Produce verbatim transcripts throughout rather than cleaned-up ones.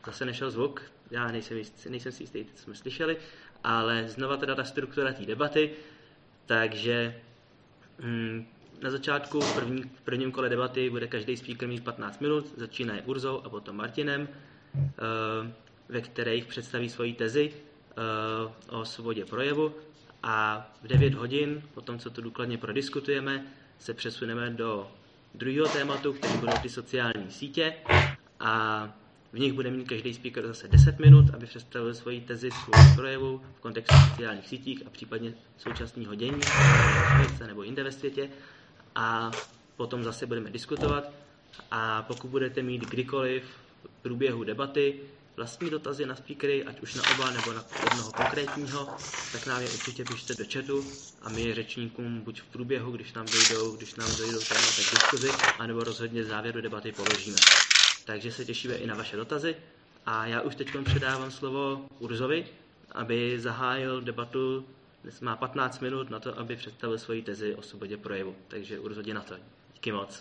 zase nešel zvuk, já nejsem, jist, nejsem si jistý, co jsme slyšeli, ale znova teda ta struktura té debaty, takže mm, na začátku v, první, v prvním kole debaty bude každý speaker mít patnáct minut, začínají Urzou a potom Martinem, uh, ve kterých představí svoji tezi uh, o svobodě projevu a v devět hodin, po tom, co to důkladně prodiskutujeme, se přesuneme do druhého tématu, který budou ty sociální sítě a v nich bude mít každý speaker zase deset minut, aby představil svoji tezi, svou projevu v kontextu sociálních sítích a případně současného dění nebo jinde ve světě. A potom zase budeme diskutovat a pokud budete mít kdykoliv v průběhu debaty vlastní dotazy na speakery, ať už na oba nebo na jednoho konkrétního, tak nám je určitě pište do chatu a my je řečníkům buď v průběhu, když nám dojdou, když nám dojdou témata k diskuzi, anebo rozhodně v závěru debaty položíme. Takže se těšíme i na vaše dotazy a já už teď předávám slovo Urzovi, aby zahájil debatu. Dnes má patnáct minut na to, aby představil svoji tezi o svobodě projevu. Takže Urzo, jdi na to. Díky moc.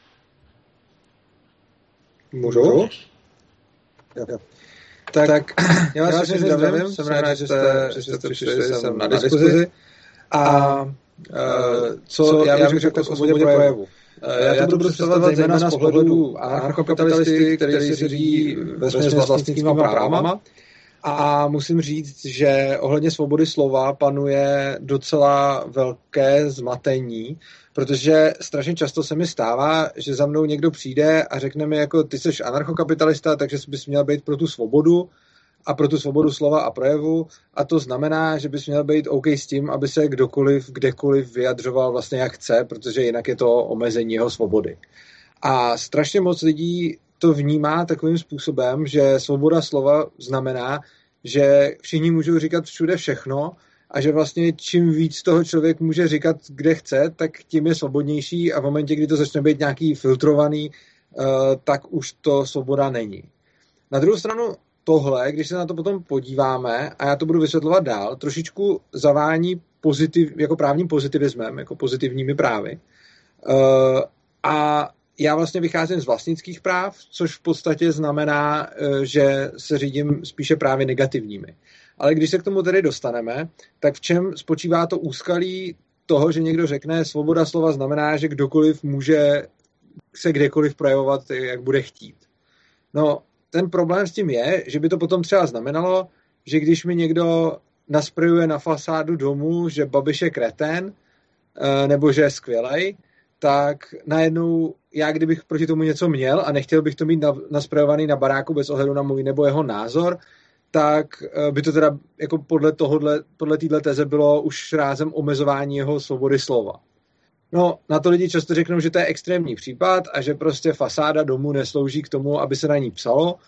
Můžu? Jo. Tak, tak já vás všechny zdravím, jsem rád, že jste, že jste přišli sem na diskuzi. A uh, co já bych řekl o svobodě projevu? Já, já to budu představovat zejména z pohledu anarchokapitalisty, který si řídí vesměs vlastnickýma právama. A musím říct, že ohledně svobody slova panuje docela velké zmatení, protože strašně často se mi stává, že za mnou někdo přijde a řekne mi, jako ty jsi anarchokapitalista, takže bys měl být pro tu svobodu a pro tu svobodu slova a projevu a to znamená, že bys měl být OK s tím, aby se kdokoliv, kdekoliv vyjadřoval vlastně jak chce, protože jinak je to omezení jeho svobody. A strašně moc lidí to vnímá takovým způsobem, že svoboda slova znamená, že všichni můžou říkat všude všechno a že vlastně čím víc toho člověk může říkat, kde chce, tak tím je svobodnější a v momentě, kdy to začne být nějaký filtrovaný, tak už to svoboda není. Na druhou stranu tohle, když se na to potom podíváme, a já to budu vysvětlovat dál, trošičku zavání pozitiv, jako právním pozitivismem, jako pozitivními právy. A já vlastně vycházím z vlastnických práv, což v podstatě znamená, že se řídím spíše právě negativními. Ale když se k tomu tedy dostaneme, tak v čem spočívá to úskalí toho, že někdo řekne, svoboda slova znamená, že kdokoliv může se kdekoliv projevovat, jak bude chtít. No, ten problém s tím je, že by to potom třeba znamenalo, že když mi někdo nasprejuje na fasádu domu, že Babiš je kretén, nebo že je skvělej, tak najednou já, kdybych proti tomu něco měl a nechtěl bych to mít nasprejovaný na baráku bez ohledu na můj nebo jeho názor, tak by to teda jako podle tohohle, podle téhle teze bylo už rázem omezování jeho svobody slova. No, na to lidi často řeknou, že to je extrémní případ a že prostě fasáda domu neslouží k tomu, aby se na ní psalo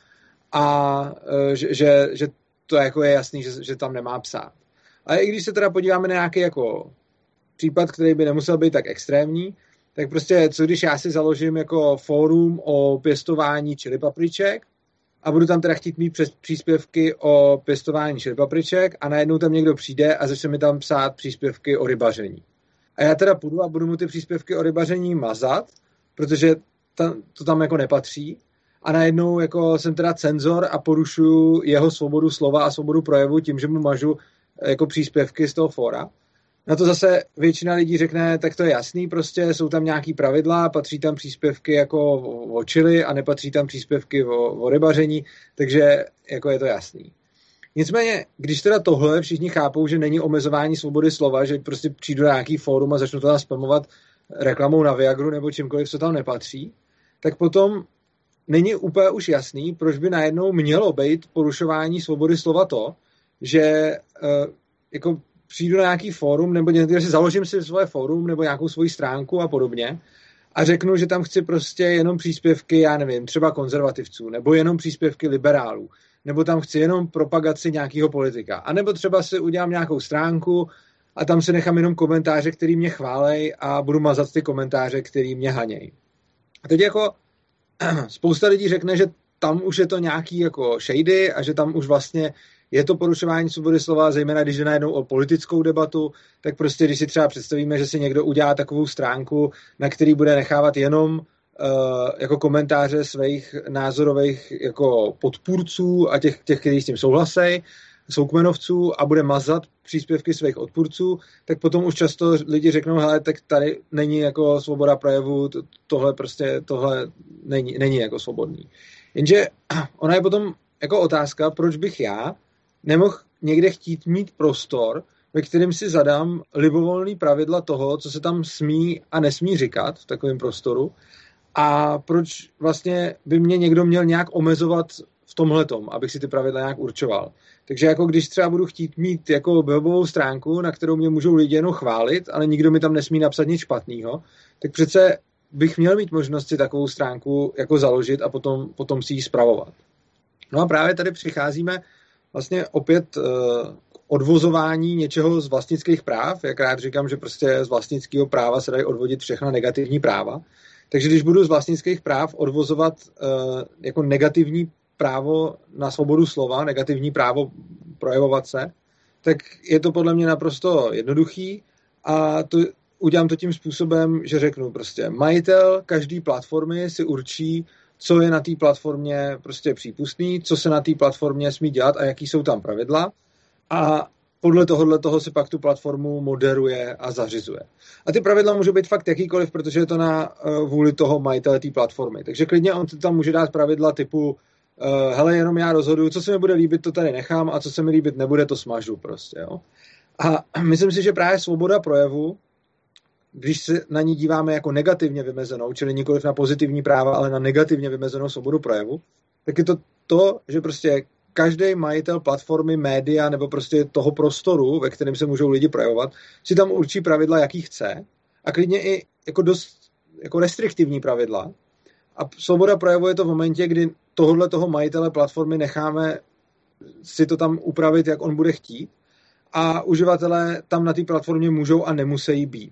a že, že, že to jako je jasný, že, že tam nemá psát. Ale i když se teda podíváme na nějaký jako případ, který by nemusel být tak extrémní, tak prostě co když já si založím jako fórum o pěstování chili papriček a budu tam teda chtít mít přes příspěvky o pěstování chili papriček a najednou tam někdo přijde a začne mi tam psát příspěvky o rybaření. A já teda půjdu a budu mu ty příspěvky o rybaření mazat, protože tam, to tam jako nepatří a najednou jako jsem teda cenzor a porušuju jeho svobodu slova a svobodu projevu tím, že mu mažu jako příspěvky z toho fóra. Na to zase většina lidí řekne, tak to je jasný, prostě jsou tam nějaký pravidla, patří tam příspěvky jako o čili a nepatří tam příspěvky o, o rybaření, takže jako je to jasný. Nicméně, když teda tohle všichni chápou, že není omezování svobody slova, že prostě přijdu na nějaký fórum a začnu to tam spamovat reklamou na Viagru nebo čímkoliv, co tam nepatří, tak potom není úplně už jasný, proč by najednou mělo být porušování svobody slova to, že uh, jako přijdu na nějaký fórum, nebo někdy si založím si svoje fórum, nebo nějakou svoji stránku a podobně a řeknu, že tam chci prostě jenom příspěvky, já nevím, třeba konzervativců, nebo jenom příspěvky liberálů, nebo tam chci jenom propagaci nějakého politika. A nebo třeba si udělám nějakou stránku a tam si nechám jenom komentáře, který mě chválej a budu mazat ty komentáře, který mě haněj. A teď jako spousta lidí řekne, že tam už je to nějaký jako shady a že tam už vlastně je to porušování svobody slova, zejména když jde najednou o politickou debatu, tak prostě když si třeba představíme, že si někdo udělá takovou stránku, na který bude nechávat jenom jako komentáře svých názorových jako podpůrců a těch, těch kteří s tím souhlasejí, soukmenovců a bude mazat příspěvky svých odpůrců, tak potom už často lidi řeknou, hele, tak tady není jako svoboda projevu, to, tohle prostě, tohle není, není jako svobodný. Jenže ona je potom jako otázka, proč bych já nemohl někde chtít mít prostor, ve kterém si zadám libovolný pravidla toho, co se tam smí a nesmí říkat v takovém prostoru, a proč vlastně by mě někdo měl nějak omezovat v tomhletom, abych si ty pravidla nějak určoval. Takže jako když třeba budu chtít mít jako webovou stránku, na kterou mě můžou lidi jenom chválit, ale nikdo mi tam nesmí napsat nic špatného, tak přece bych měl mít možnost si takovou stránku jako založit a potom, potom si ji spravovat. No a právě tady přicházíme vlastně opět uh, odvozování něčeho z vlastnických práv. Jak rád říkám, že prostě z vlastnického práva se dají odvodit všechna negativní práva. Takže když budu z vlastnických práv odvozovat uh, jako negativní právo na svobodu slova, negativní právo projevovat se, tak je to podle mě naprosto jednoduchý a to, udělám to tím způsobem, že řeknu prostě majitel každé platformy si určí, co je na té platformě prostě přípustný, co se na té platformě smí dělat a jaký jsou tam pravidla a podle tohohle toho si pak tu platformu moderuje a zařizuje. A ty pravidla můžou být fakt jakýkoliv, protože je to na uh, vůli toho majitele té platformy. Takže klidně on tam může dát pravidla typu uh, hele, jenom já rozhoduju, co se mi bude líbit, to tady nechám a co se mi líbit nebude, to smažu prostě. Jo? A myslím si, že právě svoboda projevu, když se na ní díváme jako negativně vymezenou, čili nikoliv na pozitivní práva, ale na negativně vymezenou svobodu projevu, tak je to to, že prostě každý majitel platformy, média nebo prostě toho prostoru, ve kterém se můžou lidi projevovat, si tam určí pravidla, jaký chce a klidně i jako dost jako restriktivní pravidla. A svoboda projevu je to v momentě, kdy tohodle toho majitele platformy necháme si to tam upravit, jak on bude chtít a uživatelé tam na té platformě můžou a nemusí být.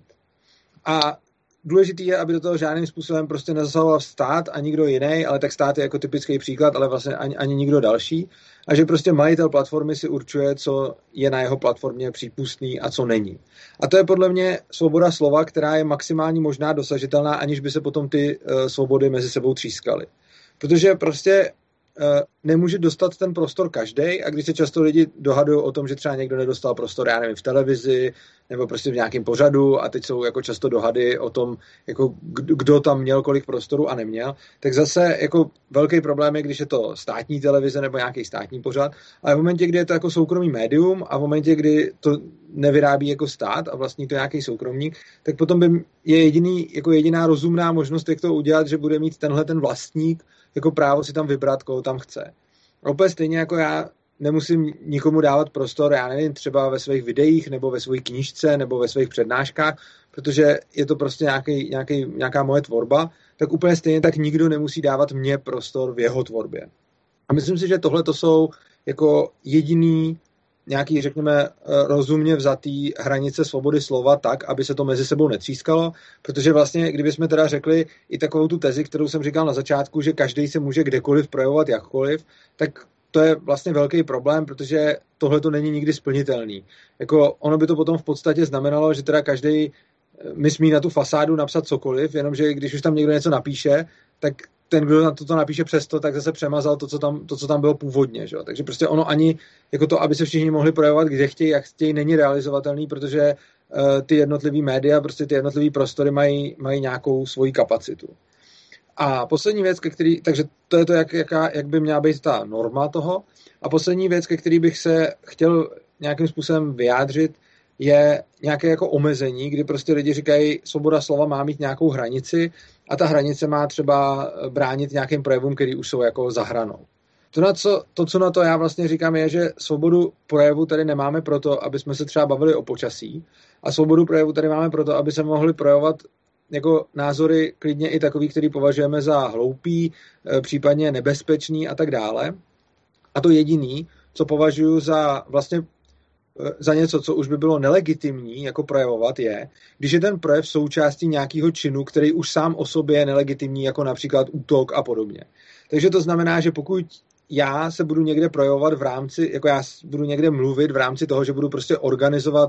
A důležitý je, aby do toho žádným způsobem prostě nezasahoval stát a nikdo jiný, ale tak stát je jako typický příklad, ale vlastně ani, ani nikdo další. A že prostě majitel platformy si určuje, co je na jeho platformě přípustný a co není. A to je podle mě svoboda slova, která je maximálně možná dosažitelná, aniž by se potom ty uh, svobody mezi sebou třískaly. Protože prostě nemůže dostat ten prostor každej a když se často lidi dohadují o tom, že třeba někdo nedostal prostor, já nevím, v televizi nebo prostě v nějakém pořadu a teď jsou jako často dohady o tom, jako kdo tam měl kolik prostoru a neměl, tak zase jako velký problém je, když je to státní televize nebo nějaký státní pořad, ale v momentě, kdy je to jako soukromý médium a v momentě, kdy to nevyrábí jako stát a vlastní to nějaký soukromník, tak potom by je jediný, jako jediná rozumná možnost, jak to udělat, že bude mít tenhle ten vlastník jako právo si tam vybrat, koho tam chce. A opět stejně jako já nemusím nikomu dávat prostor, já nevím, třeba ve svých videích, nebo ve své knížce, nebo ve svých přednáškách, protože je to prostě nějaký, nějaký, nějaká moje tvorba, tak úplně stejně tak nikdo nemusí dávat mně prostor v jeho tvorbě. A myslím si, že tohle to jsou jako jediný nějaký, řekněme, rozumně vzatý hranice svobody slova tak, aby se to mezi sebou netřískalo, protože vlastně, kdybychom teda řekli i takovou tu tezi, kterou jsem říkal na začátku, že každý se může kdekoliv projevovat jakkoliv, tak to je vlastně velký problém, protože tohle to není nikdy splnitelný. Jako ono by to potom v podstatě znamenalo, že teda každý mi smí na tu fasádu napsat cokoliv, jenomže když už tam někdo něco napíše, tak ten, kdo na to napíše přesto, tak zase přemazal to, co tam, to, co tam bylo původně. Že? Takže prostě ono ani jako to, aby se všichni mohli projevovat, kde chtějí, jak chtějí, není realizovatelný, protože uh, ty jednotlivý média, prostě ty jednotlivý prostory mají, mají nějakou svoji kapacitu. A poslední věc, ke který, takže to je to, jak, jaká, jak by měla být ta norma toho. A poslední věc, ke který bych se chtěl nějakým způsobem vyjádřit, je nějaké jako omezení, kdy prostě lidi říkají, svoboda slova má mít nějakou hranici a ta hranice má třeba bránit nějakým projevům, který už jsou jako za hranou. To, na co, to, co na to já vlastně říkám, je, že svobodu projevu tady nemáme proto, aby jsme se třeba bavili o počasí a svobodu projevu tady máme proto, aby se mohli projevovat jako názory klidně i takový, který považujeme za hloupý, případně nebezpečný a tak dále. A to jediný, co považuji za vlastně za něco, co už by bylo nelegitimní jako projevovat, je, když je ten projev součástí nějakého činu, který už sám o sobě je nelegitimní, jako například útok a podobně. Takže to znamená, že pokud já se budu někde projevovat v rámci, jako já budu někde mluvit v rámci toho, že budu prostě organizovat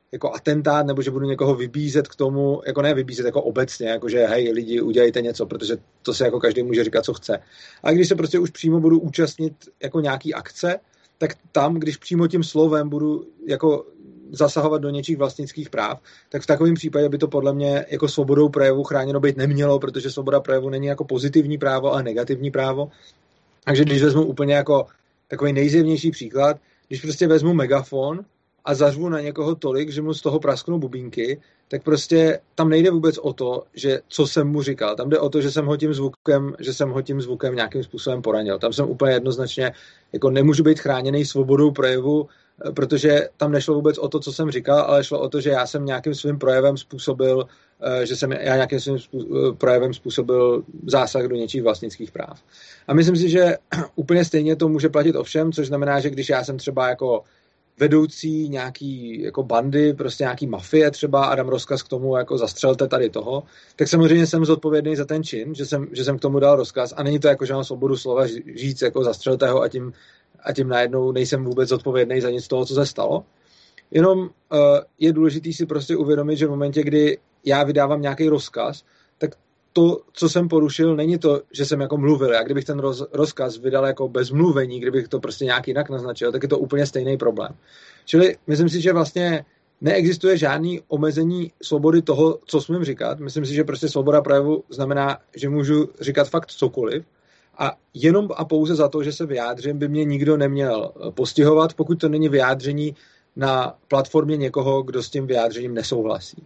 jako atentát, nebo že budu někoho vybízet k tomu, jako ne vybízet jako obecně, jako že hej, lidi, udělejte něco, protože to se jako každý může říkat, co chce. A když se prostě už přímo budu účastnit jako nějaký akce, tak tam, když přímo tím slovem budu jako zasahovat do něčích vlastnických práv, tak v takovém případě by to podle mě jako svobodou projevu chráněno být nemělo, protože svoboda projevu není jako pozitivní právo, ale negativní právo. Takže když vezmu úplně jako takový nejzjevnější příklad, když prostě vezmu megafon a zařvu na někoho tolik, že mu z toho prasknou bubínky, tak prostě tam nejde vůbec o to, že co jsem mu říkal. Tam jde o to, že jsem ho tím zvukem, že jsem ho tím zvukem nějakým způsobem poranil. Tam jsem úplně jednoznačně jako nemůžu být chráněný svobodou projevu, protože tam nešlo vůbec o to, co jsem říkal, ale šlo o to, že já jsem nějakým svým projevem způsobil, že jsem já nějakým svým projevem způsobil zásah do něčích vlastnických práv. A myslím si, že úplně stejně to může platit o všem, což znamená, že když já jsem třeba jako vedoucí nějaký jako bandy, prostě nějaký mafie třeba a dám rozkaz k tomu, jako zastřelte tady toho, tak samozřejmě jsem zodpovědný za ten čin, že jsem, že jsem k tomu dal rozkaz a není to jako, že mám svobodu slova říct, jako zastřelte ho a tím, a tím najednou nejsem vůbec zodpovědný za nic toho, co se stalo. Jenom uh, je důležitý si prostě uvědomit, že v momentě, kdy já vydávám nějaký rozkaz, tak to, co jsem porušil, není to, že jsem jako mluvil. Já kdybych ten roz, rozkaz vydal jako bez mluvení, kdybych to prostě nějak jinak naznačil, tak je to úplně stejný problém. Čili myslím si, že vlastně neexistuje žádný omezení svobody toho, co smím říkat. Myslím si, že prostě svoboda projevu znamená, že můžu říkat fakt cokoliv a jenom a pouze za to, že se vyjádřím, by mě nikdo neměl postihovat, pokud to není vyjádření na platformě někoho, kdo s tím vyjádřením nesouhlasí.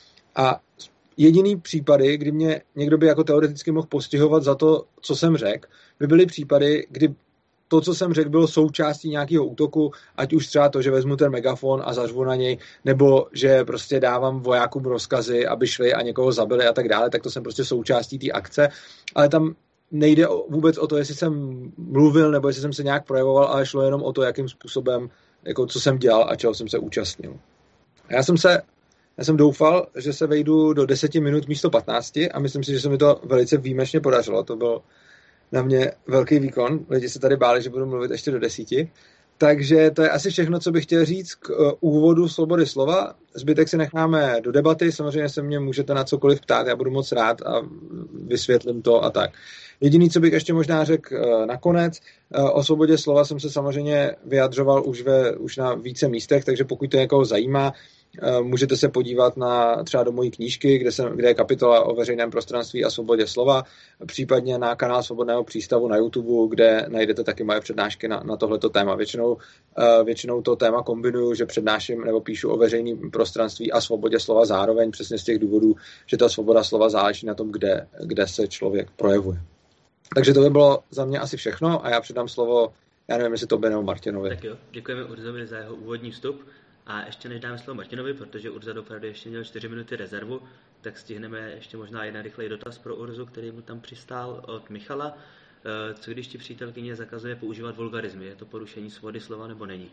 A jediný případy, kdy mě někdo by jako teoreticky mohl postihovat za to, co jsem řekl, by byly případy, kdy to, co jsem řekl, bylo součástí nějakého útoku, ať už třeba to, že vezmu ten megafon a zařvu na něj, nebo že prostě dávám vojákům rozkazy, aby šli a někoho zabili a tak dále, tak to jsem prostě součástí té akce. Ale tam nejde vůbec o to, jestli jsem mluvil, nebo jestli jsem se nějak projevoval, ale šlo jenom o to, jakým způsobem, jako co jsem dělal a čeho jsem se účastnil. Já jsem se Já jsem doufal, že se vejdu do deseti minut místo patnácti a myslím si, že se mi to velice výjimečně podařilo. To byl na mě velký výkon. Lidi se tady báli, že budu mluvit ještě do desíti. Takže to je asi všechno, co bych chtěl říct k úvodu svobody slova. Zbytek si necháme do debaty. Samozřejmě se mě můžete na cokoliv ptát, já budu moc rád a vysvětlím to a tak. Jediný, co bych ještě možná řekl nakonec, o svobodě slova jsem se samozřejmě vyjadřoval už, ve, už na více místech, takže pokud to někoho zajímá, můžete se podívat na třeba do mojí knížky, kde, jsem, kde je kapitola o veřejném prostranství a svobodě slova, případně na kanál Svobodného přístavu na YouTube, kde najdete taky moje přednášky na, na tohleto téma. Většinou, většinou to téma kombinuju, že přednáším nebo píšu o veřejném prostranství a svobodě slova zároveň, přesně z těch důvodů, že ta svoboda slova záleží na tom, kde, kde se člověk projevuje. Takže to by bylo za mě asi všechno a já předám slovo, já nevím, jestli Tobě nebo Martinovi. Tak jo, děkujeme Urzovi za jeho úvodní vstup. A ještě než dáme slovo Martinovi, protože Urza dopravdy ještě měl čtyři minuty rezervu, tak stihneme ještě možná jeden rychlej dotaz pro Urzu, který mu tam přistál od Michala. Co když ti přítelkyně zakazuje používat vulgarizmy? Je to porušení svobody slova nebo není?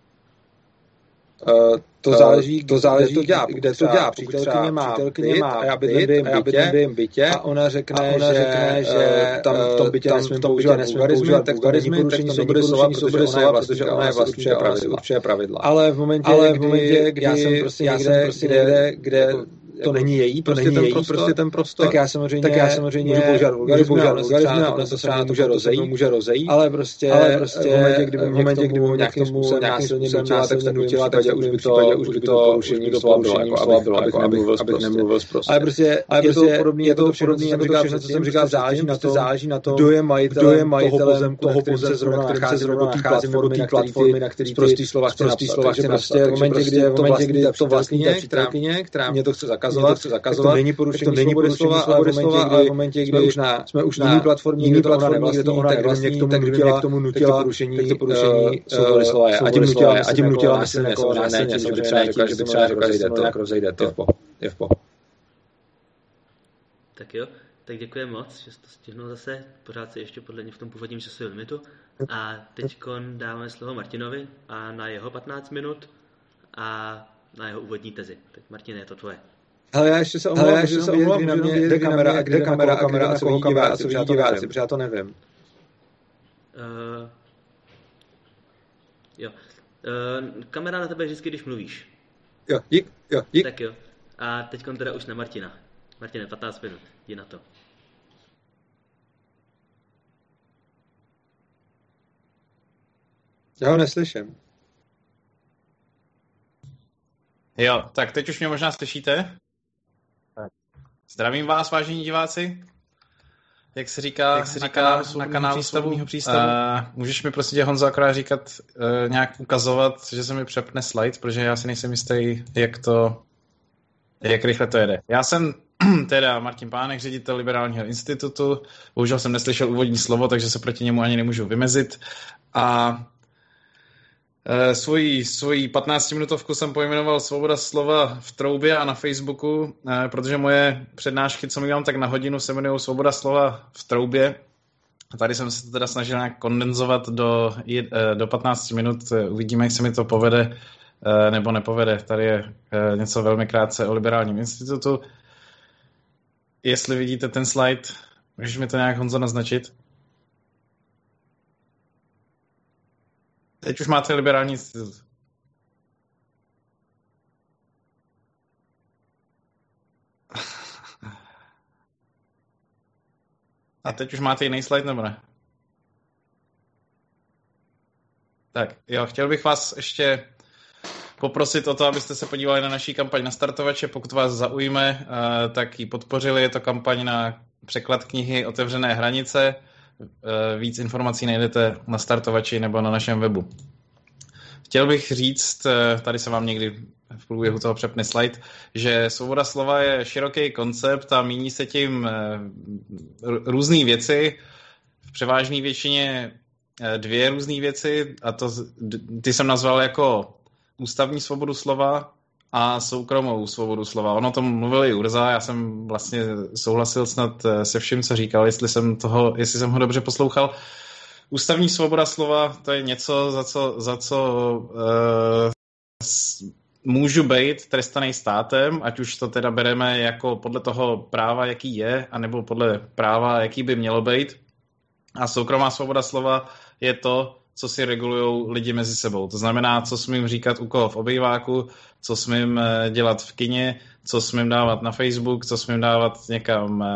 Uh, to záleží, to záleží, kde to dělá, kde to dělá. Přítelkyně má, přítelkyně má a já bydlím v jejím bytě a ona řekne, a ona řekne že, že tam v tom bytě nesmím používat vulgarizmy, tak to není porušení svobody slova, protože ona je vlastní určitě pravidla. Ale v momentě, kdy já jsem prostě někde, kde to není její, to není její, prostě ten prostor. Tak já samozřejmě, tak já samozřejmě můžu používat vulgarizmy, a ona se třeba může rozejít, může rozejít, ale prostě, ale prostě v momentě, kdyby mě k tomu nějakým způsobem násilně nutila, tak se nutila, tak už by to, už by to porušení slova bylo, jako bylo, abych nemluvil abych nemluvil prostě. Ale prostě, ale je to podobný, je to podobný, jako to všechno, co jsem říkal, záleží na to, záleží na to, kdo je majitelem toho pozemku, na kterém se zrovna nacházím, nebo té platformy, na který ty slova chci napsat. Takže v momentě, kdy to vlastní ta přítelkyně, která mě to chce zakázat, zakazovat, to zakazovat, to není porušení, to není porušení slova, svobody slova, ale v momentě, kdy jsme už na, jsme už na jiný platformě, kde to ona nevlastní, kde to ona nevlastní, tak kdyby mě k tomu nutila, tak to porušení svobody slova je. A tím nutila, a tím nutila násilně, násilně, že by třeba řekla, že by třeba řekla, že se to nějak rozejde, to je v pohodě. Tak jo, tak děkuji moc, že jsi to stihnul zase, pořád se ještě podle mě v tom původním časovém limitu. A teď dáme slovo Martinovi a na jeho patnáct minut a na jeho úvodní tezi. Tak Martine, je to tvoje. Ale já ještě se omlouvám, že se omlouvám, kdy na mě jde kamera a kde kamera a kamera a co vidí diváci, protože já to nevím. Uh, jo. Uh, kamera na tebe vždycky, když mluvíš. jo, dík, jo, dík. Tak jo. A teď teda už na Martina. Martine, patnáct minut, jdi na to. Já ho neslyším. Jo, tak teď už mě možná slyšíte? Tak. Zdravím vás, vážení diváci. Jak se říká, Jak se říká na kanálu, na kanálu přístavu. přístavu. Uh, můžeš mi prostě Honzo akorát říkat, uh, nějak ukazovat, že se mi přepne slide, protože já si nejsem jistý, jak to, jak rychle to jede. Já jsem teda Martin Pánek, ředitel Liberálního institutu. Bohužel jsem neslyšel úvodní slovo, takže se proti němu ani nemůžu vymezit. A Svoji, svoji patnáctiminutovku jsem pojmenoval Svoboda slova v troubě a na Facebooku, protože moje přednášky, co mívám tak na hodinu, se jmenují Svoboda slova v troubě. Tady jsem se teda snažil nějak kondenzovat do, do patnáct minut. Uvidíme, jak se mi to povede nebo nepovede. Tady je něco velmi krátce o Liberálním institutu. Jestli vidíte ten slide, můžeš mi to nějak, Honzo, naznačit? Teď už máte Liberální institut. A teď už máte jiný slide, nebo ne? Tak, jo, chtěl bych vás ještě poprosit o to, abyste se podívali na naší kampaň na Startovače. Pokud vás zaujme, tak ji podpořili. Je to kampaň na překlad knihy Otevřené hranice. Víc informací najdete na Startovači nebo na našem webu. Chtěl bych říct, tady se vám někdy v průběhu toho přepne slide, že svoboda slova je široký koncept a míní se tím různé věci, v převážné většině dvě různé věci, a to ty jsem nazval jako ústavní svobodu slova a soukromou svobodu slova. Ono to mluvil i Urza, já jsem vlastně souhlasil snad se vším, co říkal, jestli jsem, toho, jestli jsem ho dobře poslouchal. Ústavní svoboda slova, to je něco, za co, za co uh, můžu být trestaný státem, ať už to teda bereme jako podle toho práva, jaký je, anebo podle práva, jaký by mělo být. A soukromá svoboda slova je to, co si regulují lidi mezi sebou. To znamená, co smím říkat u koho v obýváku, co smím dělat v kině, co smím dávat na Facebook, co smím dávat někam,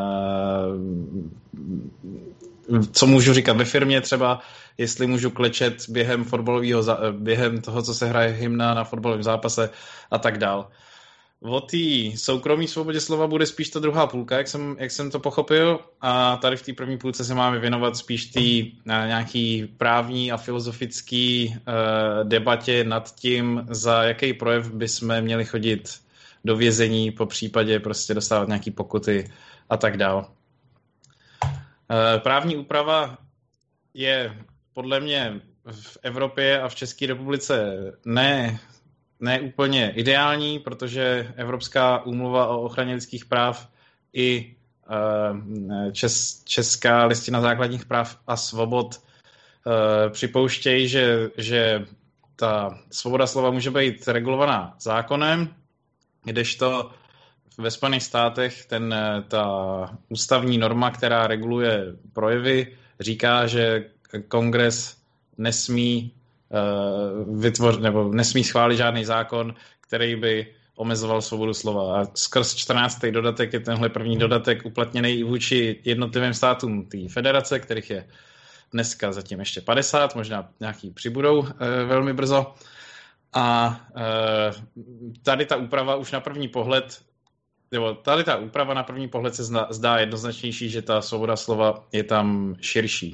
co můžu říkat ve firmě třeba, jestli můžu klečet během fotbalového, během toho, co se hraje hymna na fotbalovém zápase a tak dál. O té soukromé svobodě slova bude spíš ta druhá půlka, jak jsem, jak jsem to pochopil, a tady v té první půlce se máme věnovat spíš té nějaký právní a filozofické uh, debatě nad tím, za jaký projev bychom měli chodit do vězení, po případě prostě dostávat nějaký pokuty a tak dál. Uh, právní úprava je podle mě v Evropě a v České republice ne ne úplně ideální, protože Evropská úmluva o ochraně lidských práv i čes, Česká listina základních práv a svobod připouštějí, že, že ta svoboda slova může být regulovaná zákonem, kdežto ve Spojených státech ten, ta ústavní norma, která reguluje projevy, říká, že kongres nesmí vytvoř, nebo nesmí schválit žádný zákon, který by omezoval svobodu slova. A skrz čtrnáctý dodatek je tenhle první dodatek uplatněný i vůči jednotlivým státům té federace, kterých je dneska zatím ještě padesát, možná nějaký přibudou e, velmi brzo. A e, tady ta úprava už na první pohled, nebo tady ta úprava na první pohled se zdá, zdá jednoznačnější, že ta svoboda slova je tam širší.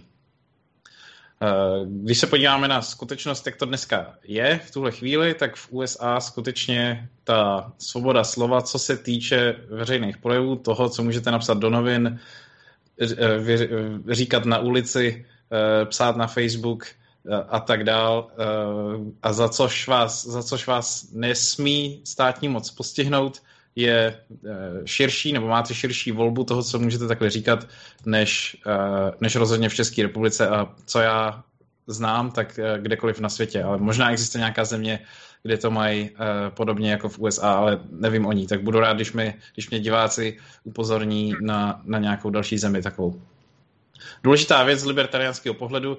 Když se podíváme na skutečnost, jak to dneska je v tuhle chvíli, tak v U S A skutečně ta svoboda slova, co se týče veřejných projevů, toho, co můžete napsat do novin, říkat na ulici, psát na Facebook a tak dál, a za což vás, za což vás nesmí státní moc postihnout, je širší, nebo máte širší volbu toho, co můžete takhle říkat, než, než rozhodně v České republice, a co já znám, tak kdekoliv na světě. Ale možná existuje nějaká země, kde to mají podobně jako v U S A, ale nevím o ní. Tak budu rád, když, mi, když mě diváci upozorní na, na nějakou další zemi takovou. Důležitá věc z libertariánského pohledu: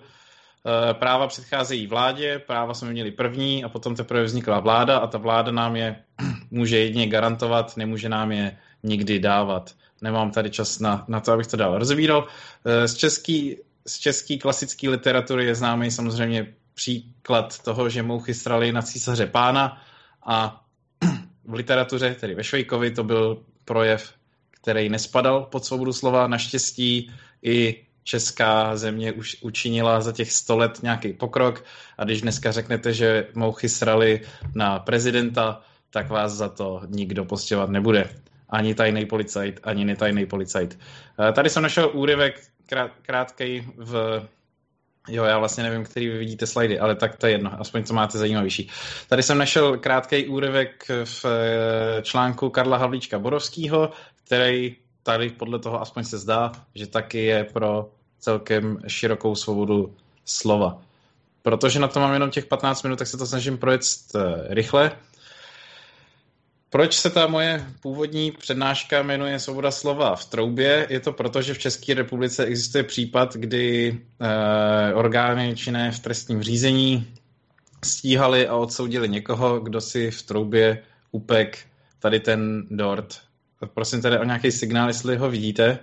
práva předcházejí vládě, práva jsme měli první a potom teprve vznikla vláda, a ta vláda nám je může jedině garantovat, nemůže nám je nikdy dávat. Nemám tady čas na, na to, abych to dál rozebíral. Z český, z český klasické literatury je známý samozřejmě příklad toho, že mouchy sraly na císaře pána, a v literatuře, tedy ve Švejkovi, to byl projev, který nespadal pod svobodu slova. Naštěstí i česká země už učinila za těch sto let nějaký pokrok, a když dneska řeknete, že mouchy sraly na prezidenta, tak vás za to nikdo postihovat nebude. Ani tajný policajt, ani netajný policajt. Tady jsem našel úryvek krát, krátkej v... Jo, já vlastně nevím, který vy vidíte slajdy, ale tak to je jedno, aspoň to máte zajímavější. Tady jsem našel krátkej úryvek v článku Karla Havlíčka Borovského, který tady podle toho aspoň se zdá, že taky je pro celkem širokou svobodu slova. Protože na to mám jenom těch patnáct minut, tak se to snažím projet rychle. Proč se ta moje původní přednáška jmenuje Svoboda slova v troubě? Je to proto, že v České republice existuje případ, kdy eh, orgány činné v trestním řízení stíhali a odsoudili někoho, kdo si v troubě upek tady ten dort. Prosím tedy o nějaký signál, jestli ho vidíte.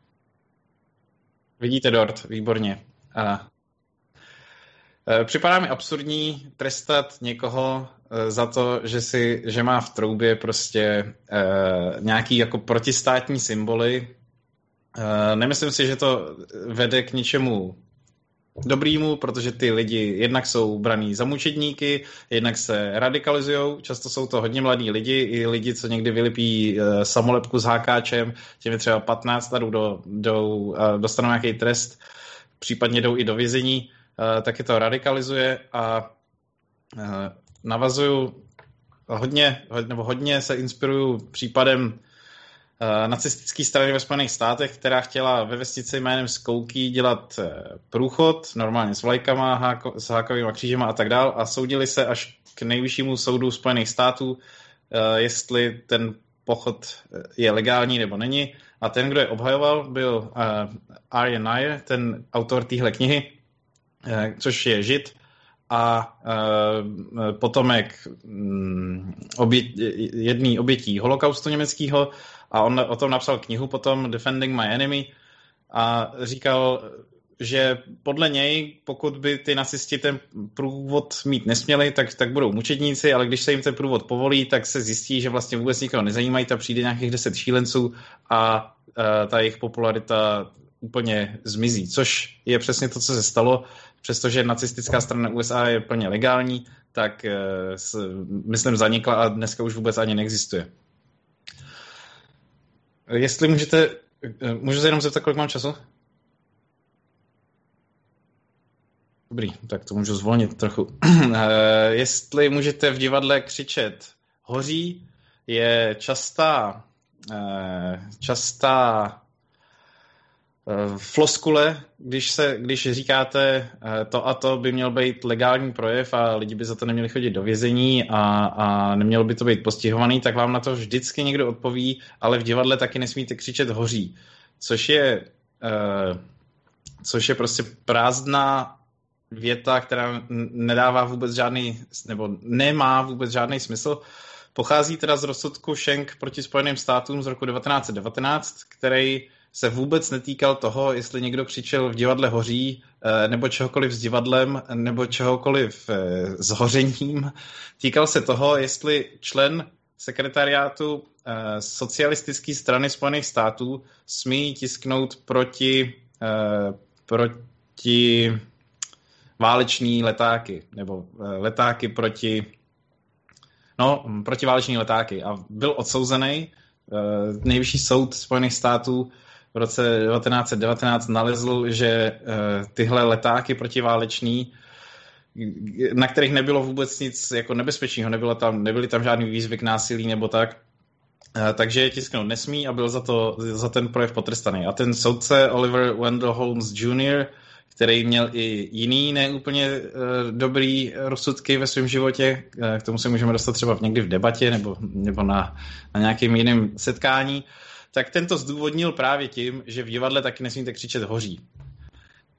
Vidíte dort, výborně. A připadá mi absurdní trestat někoho za to, že, si, že má v troubě prostě eh, nějaký jako protistátní symboly. Eh, nemyslím si, že to vede k ničemu dobrýmu, protože ty lidi jednak jsou braný za mučedníky, jednak se radikalizujou, často jsou to hodně mladí lidi, i lidi, co někdy vylepí eh, samolepku s hákáčem, těmi třeba patnáct a do, do, eh, dostanou nějaký trest, případně jdou i do vězení, eh, taky to radikalizuje a eh, navazuju hodně, nebo hodně se inspiruju případem uh, nacistické strany ve Spojených státech, která chtěla ve vesnici jménem Skouký dělat uh, průchod, normálně s vlajkama, háko, s hákovými křížema a tak dál, a soudili se až k nejvyššímu soudu Spojených států, uh, jestli ten pochod je legální nebo není. A ten, kdo je obhajoval, byl uh, Arjen Nair, ten autor téhle knihy, uh, což je Žid, a e, potomek m, obě, jedný obětí holokaustu německého, a on o tom napsal knihu potom Defending My Enemy a říkal, že podle něj, pokud by ty nacisti ten průvod mít nesměli, tak, tak budou mučedníci, ale když se jim ten průvod povolí, tak se zjistí, že vlastně vůbec nikoho nezajímají, tak přijde nějakých deset šílenců a e, ta jejich popularita úplně zmizí, což je přesně to, co se stalo. Přestože nacistická strana U S A je plně legální, tak s, myslím zanikla a dneska už vůbec ani neexistuje. Jestli můžete, můžu se jenom zeptat, kolik mám času? Dobrý, tak to můžu zvolnit trochu. Jestli můžete v divadle křičet hoří, je častá, častá floskule, když, se, když říkáte to a to by měl být legální projev a lidi by za to neměli chodit do vězení a, a nemělo by to být postihovaný, tak vám na to vždycky někdo odpoví, ale v divadle taky nesmíte křičet hoří, což je, uh, což je prostě prázdná věta, která nedává vůbec žádný, nebo nemá vůbec žádný smysl. Pochází teda z rozsudku Schenck proti Spojeným státům z roku devatenáct set devatenáct, který se vůbec netýkal toho, jestli někdo křičel v divadle hoří, nebo čehokoliv s divadlem, nebo čehokoliv s hořením. Týkal se toho, jestli člen sekretariátu socialistické strany Spojených států smí tisknout proti, proti váleční letáky, nebo letáky proti, no, protiváleční letáky. A byl odsouzený. Nejvyšší soud Spojených států v roce devatenáct set devatenáct nalezl, že tyhle letáky protiváleční, na kterých nebylo vůbec nic jako nebezpečného, nebylo tam, nebyly tam žádný výzvy k násilí nebo tak, takže je tisknout nesmí a byl za, to, za ten projev potrestaný. A ten soudce Oliver Wendell Holmes junior, který měl i jiný neúplně uh, dobrý rozsudky ve svém životě, uh, k tomu se můžeme dostat třeba někdy v debatě nebo, nebo na, na nějakém jiném setkání, tak tento zdůvodnil právě tím, že v divadle taky nesmíte křičet hoří.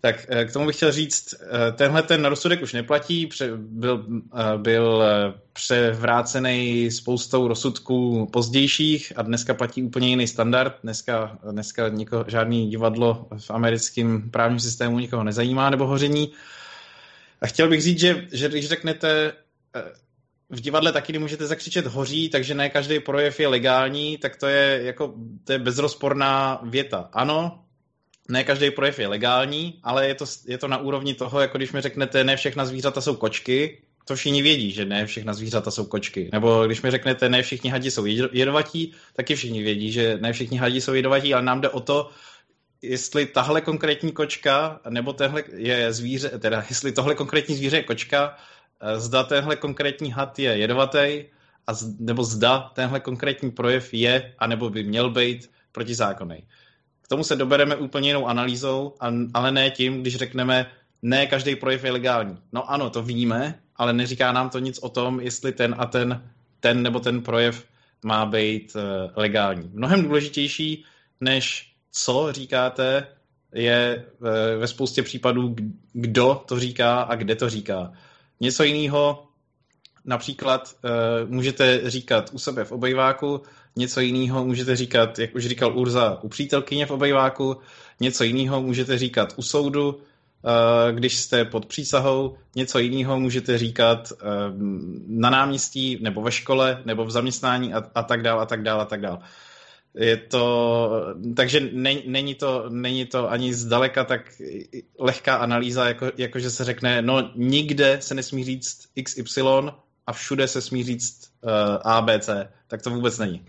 Tak k tomu bych chtěl říct, tenhle ten rozsudek už neplatí, byl, byl převrácený spoustou rozsudků pozdějších a dneska platí úplně jiný standard. Dneska, dneska nikoho, žádný divadlo v americkém právním systému nikoho nezajímá nebo hoření. A chtěl bych říct, že, že když řeknete, v divadle taky nemůžete zakřičet hoří, takže ne každý projev je legální, tak to je, jako, to je bezrozporná věta. Ano, ne každý projev je legální, ale je to, je to na úrovni toho, jako když mi řeknete, ne všechna zvířata jsou kočky, to všichni vědí, že ne všechna zvířata jsou kočky. Nebo když mi řeknete, ne všichni hadi jsou jedovatí, taky všichni vědí, že ne všichni hadi jsou jedovatí, ale nám jde o to, jestli tahle konkrétní kočka, nebo tenhle je zvíře, teda jestli tohle konkrétní zvíře je kočka, zda tenhle konkrétní had je jedovatý, a z, nebo zda tenhle konkrétní projev je, anebo by měl být protizákonný. K tomu se dobereme úplně jinou analýzou, ale ne tím, když řekneme, ne každý projev je legální. No ano, to víme, ale neříká nám to nic o tom, jestli ten a ten, ten nebo ten projev má být legální. Mnohem důležitější, než co říkáte, je ve spoustě případů, kdo to říká a kde to říká. Něco jiného, například můžete říkat u sebe v obejváku, něco jiného můžete říkat, jak už říkal Urza, u přítelkyně v obejváku, něco jiného můžete říkat u soudu, když jste pod přísahou, něco jiného můžete říkat na náměstí, nebo ve škole, nebo v zaměstnání a, a tak dál, a tak dál, a tak dál. Je to, takže ne, není, to, není to ani zdaleka tak lehká analýza, jako, jako že se řekne, no nikde se nesmí říct iks ypsilon a všude se smí říct uh, A B C. Tak to vůbec není.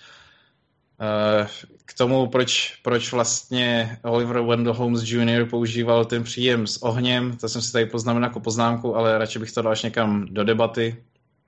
Uh, k tomu, proč, proč vlastně Oliver Wendell Holmes junior používal ten příjem s ohněm, to jsem si tady poznamenal jako poznámku, ale radši bych to dal až někam do debaty.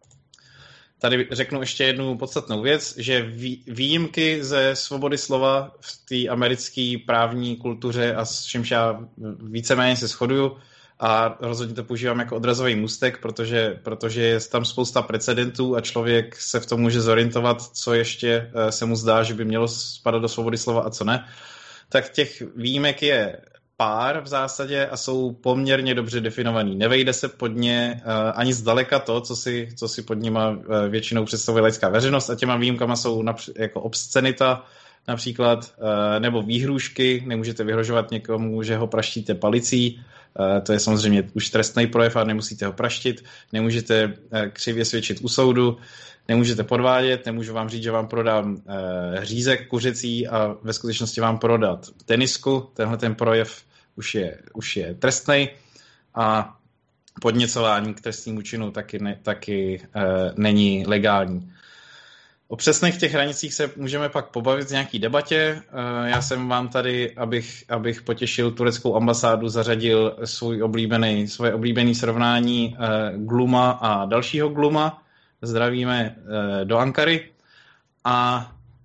Tady řeknu ještě jednu podstatnou věc, že výjimky ze svobody slova v té americké právní kultuře, a s čímž já víceméně se shoduju, a rozhodně to používám jako odrazový můstek, protože, protože je tam spousta precedentů a člověk se v tom může zorientovat, co ještě se mu zdá, že by mělo spadat do svobody slova a co ne. Tak těch výjimek je pár v zásadě a jsou poměrně dobře definovaný. Nevejde se pod ně uh, ani zdaleka to, co si, co si pod nima uh, většinou představuje laická veřejnost, a těma výjimkama jsou např- jako obscenita například, uh, nebo výhrušky, nemůžete vyhrožovat někomu, že ho praštíte palicí, uh, to je samozřejmě už trestný projev a nemusíte ho praštit, nemůžete uh, křivě svědčit u soudu, nemůžete podvádět, nemůžu vám říct, že vám prodám uh, řízek kuřecí a ve skutečnosti vám prodat tenisku, tenhle ten projev už je, už je trestnej a podněcování k trestnímu činu taky, ne, taky e, není legální. O přesných těch hranicích se můžeme pak pobavit v nějaký debatě. E, já jsem vám tady, abych, abych potěšil tureckou ambasádu, zařadil svůj oblíbený, svoje oblíbené srovnání e, Gluma a dalšího Gluma. Zdravíme e, do Ankary. A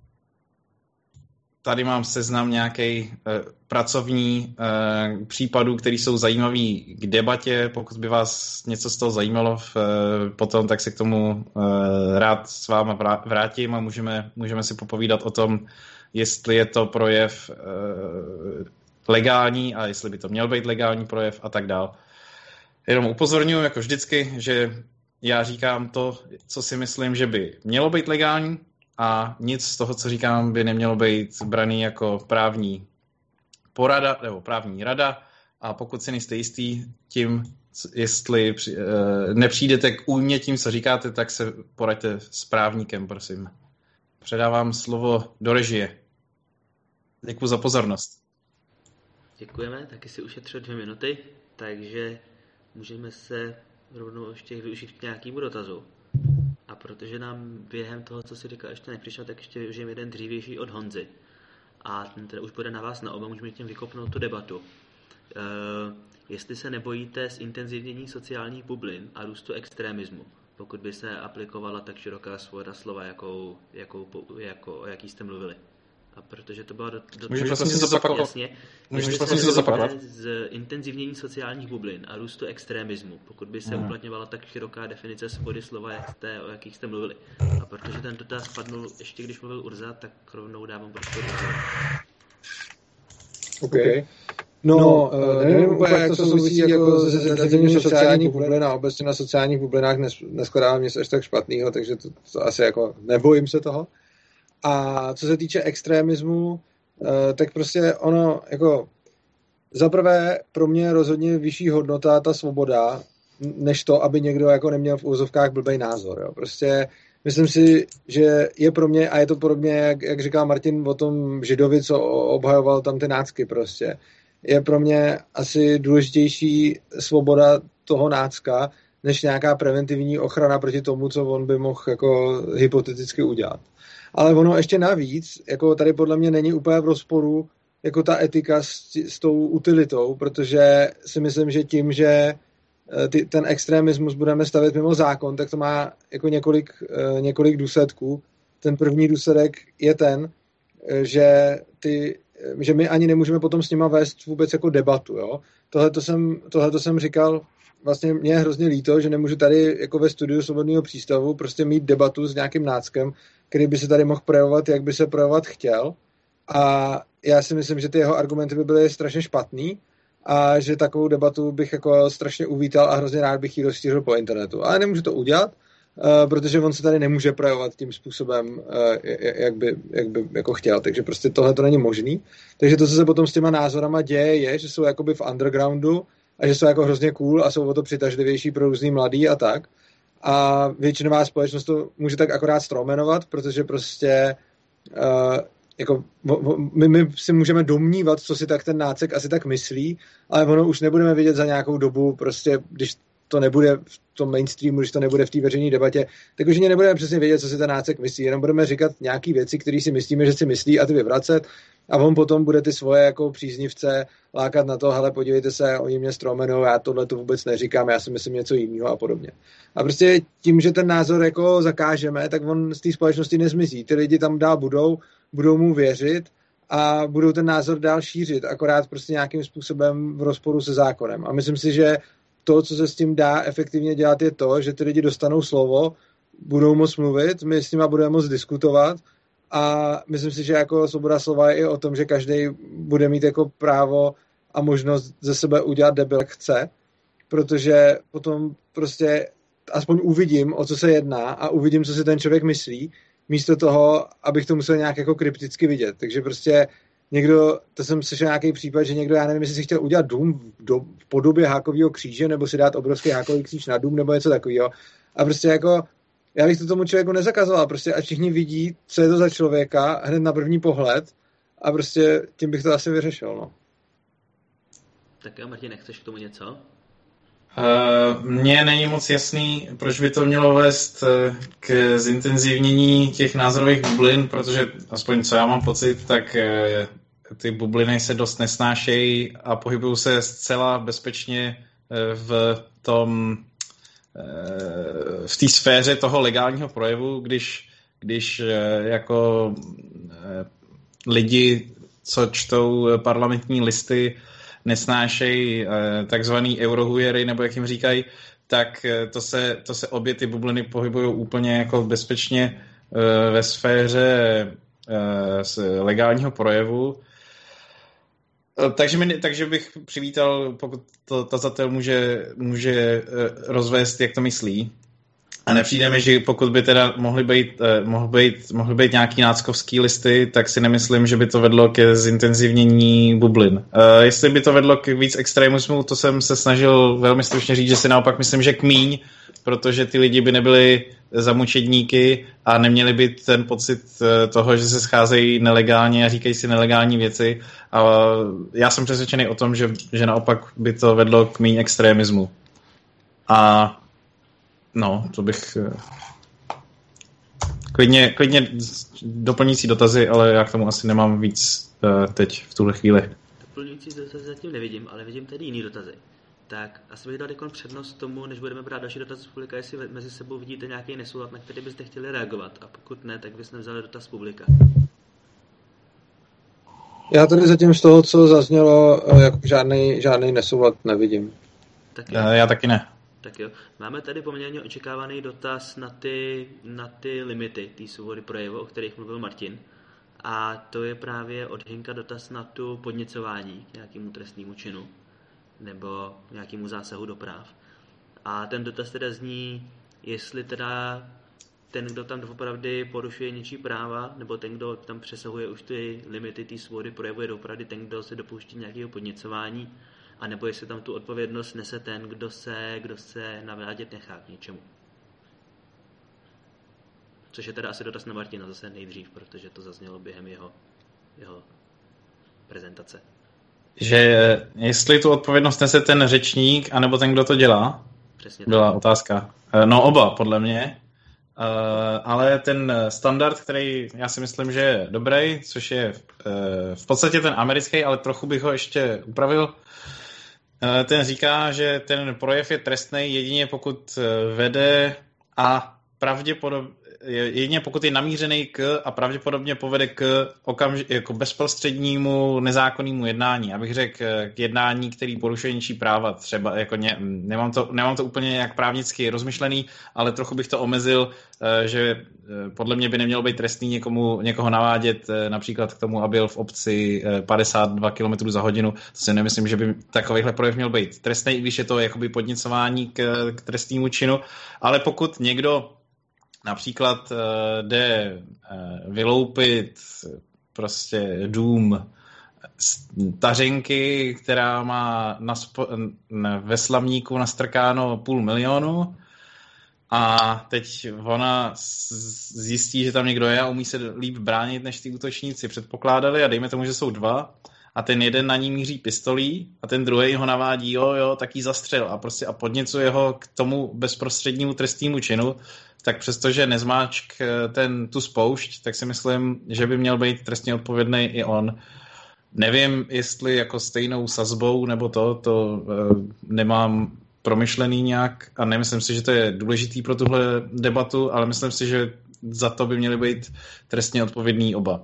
tady mám seznam nějaký eh, pracovní eh, případů, které jsou zajímavý k debatě. Pokud by vás něco z toho zajímalo v, eh, potom, tak se k tomu eh, rád s váma vrátím a můžeme, můžeme si popovídat o tom, jestli je to projev eh, legální a jestli by to měl být legální projev a tak dál. Jenom upozorňuji, jako vždycky, že já říkám to, co si myslím, že by mělo být legální, a nic z toho, co říkám, by nemělo být braný jako právní porada nebo právní rada, a pokud si nejste jistý tím, jestli nepřijdete k újmě tím, co říkáte, tak se poraďte s právníkem, prosím. Předávám slovo do režie. Děkuji za pozornost. Děkujeme, taky si ušetřil dvě minuty, takže můžeme se rovnou ještě využít k nějakému dotazu. A protože nám během toho, co si říkal, ještě nepřišel, tak ještě využijeme jeden dřívější od Honzy. A ten teda už bude na vás na oba, můžeme tím vykopnout tu debatu. E, jestli se nebojíte zintenzivnění sociálních bublin a růstu extremismu, pokud by se aplikovala tak široká svoboda slova, jakou, jakou, jako, o jaký jste mluvili. A protože to bylo do, do Můžeš vlastně si to zapakovat? Jasně. Můžeš vlastně si to zapakovat? Z intenzivnění sociálních bublin a růstu extremismu, pokud by se hmm. uplatňovala tak široká definice svobody slova, jak jste, o jakých jste mluvili. A protože ten dotaz padnul ještě když mluvil Urza, tak rovnou dávám prostor. OK. No, uh, nevím úplně, jak to souvisí jako se zintenzivněním sociálních bublin a obecně na sociálních bublinách nes, neskladávám nic až tak špatného, takže to, to asi jako nebojím se toho. A co se týče extremismu, uh, tak prostě ono jako zaprvé pro mě rozhodně vyšší hodnota ta svoboda, než to, aby někdo jako neměl v úzovkách blbej názor. Jo. Prostě myslím si, že je pro mě, a je to podobně, jak, jak říkal Martin o tom Židovi, co obhajoval tam ty nácky prostě, je pro mě asi důležitější svoboda toho nácka, než nějaká preventivní ochrana proti tomu, co on by mohl jako hypoteticky udělat. Ale ono ještě navíc, jako tady podle mě není úplně v rozporu jako ta etika s, s tou utilitou, protože si myslím, že tím, že ty, ten extremismus budeme stavět mimo zákon, tak to má jako několik, několik důsledků. Ten první důsledek je ten, že, ty, že my ani nemůžeme potom s nima vést vůbec jako debatu. Jo? Tohleto jsem, tohleto jsem říkal, vlastně mě je hrozně líto, že nemůžu tady jako ve studiu Svobodného přístavu prostě mít debatu s nějakým náckem, který by se tady mohl projevovat, jak by se projevovat chtěl. A já si myslím, že ty jeho argumenty by byly strašně špatný a že takovou debatu bych jako strašně uvítal a hrozně rád bych ji rozšířil po internetu. Ale nemůžu to udělat, uh, protože on se tady nemůže projevovat tím způsobem, uh, jak by, jak by jako chtěl. Takže prostě tohle to není možný. Takže to, co se potom s těma názorama děje, je, že jsou jakoby v undergroundu a že jsou jako hrozně cool a jsou o to přitažlivější pro různý mladý a tak. A většinová společnost to může tak akorát stromenovat, protože prostě uh, jako, my, my si můžeme domnívat, co si tak ten nácek asi tak myslí, ale ono už nebudeme vidět za nějakou dobu, prostě když to nebude v tom mainstreamu, když to nebude v té veřejné debatě, tak už nebudeme přesně vědět, co si ten nácek myslí, jenom budeme říkat nějaké věci, které si myslíme, že si myslí a ty vyvracet a on potom bude ty svoje jako příznivce lákat na to, hele, podívejte se, oni mě stromenou, já tohle to vůbec neříkám, já si myslím něco jiného a podobně. A prostě tím, že ten názor jako zakážeme, tak on z té společnosti nezmizí. Ty lidi tam dál budou, budou mu věřit a budou ten názor dál šířit, akorát prostě nějakým způsobem v rozporu se zákonem. A myslím si, že to, co se s tím dá efektivně dělat, je to, že ty lidi dostanou slovo, budou moct mluvit, my s nima budeme moct diskutovat a myslím si, že jako svoboda slova je i o tom, že každý bude mít jako právo a možnost ze sebe udělat debil, jak chce, protože potom prostě aspoň uvidím, o co se jedná a uvidím, co si ten člověk myslí, místo toho, abych to musel nějak jako krypticky vidět. Takže prostě někdo, to jsem slyšel nějaký případ, že někdo, já nevím, jestli si chtěl udělat dům do, v podobě hákového kříže, nebo si dát obrovský hákový kříž na dům, nebo něco takového. A prostě jako, já bych to tomu člověku nezakazoval, prostě ať všichni vidí, co je to za člověka, hned na první pohled a prostě tím bych to asi vyřešil, no. Tak jo, Martin, nechceš k tomu něco? Mně není moc jasný, proč by to mělo vést k zintenzivnění těch názorových bublin, protože aspoň co já mám pocit, tak ty bubliny se dost nesnášejí a pohybují se zcela bezpečně v tom v té sféře toho legálního projevu, když, když jako lidi, co čtou parlamentní listy, nesnášejí takzvaný eurohujery, nebo jak jim říkají, tak to se, to se obě ty bubliny pohybují úplně jako bezpečně ve sféře legálního projevu. Takže, mi, takže bych přivítal, pokud to tazatel může, může rozvést, jak to myslí. A nepřijde mi, že pokud by teda mohly být, mohly být, mohly být nějaký náckovský listy, tak si nemyslím, že by to vedlo ke zintenzivnění bublin. Uh, jestli by to vedlo k víc extremismu, to jsem se snažil velmi stručně říct, že si naopak myslím, že k míň, protože ty lidi by nebyli za mučedníky a neměli by ten pocit toho, že se scházejí nelegálně a říkají si nelegální věci. A já jsem přesvědčený o tom, že, že naopak by to vedlo k míň extremismu. A no, to bych... Klidně, klidně doplňující dotazy, ale já k tomu asi nemám víc uh, teď v tuhle chvíli. Doplňující dotazy zatím nevidím, ale vidím tady jiný dotazy. Tak asi bych dal jako přednost tomu, než budeme brát další dotaz z publika, jestli mezi sebou vidíte nějaký nesoulad, na který byste chtěli reagovat. A pokud ne, tak byste vzali dotaz z publika. Já tady zatím z toho, co zaznělo, jako žádný, žádný nesoulad nevidím. Tak já, já taky ne. Tak jo. Máme tady poměrně očekávaný dotaz na ty, na ty limity té svobody projevu, o kterých mluvil Martin. a to je právě od Hinka dotaz na tu podněcování k nějakému trestnému činu nebo nějakému zásahu do práv. A ten dotaz teda zní, jestli teda ten, kdo tam doopravdy porušuje něčí práva, nebo ten, kdo tam přesahuje už ty limity té svobody, projevuje doopravdy ten, kdo se dopouští nějakého podněcování, anebo jestli tam tu odpovědnost nese ten, kdo se, kdo se navádět nechá k něčemu. Což je teda asi dotaz na Martina zase nejdřív, protože to zaznělo během jeho, jeho prezentace. Že jestli tu odpovědnost nese ten řečník, anebo ten, kdo to dělá? Přesně tak. Byla otázka. No oba, podle mě. Uh, ale ten standard, který já si myslím, že je dobrý, což je uh, v podstatě ten americký, ale trochu bych ho ještě upravil, uh, ten říká, že ten projev je trestný jedině pokud vede a pravděpodobně jedině pokud je namířený k a pravděpodobně povede k okamž- jako bezprostřednímu nezákonnému jednání. Abych řekl k jednání, který porušuje něčí práva. Třeba jako ně, nemám, to, nemám to úplně nějak právnicky rozmyšlený, ale trochu bych to omezil, že podle mě by nemělo být trestný někomu, někoho navádět například k tomu, aby byl v obci padesát dva kilometrů za hodinu. To si nemyslím, že by takovýhle projev měl být trestný, i když je to jakoby podněcování k, k trestnému činu. Ale pokud někdo například uh, jde uh, vyloupit prostě dům stařenky, která má na spo- na, ve slamníku nastrkáno půl milionu a teď ona zjistí, že tam někdo je a umí se líp bránit, než ty útočníci předpokládali a dejme tomu, že jsou dva a ten jeden na ní míří pistolí a ten druhý ho navádí, jo, jo, tak jí zastřel a prostě a podněcuje ho k tomu bezprostřednímu trestnímu činu, tak přestože nezmáčk ten, tu spoušť, tak si myslím, že by měl být trestně odpovědný i on. Nevím, jestli jako stejnou sazbou nebo to, to uh, nemám promyšlený nějak a nemyslím si, že to je důležitý pro tuhle debatu, ale myslím si, že za to by měli být trestně odpovědní oba.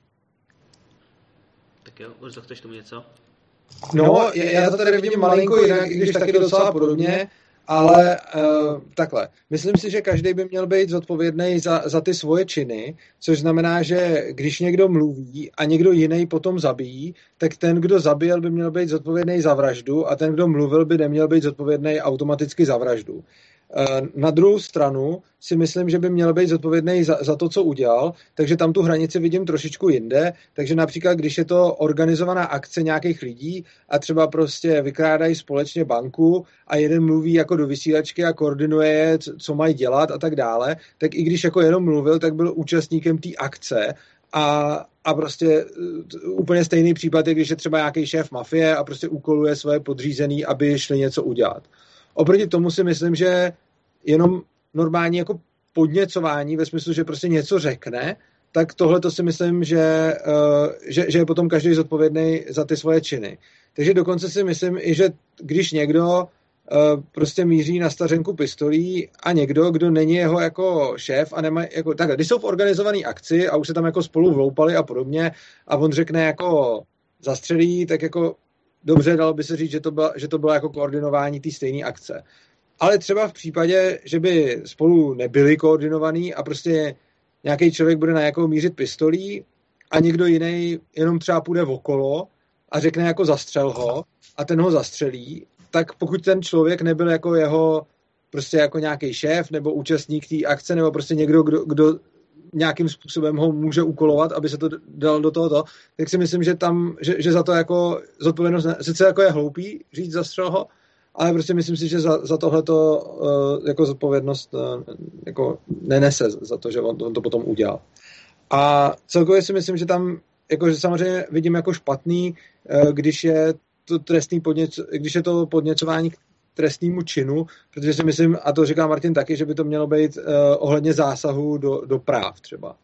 Tak jo, Urzo, chceš tomu něco? No, já to tady vidím malinko jinak, i když taky docela podobně, ale uh, takhle. Myslím si, že každý by měl být zodpovědný za, za ty svoje činy, což znamená, že když někdo mluví a někdo jiný potom zabíjí, tak ten, kdo zabíjel, by měl být zodpovědný za vraždu a ten, kdo mluvil, by neměl být zodpovědný automaticky za vraždu. Na druhou stranu si myslím, že by měl být zodpovědný za, za to, co udělal, takže tam tu hranici vidím trošičku jinde, takže například, když je to organizovaná akce nějakých lidí a třeba prostě vykrádají společně banku a jeden mluví jako do vysílačky a koordinuje je, co mají dělat a tak dále, tak i když jako jenom mluvil, tak byl účastníkem té akce a, a prostě úplně stejný případ je, když je třeba nějaký šéf mafie a prostě úkoluje svoje podřízený, aby šli něco udělat. Oproti tomu si myslím, že jenom normální jako podněcování ve smyslu, že prostě něco řekne, tak tohle to si myslím, že, že, že je potom každý zodpovědný za ty svoje činy. Takže dokonce si myslím i, že když někdo prostě míří na stařenku pistolí a někdo, kdo není jeho jako šéf a nemá, jako takhle, když jsou v organizované akci a už se tam jako spolu vloupali a podobně a on řekne jako zastřelí, tak jako dobře, dalo by se říct, že to bylo, že to bylo jako koordinování té stejné akce. Ale třeba v případě, že by spolu nebyli koordinovaní a prostě nějaký člověk bude na jakou mířit pistolí a někdo jiný jenom třeba půjde okolo a řekne jako zastřel ho a ten ho zastřelí, tak pokud ten člověk nebyl jako jeho prostě jako nějaký šéf nebo účastník té akce nebo prostě někdo, kdo, kdo nějakým způsobem ho může úkolovat, aby se to dal do tohoto, tak si myslím, že tam, že, že za to jako zodpovědnost, ne, sice jako je hloupý říct zastřel ho, ale prostě myslím si, že za, za tohleto uh, jako zodpovědnost uh, jako nenese za to, že on, on to potom udělal. A celkově si myslím, že tam jako, že samozřejmě vidím jako špatný, uh, když je to trestný podněc, když je to podněcování k trestnému činu, protože si myslím, a to říká Martin taky, že by to mělo být uh, ohledně zásahu do, do práv třeba.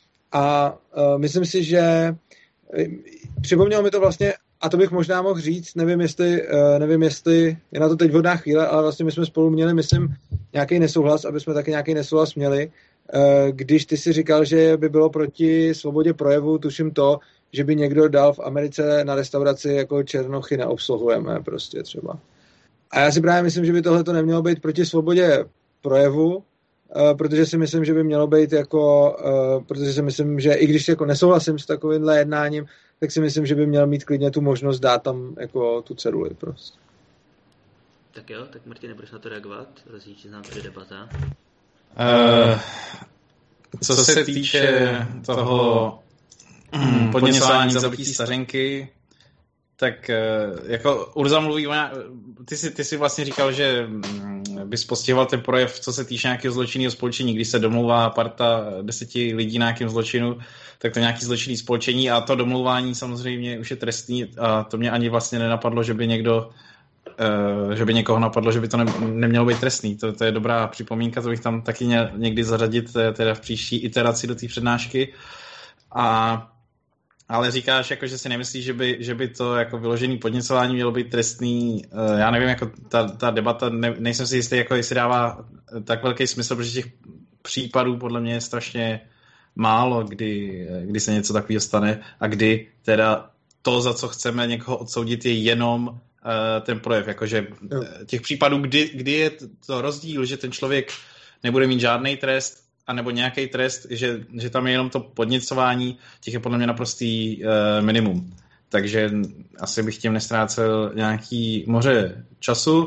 A uh, myslím si, že připomnělo mi to vlastně, a to bych možná mohl říct, nevím jestli, uh, nevím jestli je na to teď vhodná chvíle, ale vlastně my jsme spolu měli, myslím, nějaký nesouhlas, aby jsme taky nějaký nesouhlas měli, uh, když ty si říkal, že by bylo proti svobodě projevu, tuším to, že by někdo dal v Americe na restauraci jako černochy neobsluhujeme prostě třeba. A já si právě myslím, že by tohle to nemělo být proti svobodě projevu, uh, protože si myslím, že by mělo být jako, uh, protože si myslím, že i když jako nesouhlasím s takovýmhle jednáním, tak si myslím, že by měl mít klidně tu možnost dát tam jako tu ceduli prostě. Tak jo, tak Martin, nebudeš na to reagovat? Rozjíždí nám tady debata. Uh, co, co se týče toho mm, podněcování zabití stařenky, tak jako Urza mluví, ty si, ty si vlastně říkal, že bys postihoval ten projev, co se týče nějakého zločinného spolčení, když se domlouvá parta deseti lidí na nějakém zločinu, tak to nějaký zločinný spolčení a to domlouvání samozřejmě už je trestný a to mě ani vlastně nenapadlo, že by někdo že by někoho napadlo, že by to ne, nemělo být trestný. To, to je dobrá připomínka, to bych tam taky měl někdy zařadit teda v příští iteraci do té přednášky. A ale říkáš, jako, že si nemyslíš, že by, že by to jako vyložený podněcování mělo být trestný. Já nevím, jako ta, ta debata, ne, nejsem si jistý, jako jestli dává tak velký smysl, protože těch případů podle mě je strašně málo, kdy, kdy se něco takového stane a kdy teda to, za co chceme někoho odsoudit, je jenom uh, ten projev. Jakože těch případů, kdy, kdy je to rozdíl, že ten člověk nebude mít žádný trest, anebo nějaký trest, že, že tam je jenom to podněcování, těch je podle mě naprostý uh, minimum. Takže asi bych tím nestrácel nějaký moře času. Uh,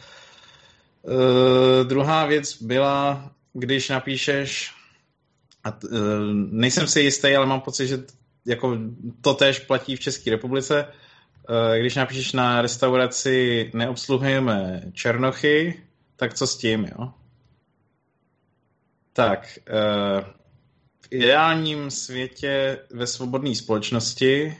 druhá věc byla, když napíšeš, a t, uh, nejsem si jistý, ale mám pocit, že jako to též platí v České republice, uh, když napíšeš na restauraci neobsluhujeme černochy, tak co s tím, jo? Tak, v ideálním světě ve svobodné společnosti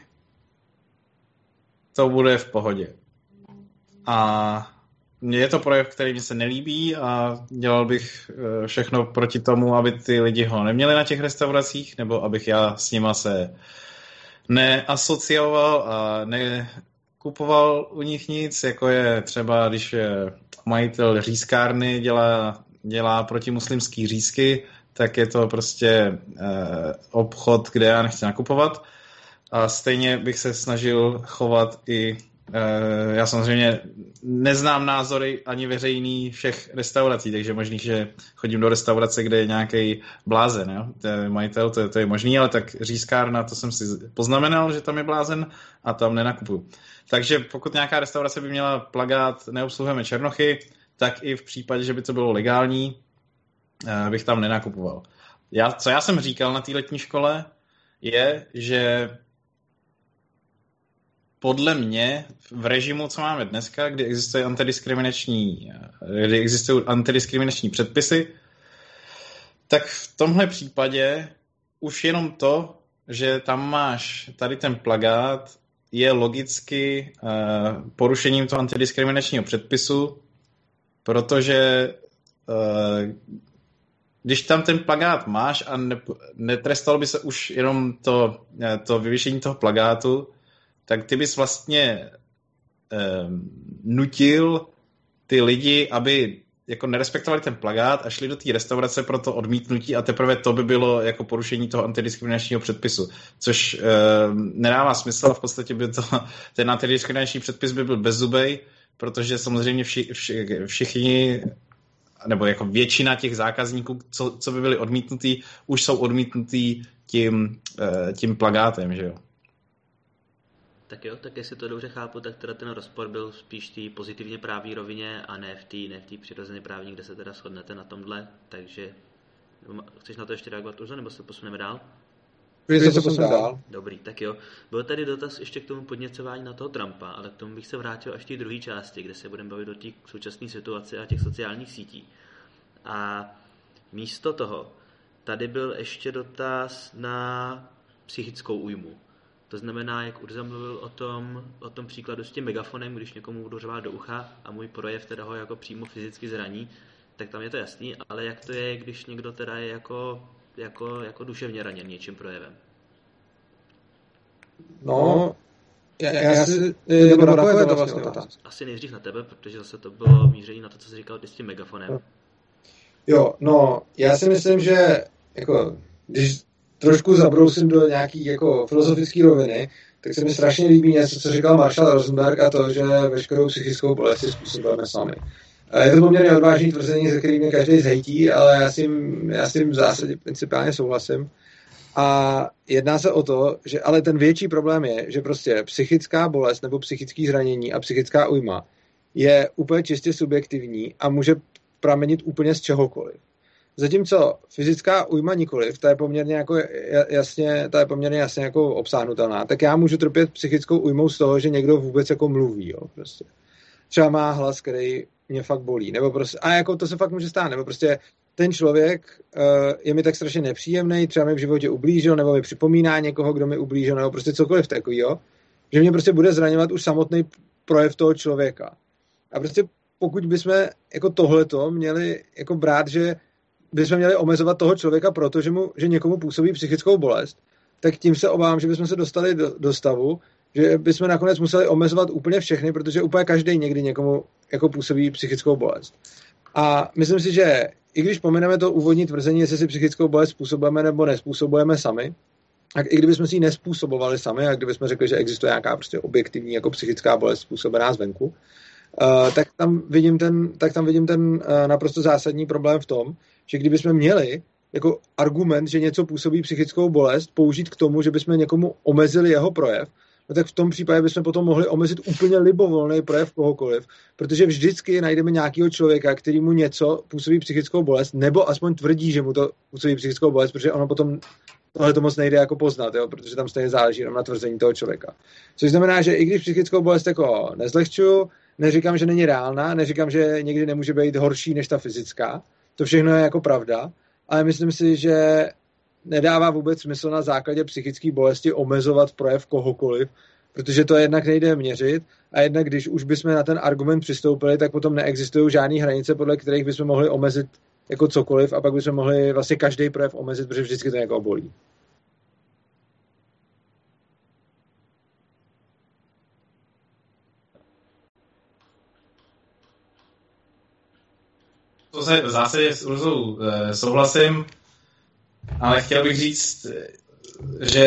to bude v pohodě. A je to projev, který mi se nelíbí a dělal bych všechno proti tomu, aby ty lidi ho neměli na těch restauracích, nebo abych já s nima se neasocioval a nekupoval u nich nic, jako je třeba, když je majitel řízkárny dělá dělá protimuslimský řízky, tak je to prostě eh, obchod, kde já nechci nakupovat. A stejně bych se snažil chovat i, eh, já samozřejmě neznám názory ani veřejný všech restaurací, takže možný, že chodím do restaurace, kde je nějaký blázen, jo? To je majitel, to je, to je možný, ale tak řízkárna, to jsem si poznamenal, že tam je blázen a tam nenakupuju. Takže pokud nějaká restaurace by měla plakát neobsluhujeme černochy, tak i v případě, že by to bylo legální, bych tam nenakupoval. Já, co já jsem říkal na té letní škole, je, že podle mě v režimu, co máme dneska, kdy existuje antidiskriminační, kdy existují antidiskriminační předpisy, tak v tomhle případě už jenom to, že tam máš tady ten plakát, je logicky uh, porušením toho antidiskriminačního předpisu, protože uh, když tam ten plakát máš a ne, netrestalo by se už jenom to, to vyvěšení toho plakátu, tak ty bys vlastně uh, nutil ty lidi, aby jako nerespektovali ten plakát a šli do té restaurace pro to odmítnutí a teprve to by bylo jako porušení toho antidiskriminačního předpisu, což uh, nedává smysl a v podstatě by to, ten antidiskriminační předpis by byl bezzubej, protože samozřejmě vši, vši, všichni, nebo jako většina těch zákazníků, co, co by byli odmítnutí, už jsou odmítnutí tím, tím plakátem, že jo? Tak jo, tak jestli to dobře chápu, tak teda ten rozpor byl spíš v té pozitivně právní rovině a ne v té ne v té přirozené právní, kde se teda shodnete na tomhle, takže chceš na to ještě reagovat, Urzo, nebo se posuneme dál? Když se posuneme dál. Dobrý, tak jo. Byl tady dotaz ještě k tomu podněcování na toho Trumpa, ale k tomu bych se vrátil až v té druhé části, kde se budeme bavit o té současné situaci a těch sociálních sítí. A místo toho, tady byl ještě dotaz na psychickou újmu. To znamená, jak Urza mluvil o tom, o tom příkladu s tím megafonem, když někomu budu řvát do ucha a můj projev teda ho jako přímo fyzicky zraní, tak tam je to jasný, ale jak to je, když někdo teda je jako, jako, jako duševně raněn něčím projevem? No, já, já si, nebo na koho je to vlastně otázka? Asi nejdřív na tebe, protože zase to bylo míření na to, co jsi říkal ty s tím megafonem. Jo, no, já si myslím, že jako, když trošku zabrousím do nějaký jako filozofické roviny, tak se mi strašně líbí něco, co říkal Marshall Rosenberg, a to, že veškerou psychickou bolest si způsobujeme sami. Je to poměrně odvážný tvrzení, ze kterým mě každý zhejtí, ale já s tím, já s tím v zásadě principiálně souhlasím. A jedná se o to, že ale ten větší problém je, že prostě psychická bolest nebo psychické zranění a psychická újma je úplně čistě subjektivní a může pramenit úplně z čehokoliv. Zatímco fyzická újma nikoliv, ta je poměrně jako jasně, ta je poměrně jasně jako obsáhnutelná, tak já můžu trpět psychickou újmou z toho, že někdo vůbec jako mluví, jo, prostě. Třeba má hlas, který mě fakt bolí, nebo prostě, a jako to se fakt může stát, nebo prostě ten člověk uh, je mi tak strašně nepříjemný, třeba mi v životě ublížil, nebo mi připomíná někoho, kdo mi ublížil, nebo prostě cokoliv takového, že mě prostě bude zraňovat už samotný projev toho člověka. A prostě pokud bychom jako tohleto měli jako brát, že bychom měli omezovat toho člověka proto, že, mu, že někomu působí psychickou bolest, tak tím se obávám, že bychom se dostali do, do stavu, že bychom nakonec museli omezovat úplně všechny, protože úplně každý někdy někomu jako působí psychickou bolest. A myslím si, že i když pomineme to úvodní tvrzení, jestli si psychickou bolest způsobujeme nebo nespůsobujeme sami, a i kdybychom si ji nespůsobovali sami, a kdybychom řekli, že existuje nějaká prostě objektivní jako psychická bolest způsobená zvenku, uh, tak tam vidím ten, tak tam vidím ten uh, naprosto zásadní problém v tom, že kdybychom měli jako argument, že něco působí psychickou bolest, použít k tomu, že bychom někomu omezili jeho projev, no tak v tom případě bychom potom mohli omezit úplně libovolný projev kohokoliv, protože vždycky najdeme nějakého člověka, který mu něco působí psychickou bolest, nebo aspoň tvrdí, že mu to působí psychickou bolest, protože ono potom tohle to moc nejde jako poznat, jo, protože tam stejně záleží jenom na tvrzení toho člověka. Což znamená, že i když psychickou bolest jako nezlehčuju, neříkám, že není reálná, neříkám, že někdy nemůže být horší než ta fyzická, to všechno je jako pravda, ale myslím si, že nedává vůbec smysl na základě psychické bolesti omezovat projev kohokoliv, protože to jednak nejde měřit a jednak když už bychom na ten argument přistoupili, tak potom neexistují žádné hranice, podle kterých bychom mohli omezit jako cokoliv a pak bychom mohli vlastně každý projev omezit, protože vždycky to někoho bolí. To se v zásadě s Urzou e, souhlasím, ale chtěl bych říct, že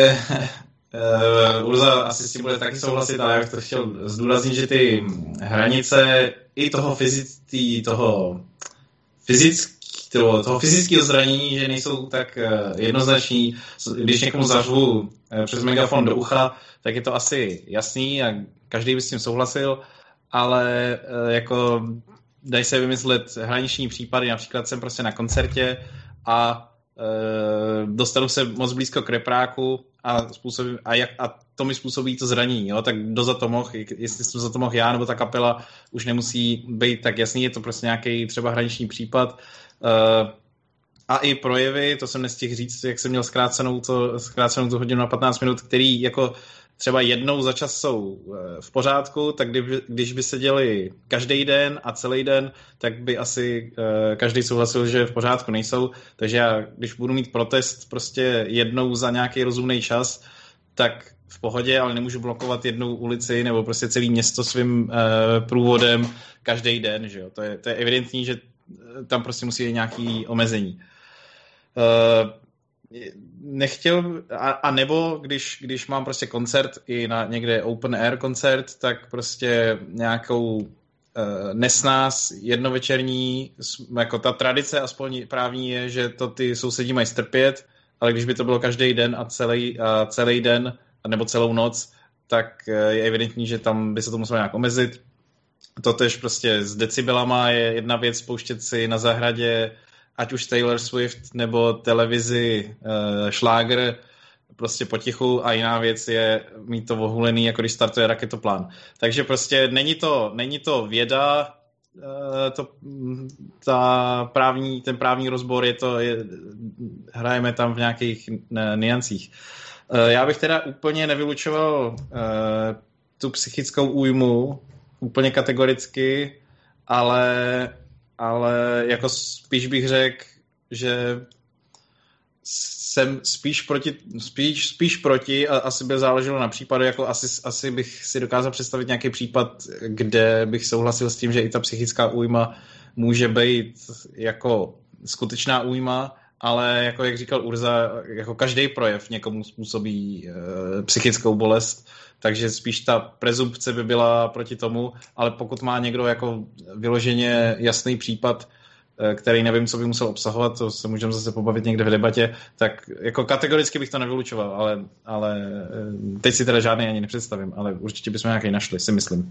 e, Urza asi s tím bude taky souhlasit, ale já bych to chtěl zdůraznit, že ty hranice i toho, fyzický, toho, fyzický, toho, toho fyzického zranění, že nejsou tak jednoznační. Když někomu zařvu přes megafon do ucha, tak je to asi jasný a každý by s tím souhlasil, ale e, jako dají se vymyslet hraniční případy, například jsem prostě na koncertě a e, dostanu se moc blízko k repráku a, způsobí, a, jak, a to mi způsobí to zranění, jo? Tak kdo za to mohl, jestli jsem za to mohl já nebo ta kapela, už nemusí být tak jasný, je to prostě nějaký třeba hraniční případ. E, a i projevy, to jsem nestihl říct, jak jsem měl zkrácenou, to, zkrácenou tu hodinu na patnáct minut, který jako třeba jednou za čas jsou v pořádku, tak kdy, když by se děli každý den a celý den, tak by asi uh, každý souhlasil, že v pořádku nejsou. Takže já, když budu mít protest prostě jednou za nějaký rozumný čas, tak v pohodě, ale nemůžu blokovat jednu ulici nebo prostě celé město svým uh, průvodem každý den. Že jo? To, je, to je evidentní, že tam prostě musí být nějaké omezení. Uh, nechtěl, a, a nebo když, když mám prostě koncert i na někde open air koncert, tak prostě nějakou uh, nesnáz jednovečerní, jako ta tradice aspoň právní je, že to ty sousedí mají strpět, ale když by to bylo každý den a celý, a celý den, nebo celou noc, tak je evidentní, že tam by se to muselo nějak omezit. Totež prostě s decibelama je jedna věc pouštět si na zahradě ať už Taylor Swift nebo televizi uh, šláger prostě potichu a jiná věc je mít to ohulený, jako když startuje raketoplán. Takže prostě není to, není to věda, uh, to, ta právní, ten právní rozbor, je to, je, hrajeme tam v nějakých ne, niancích. Uh, já bych teda úplně nevylučoval uh, tu psychickou újmu, úplně kategoricky, ale ale jako spíš bych řekl, že jsem spíš proti, spíš, spíš proti a asi by záleželo na případu, jako asi, asi bych si dokázal představit nějaký případ, kde bych souhlasil s tím, že i ta psychická újma může být jako skutečná újma, ale jako jak říkal Urza, jako každý projev někomu způsobí e, psychickou bolest, takže spíš ta prezumpce by byla proti tomu, ale pokud má někdo jako vyloženě jasný případ, e, který nevím, co by musel obsahovat, to se můžeme zase pobavit někde v debatě, tak jako kategoricky bych to nevylučoval, ale, ale e, teď si teda žádný ani nepředstavím, ale určitě bychom nějaký našli, si myslím.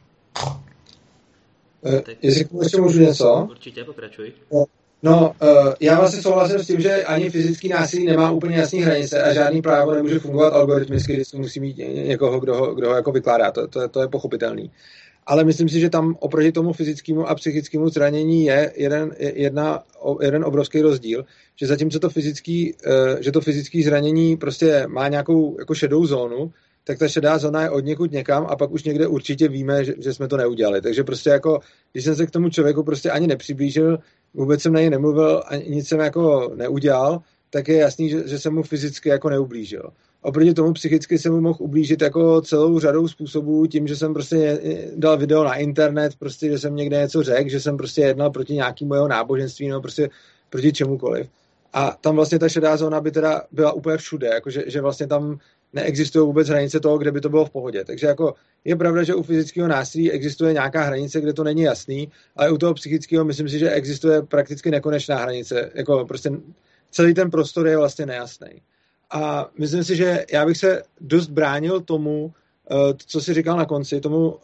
E, jestli ještě můžu něco? Určitě, pokračuj. No, uh, já vlastně souhlasím s tím, že ani fyzický násilí nemá úplně jasný hranice a žádný právo nemůže fungovat algoritmicky, když musí mít někoho, kdo ho, kdo ho jako vykládá. To, to, to je pochopitelný. Ale myslím si, že tam oproti tomu fyzickému a psychickému zranění je jeden, jedna, jeden obrovský rozdíl, že zatímco to fyzický, uh, že to fyzické zranění prostě má nějakou jako šedou zónu, tak ta šedá zóna je od někud někam a pak už někde určitě víme, že, že jsme to neudělali. Takže prostě jako, když jsem se k tomu člověku prostě ani nepřiblížil, vůbec jsem na něj nemluvil a nic jsem jako neudělal, tak je jasný, že, že jsem mu fyzicky jako neublížil. Oproti tomu psychicky jsem mu mohl ublížit jako celou řadou způsobů tím, že jsem prostě dal video na internet, prostě, že jsem někde něco řekl, že jsem prostě jednal proti nějakému jeho náboženství nebo prostě proti čemukoliv. A tam vlastně ta šedá zóna by teda byla úplně všude, jako že, že vlastně tam neexistují vůbec hranice toho, kde by to bylo v pohodě. Takže jako je pravda, že u fyzického násilí existuje nějaká hranice, kde to není jasný, ale u toho psychického myslím si, že existuje prakticky nekonečná hranice. Jako prostě celý ten prostor je vlastně nejasný. A myslím si, že já bych se dost bránil tomu, co jsi říkal na konci, tomu,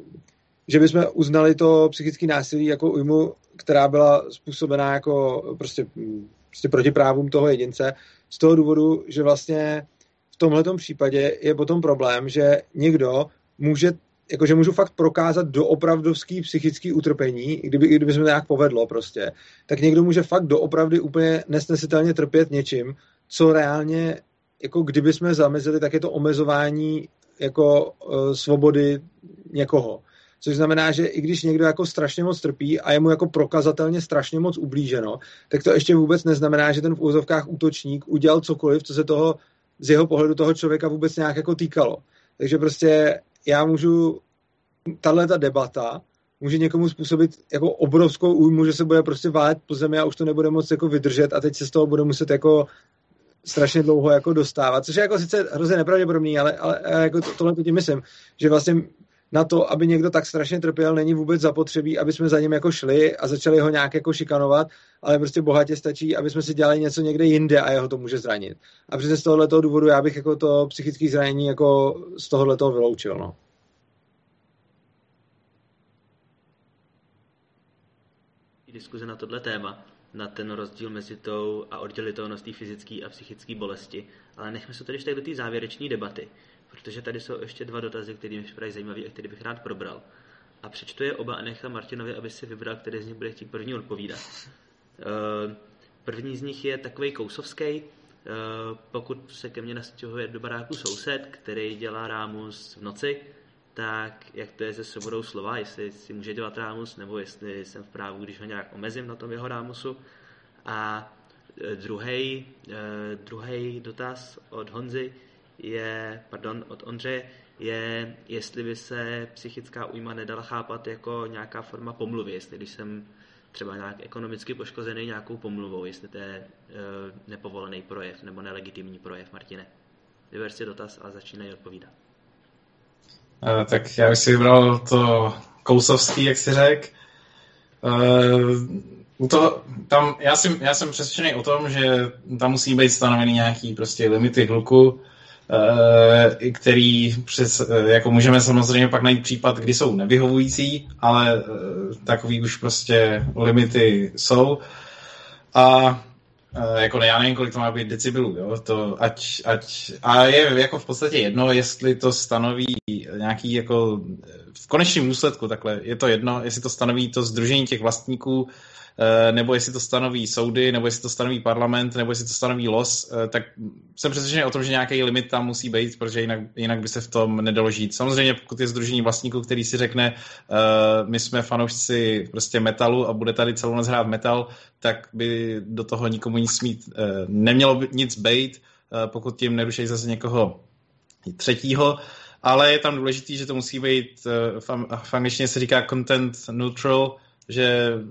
že bychom uznali to psychické násilí jako újmu, která byla způsobená jako prostě, prostě proti právům toho jedince, z toho důvodu, že vlastně v tomhletom případě je potom problém, že někdo může, jakože můžu fakt prokázat doopravdovský psychický utrpení, kdyby, kdyby se to nějak povedlo prostě, tak někdo může fakt doopravdy úplně nesnesitelně trpět něčím, co reálně, jako kdyby jsme zamezili, tak je to omezování jako uh, svobody někoho. Což znamená, že i když někdo jako strašně moc trpí a je mu jako prokazatelně strašně moc ublíženo, tak to ještě vůbec neznamená, že ten v úzovkách útočník udělal cokoliv, co se toho z jeho pohledu toho člověka vůbec nějak jako týkalo. Takže prostě já můžu, tahleta debata může někomu způsobit jako obrovskou újmu, že se bude prostě válet po zemi a už to nebude moc jako vydržet a teď se z toho bude muset jako strašně dlouho jako dostávat, což je jako sice hrozně nepravděpodobný, ale, ale jako to, tohle to tím myslím, že vlastně na to, aby někdo tak strašně trpěl, není vůbec zapotřebí, aby jsme za ním jako šli a začali ho nějak jako šikanovat, ale prostě bohatě stačí, aby jsme si dělali něco někde jinde a jeho to může zranit. A přesně z tohoto důvodu já bych jako to psychické zranění jako z tohoto vyloučil, no. Diskuze na tohle téma, na ten rozdíl mezi tou a oddělitelnost té fyzické a psychické bolesti, ale nechme se tady tak do té závěrečné debaty, protože tady jsou ještě dva dotazy, které mi připadají zajímavý a které bych rád probral. A přečtu je oba a nechám Martinovi, aby si vybral, který z nich bude chtít první odpovídat. První z nich je takovej kousovský. Pokud se ke mně nastěhuje do baráku soused, který dělá rámus v noci, tak jak to je se svobodou slova, jestli si může dělat rámus, nebo jestli jsem v právu, když ho nějak omezím na tom jeho rámusu. A druhý druhý dotaz od Honzy je, pardon, od Ondřeje, je, jestli by se psychická újma nedala chápat jako nějaká forma pomluvy, jestli když jsem třeba nějak ekonomicky poškozený nějakou pomluvou, jestli to je e, nepovolený projev nebo nelegitimní projev. Martine, vyber si dotaz a začínají odpovídat. E, tak já bych si vybral to kousovský, jak jsi řekl. E, to, tam, já, jsem, já jsem přesvědčený o tom, že tam musí být stanovený nějaký prostě limity hluku, Uh, který přes, uh, jako můžeme samozřejmě pak najít případ, kdy jsou nevyhovující, ale uh, takový už prostě limity jsou. A uh, jako já nevím, kolik to má být decibelů, jo, to ať, ať, a je jako v podstatě jedno, jestli to stanoví nějaký jako, v konečném důsledku takhle, je to jedno, jestli to stanoví to sdružení těch vlastníků, nebo jestli to stanoví soudy, nebo jestli to stanoví parlament, nebo jestli to stanoví los, tak jsem přesvědčený o tom, že nějaký limit tam musí být, protože jinak, jinak by se v tom nedalo žít. Samozřejmě pokud je sdružení vlastníků, který si řekne, uh, my jsme fanoušci prostě metalu a bude tady celou noc hrát metal, tak by do toho nikomu nic smít uh, nemělo by nic bejt, uh, pokud tím nerušejí zase někoho třetího, ale je tam důležitý, že to musí být, uh, v angličtině se říká content neutral, že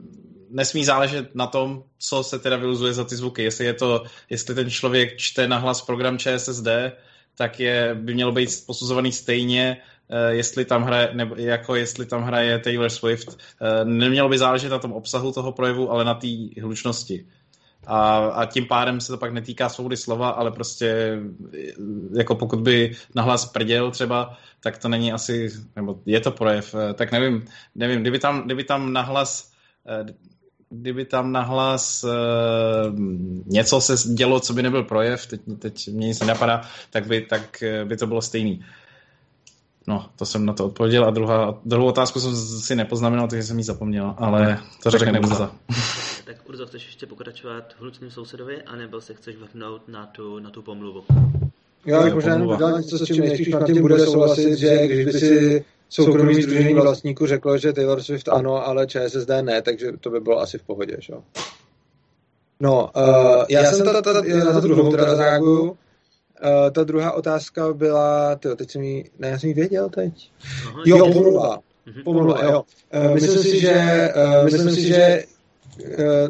nesmí záležet na tom, co se teda vyluzuje za ty zvuky. Jestli je to, jestli ten člověk čte nahlas program ČSSD, tak je, by mělo být posuzovaný stejně, jestli tam hraje, nebo jako jestli tam hraje Taylor Swift. Nemělo by záležet na tom obsahu toho projevu, ale na té hlučnosti. A, a tím pádem se to pak netýká svobody slova, ale prostě jako pokud by nahlas prděl třeba, tak to není asi, nebo je to projev, tak nevím, nevím, kdyby tam, kdyby tam nahlas kdyby tam nahlas uh, něco se dělo, co by nebyl projev, teď, teď mě nic nenapadá, tak by, tak by to bylo stejný. No, to jsem na to odpověděl a druhá, druhou otázku jsem si nepoznamenal, takže jsem ji zapomněl, ale to řekne Urza. Tak Urzo, chceš ještě pokračovat v hlučném sousedovi, anebo se chceš vrhnout na tu, na tu pomluvu? Já bych možná jenom dodal něco, s čím nejspíš Martin bude souhlasit, že když by si soukromý sdružení vlastníků řeklo, že Taylor Swift ano, ale ČSSD ne, takže to by bylo asi v pohodě, že? No, uh, já, já jsem ta, ta, ta, na to druhou teda zareaguju. Uh, ta druhá otázka byla, tyjo, teď jsem jí, ne, já jsem jí věděl teď. Aha, jo, pomluva. Pomluva, jo. Uh, myslím si, že, uh, myslím si, že uh,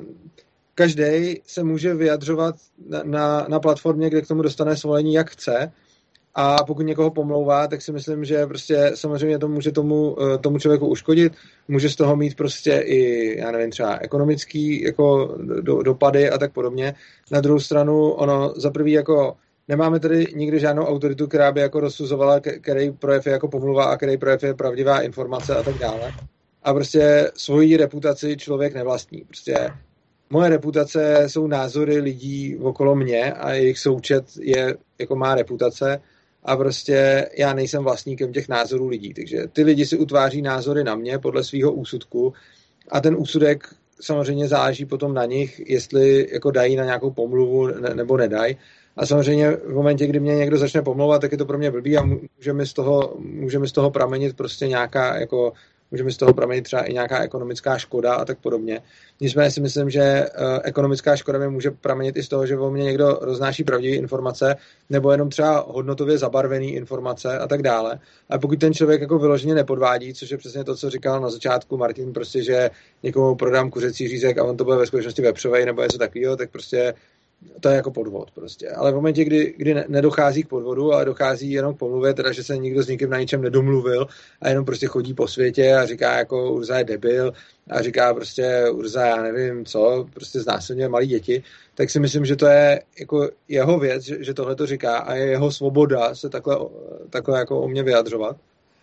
každý se může vyjadřovat na, na, na platformě, kde k tomu dostane svolení, jak chce. A pokud někoho pomlouvá, tak si myslím, že prostě samozřejmě to může tomu, tomu člověku uškodit. Může z toho mít prostě i, já nevím, třeba ekonomický jako do, dopady a tak podobně. Na druhou stranu, ono za prvý jako nemáme tady nikdy žádnou autoritu, která by jako rozsuzovala, který projev je jako pomluva a který projev je pravdivá informace a tak dále. A prostě svoji reputaci člověk nevlastní. Prostě moje reputace jsou názory lidí okolo mě a jejich součet je, jako má reputace. A prostě já nejsem vlastníkem těch názorů lidí. Takže ty lidi si utváří názory na mě podle svého úsudku a ten úsudek samozřejmě záleží potom na nich, jestli jako dají na nějakou pomluvu ne, nebo nedají. A samozřejmě v momentě, kdy mě někdo začne pomlouvat, tak je to pro mě blbý a může mi z toho, může mi z toho pramenit prostě nějaká jako může mi z toho pramenit třeba i nějaká ekonomická škoda a tak podobně. Nicméně si myslím, že uh, ekonomická škoda mi může pramenit i z toho, že o mě někdo roznáší pravdivé informace nebo jenom třeba hodnotově zabarvený informace a tak dále. A pokud ten člověk jako vyloženě nepodvádí, což je přesně to, co říkal na začátku Martin, prostě, že někomu prodám kuřecí řízek a on to bude ve skutečnosti vepřovej nebo něco takového, tak prostě to je jako podvod prostě. Ale v momentě, kdy, kdy nedochází k podvodu, ale dochází jenom k pomluvě, teda, že se nikdo s nikým na ničem nedomluvil a jenom prostě chodí po světě a říká jako Urza je debil a říká prostě Urza já nevím co, prostě znásilňuje malý děti, tak si myslím, že to je jako jeho věc, že, že tohle to říká a je jeho svoboda se takhle, takhle jako o mě vyjadřovat.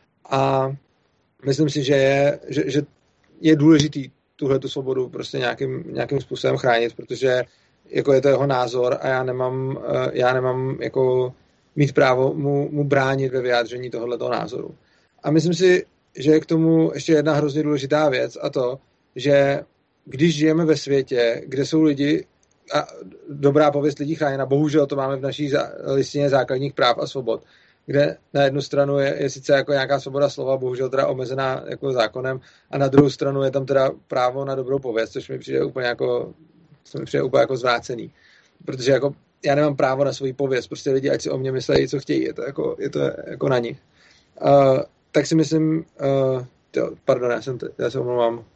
A myslím si, že je, že, že je důležitý tuhle tu svobodu prostě nějakým, nějakým způsobem chránit, protože jako je to jeho názor a já nemám, já nemám jako mít právo mu, mu bránit ve vyjádření tohoto názoru. A myslím si, že je k tomu ještě jedna hrozně důležitá věc a to, že když žijeme ve světě, kde jsou lidi a dobrá pověst lidí chráněna, bohužel to máme v naší listině základních práv a svobod, kde na jednu stranu je, je sice jako nějaká svoboda slova, bohužel teda omezená jako zákonem a na druhou stranu je tam teda právo na dobrou pověst, což mi přijde úplně jako to mi přijde úplně jako zvrácený. Protože jako já nemám právo na svoji pověst. Prostě lidi, ať si o mě myslejí, co chtějí. Je to jako, je to jako na nich. Uh, tak si myslím... Uh, jo, pardon, já, jsem te, já se omlouvám.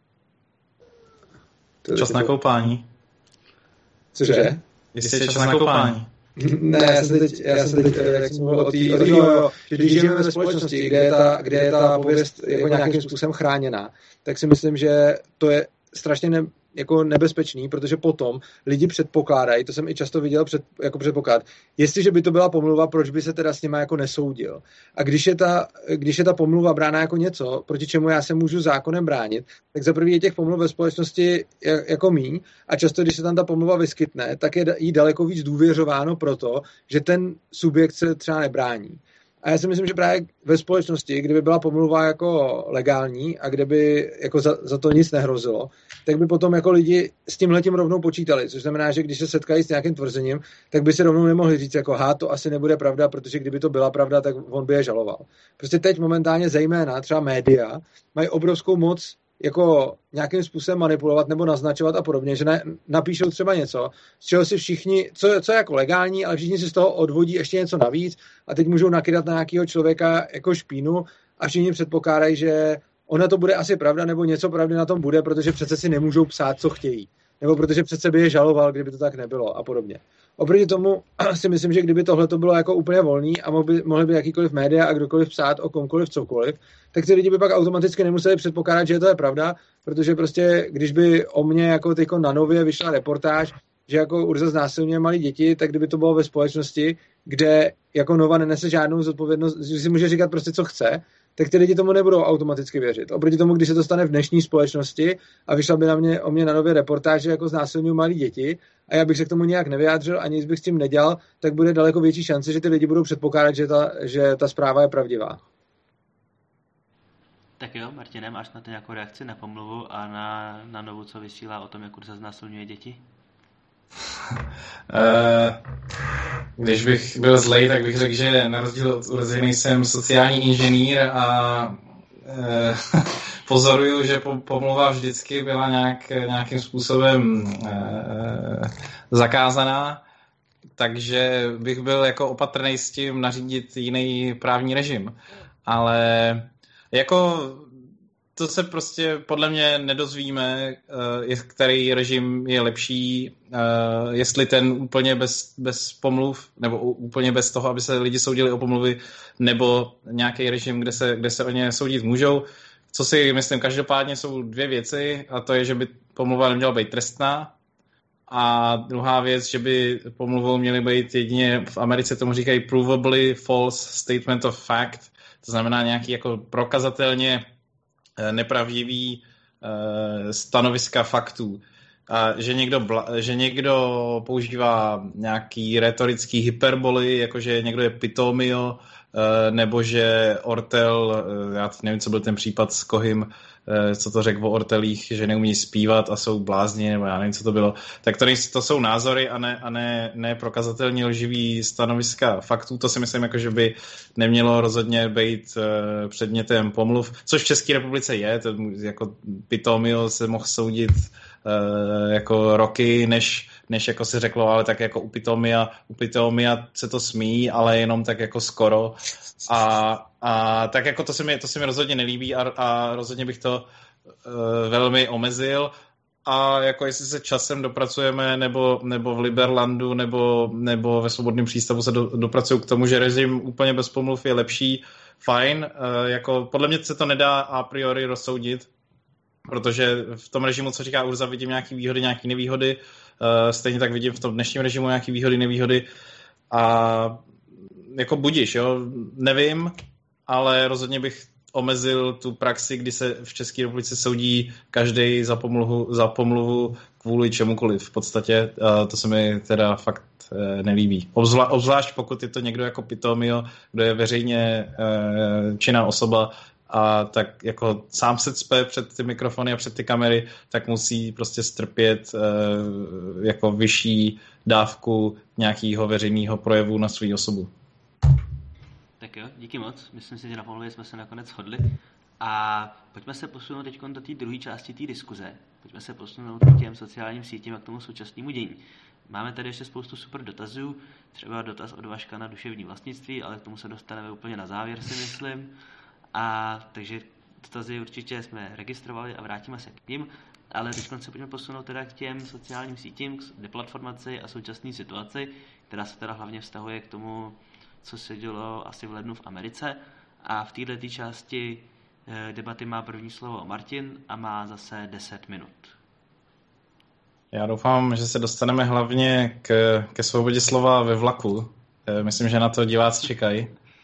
Čas na koupání. Cože? Jestli je čas na koupání. Ne, já jsem teď, já jsem teď, jak jsem mluvil o té, jo, jo, že když žijeme ve společnosti, kde je ta, kde je ta pověst jako nějakým způsobem chráněná, tak si myslím, že to je strašně ne, jako nebezpečný, protože potom lidi předpokládají, to jsem i často viděl před, jako předpoklad, jestliže by to byla pomluva, proč by se teda s nima jako nesoudil. A když je ta, když je ta pomluva brána jako něco, proti čemu já se můžu zákonem bránit, tak za první je těch pomluv ve společnosti jako míň a často, když se tam ta pomluva vyskytne, tak je jí daleko víc důvěřováno proto, že ten subjekt se třeba nebrání. A já si myslím, že právě ve společnosti, kdyby byla pomluva jako legální a kde by jako za, za to nic nehrozilo, tak by potom jako lidi s tímhletím rovnou počítali, což znamená, že když se setkají s nějakým tvrzením, tak by si rovnou nemohli říct jako há, to asi nebude pravda, protože kdyby to byla pravda, tak on by je žaloval. Prostě teď momentálně zejména třeba média mají obrovskou moc jako nějakým způsobem manipulovat nebo naznačovat a podobně, že na, napíšou třeba něco, z čeho si všichni, co, co je jako legální, ale všichni si z toho odvodí ještě něco navíc a teď můžou nakydat na nějakého člověka jako špínu a všichni předpokládají, že ona to bude asi pravda, nebo něco pravdy na tom bude, protože přece si nemůžou psát, co chtějí. Nebo protože přece by je žaloval, kdyby to tak nebylo a podobně. Oproti tomu si myslím, že kdyby tohle to bylo jako úplně volný a mohli by, mohli by jakýkoliv média a kdokoliv psát o komkoliv cokoliv, tak ty lidi by pak automaticky nemuseli předpokládat, že to je pravda, protože prostě, když by o mně jako teďko na Nově vyšla reportáž, že jako Urza znásilňuje malé děti, tak kdyby to bylo ve společnosti, kde jako Nova nenese žádnou zodpovědnost, že si může říkat prostě, co chce, tak ty lidi tomu nebudou automaticky věřit. Oproti tomu, když se to stane v dnešní společnosti a vyšla by na mě, o mě na Nově reportáž, že jako znásilňují malé děti a já bych se k tomu nějak nevyjádřil a nic bych s tím nedělal, tak bude daleko větší šance, že ty lidi budou předpokládat, že ta, že ta zpráva je pravdivá. Tak jo, Martine, máš na to nějakou reakci na pomluvu a na, na Novu, co vysílá o tom, jak Urza znásilňuje děti? Uh, když bych byl zlej, tak bych řekl, že na rozdíl od Urzy nejsem sociální inženýr a uh, pozoruju, že pomluva vždycky byla nějak, nějakým způsobem uh, zakázaná, takže bych byl jako opatrný s tím nařídit jiný právní režim. Ale jako to se prostě podle mě nedozvíme, který režim je lepší, jestli ten úplně bez, bez pomluv, nebo úplně bez toho, aby se lidi soudili o pomluvy, nebo nějaký režim, kde se, kde se o ně soudit můžou. Co si myslím, každopádně jsou dvě věci, a to je, že by pomluva neměla být trestná, a druhá věc, že by pomluvou měly být jedině, v Americe tomu říkají provably false statement of fact, to znamená nějaký jako prokazatelně nepravdivý uh, stanoviska faktů. A že někdo, bla, že někdo používá nějaký retorický hyperboly, jakože někdo je pitomio, uh, nebo že Ortel, uh, já nevím, co byl ten případ s Kohim, uh, co to řekl o Ortelích, že neumí zpívat a jsou blázni, nebo já nevím, co to bylo. Tak to, nejsou, to jsou názory a ne, a ne, ne prokazatelně lživý stanoviska faktů. To si myslím, jako, že by nemělo rozhodně být uh, předmětem pomluv, což v České republice je. To, jako pitomio se mohl soudit uh, jako roky, než, než jako se řeklo, ale tak jako u pitomia, u pitomia se to smí, ale jenom tak jako skoro. A, a tak jako to se mi, to se mi rozhodně nelíbí a, a rozhodně bych to uh, velmi omezil. A jako jestli se časem dopracujeme, nebo, nebo v Liberlandu, nebo, nebo ve Svobodném přístavu se do, dopracují k tomu, že režim úplně bez pomluv je lepší, fajn. Uh, jako podle mě se to nedá a priori rozsoudit, protože v tom režimu, co říká Urza, vidím nějaký výhody, nějaký nevýhody. Uh, stejně tak vidím v tom dnešním režimu nějaký výhody, nevýhody. A jako budiš, jo, nevím, ale rozhodně bych omezil tu praxi, kdy se v České republice soudí každý za pomluvu, za pomluvu kvůli čemukoliv. V podstatě uh, to se mi teda fakt uh, nelíbí. Obzvla, obzvlášť pokud je to někdo jako pitomio, kdo je veřejně uh, činná osoba a tak jako sám se cpe před ty mikrofony a před ty kamery, tak musí prostě strpět uh, jako vyšší dávku nějakého veřejného projevu na svou osobu. Tak jo, díky moc. Myslím si, že na pomluvě jsme se nakonec shodli. A pojďme se posunout teď do té druhé části té diskuze. Pojďme se posunout k těm sociálním sítím a k tomu současnému dění. Máme tady ještě spoustu super dotazů, třeba dotaz od Vaška na duševní vlastnictví, ale k tomu se dostaneme úplně na závěr, si myslím. A takže dotazy určitě jsme registrovali a vrátíme se k ním. Ale teď se pojďme posunout teda k těm sociálním sítím, k deplatformaci a současné situaci, která se teda hlavně vztahuje k tomu, co se dělo asi v lednu v Americe. A v této části debaty má první slovo Martin a má zase deset minut. Já doufám, že se dostaneme hlavně k, ke svobodě slova ve vlaku. Myslím, že na to diváci čekají.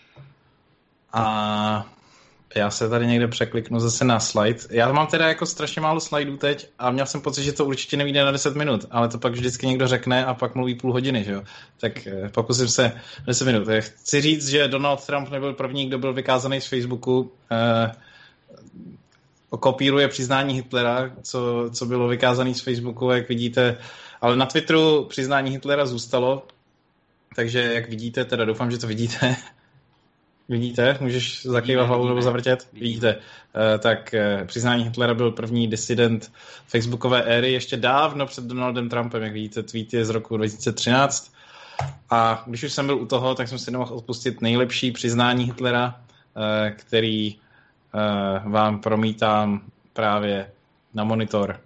A já se tady někde překliknu zase na slide. Já mám teda jako strašně málo slajdů teď a měl jsem pocit, že to určitě nevyjde na deset minut, ale to pak vždycky někdo řekne a pak mluví půl hodiny, že jo. Tak pokusím se deset minut. Chci říct, že Donald Trump nebyl první, kdo byl vykázaný z Facebooku. Eh, kopíruje přiznání Hitlera, co, co bylo vykázaný z Facebooku, jak vidíte. Ale na Twitteru přiznání Hitlera zůstalo, takže jak vidíte, teda doufám, že to vidíte. Vidíte? Můžeš zakývat hlavou nebo zavrtět? Vidíte. Uh, tak uh, přiznání Hitlera byl první disident facebookové éry ještě dávno před Donaldem Trumpem. Jak vidíte, tweet je z roku dva tisíce třináct. A když už jsem byl u toho, tak jsem si nemohl odpustit nejlepší přiznání Hitlera, uh, který uh, vám promítám právě na monitor.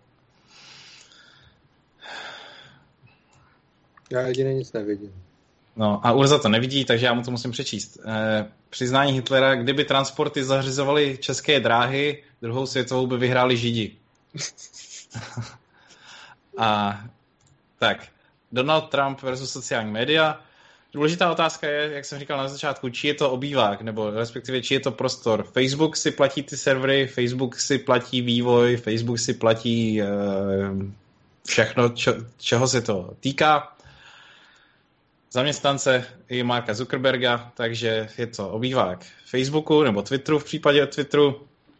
Já jedině nic nevidím. No a Urza to nevidí, takže já mu to musím přečíst. Eh, přiznání Hitlera, kdyby transporty zařizovaly české dráhy, druhou světovou by vyhráli Židi. A tak, Donald Trump versus sociální média. Důležitá otázka je, jak jsem říkal na začátku, či je to obývák, nebo respektive či je to prostor. Facebook si platí ty servery, Facebook si platí vývoj, Facebook si platí eh, všechno, čo, čeho se to týká. Zaměstnance i Marka Zuckerberga, takže je to obývák Facebooku nebo Twitteru v případě Twitteru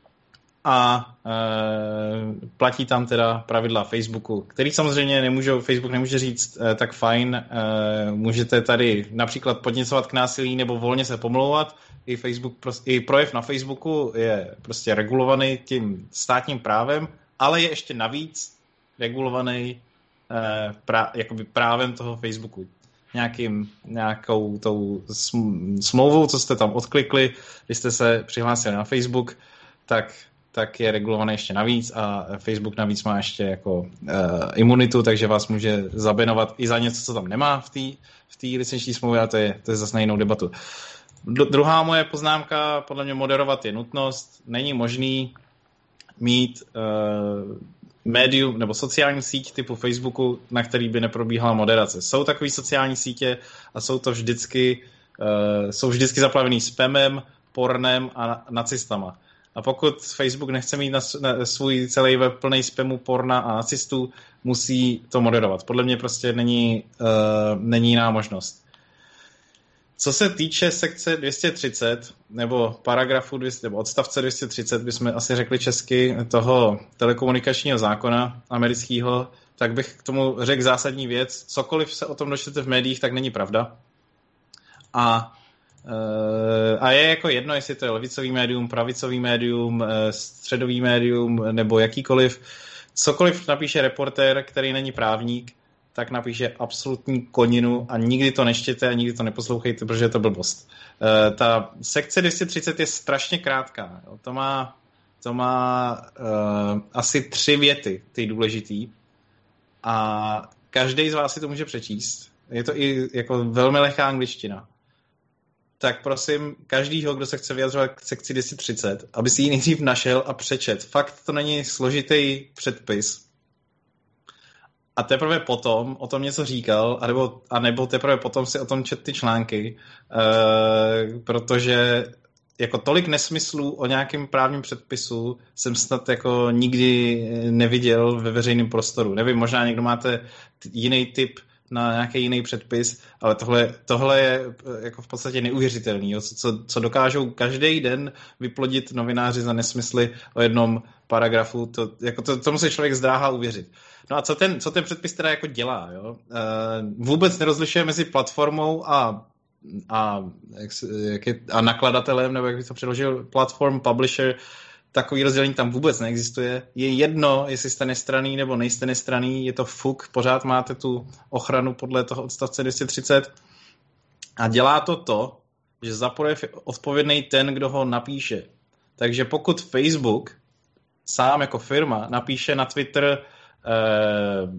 a e, platí tam teda pravidla Facebooku, který samozřejmě nemůžou, Facebook nemůže říct e, tak fajn, e, můžete tady například podněcovat k násilí nebo volně se pomlouvat, i, Facebook, i projev na Facebooku je prostě regulovaný tím státním právem, ale je ještě navíc regulovaný e, pra, jakoby právem toho Facebooku. Nějakým, nějakou tou smlouvou, co jste tam odklikli, když jste se přihlásili na Facebook, tak, tak je regulovaný ještě navíc a Facebook navíc má ještě jako uh, imunitu, takže vás může zabenovat i za něco, co tam nemá v té v té licenční smlouvě, a to je, to je zase na jinou debatu. D- druhá moje poznámka, podle mě moderovat je nutnost. Není možný mít uh, médium nebo sociální síť typu Facebooku, na který by neprobíhala moderace. Jsou takové sociální sítě a jsou to vždycky, uh, jsou vždycky zaplavený spamem, pornem a nacistama. A pokud Facebook nechce mít na, na svůj celý web plný spamu, porna a nacistů, musí to moderovat. Podle mě prostě není, uh, není jiná možnost. Co se týče sekce dvě stě třicet, nebo paragrafu dvě stě, nebo odstavce dvě stě třicet, bychom asi řekli česky, toho telekomunikačního zákona amerického, tak bych k tomu řekl zásadní věc. Cokoliv se o tom dočtete v médiích, tak není pravda. A, a je jako jedno, jestli to je levicový médium, pravicový médium, středový médium, nebo jakýkoliv. Cokoliv napíše reportér, který není právník, tak napíše absolutní koninu a nikdy to neštěte a nikdy to neposlouchejte, protože je to blbost. Uh, ta sekce dvě stě třicet je strašně krátká. Jo. To má, to má uh, asi tři věty, ty důležitý. A každý z vás si to může přečíst. Je to i jako velmi lehká angličtina. Tak prosím, každýho, kdo se chce vyjadřovat k sekci dvě stě třicet, aby si ji nejdřív našel a přečet. Fakt to není složitý předpis. A teprve potom o tom něco říkal, anebo, anebo teprve potom si o tom čet ty články, e, protože jako tolik nesmyslů o nějakém právním předpisu jsem snad jako nikdy neviděl ve veřejném prostoru. Nevím, možná někdo máte jiný typ na nějaký jiný předpis, ale tohle, tohle je jako v podstatě neuvěřitelný, jo? Co, co dokážou každý den vyplodit novináři za nesmysly o jednom paragrafu, to, jako to, tomu se člověk zdráhá uvěřit. No a co ten, co ten předpis teda jako dělá? Jo? E, vůbec nerozlišuje mezi platformou a, a, jak, jak je, a nakladatelem, nebo jak bych to přeložil, platform, publisher, takový rozdělení tam vůbec neexistuje. Je jedno, jestli jste nestranný nebo nejste nestranný, je to fuk, pořád máte tu ochranu podle toho odstavce dvě stě třicet. A dělá to to, že za projev je odpovědný ten, kdo ho napíše. Takže pokud Facebook sám jako firma napíše na Twitter uh,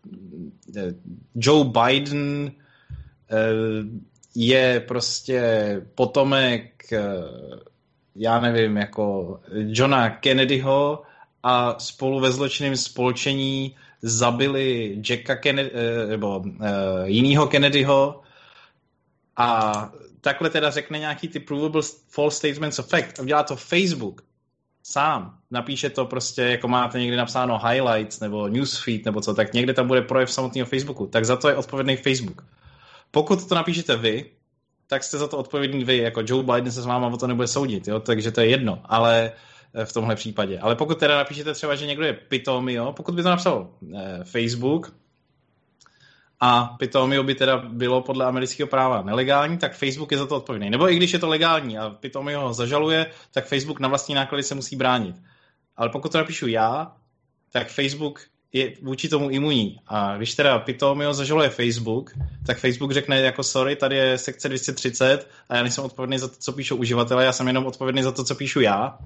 Joe Biden uh, je prostě potomek uh, já nevím, jako Johna Kennedyho a spolu ve zločinném spolčení zabili Jacka Kennedy, nebo uh, jinýho Kennedyho a takhle teda řekne nějaký ty provable false statements of fact a udělá to Facebook sám. Napíše to prostě, jako máte někdy napsáno highlights nebo newsfeed nebo co, tak někde tam bude projev samotného Facebooku. Tak za to je odpovědný Facebook. Pokud to napíšete vy, tak jste za to odpovědný vy, jako Joe Biden se s váma o to nebude soudit, jo? Takže to je jedno, ale v tomhle případě. Ale pokud teda napíšete třeba, že někdo je pitomý, jo? Pokud by to napsal eh, Facebook a pitomio by teda bylo podle amerického práva nelegální, tak Facebook je za to odpovědný. Nebo i když je to legální a pitomio ho zažaluje, tak Facebook na vlastní náklady se musí bránit. Ale pokud to napíšu já, tak Facebook je vůči tomu imunní. A když teda pitomio zažaluje Facebook, tak Facebook řekne jako sorry, tady je sekce dvě stě třicet a já nejsem odpovědný za to, co píšou uživatelé, já jsem jenom odpovědný za to, co píšu já.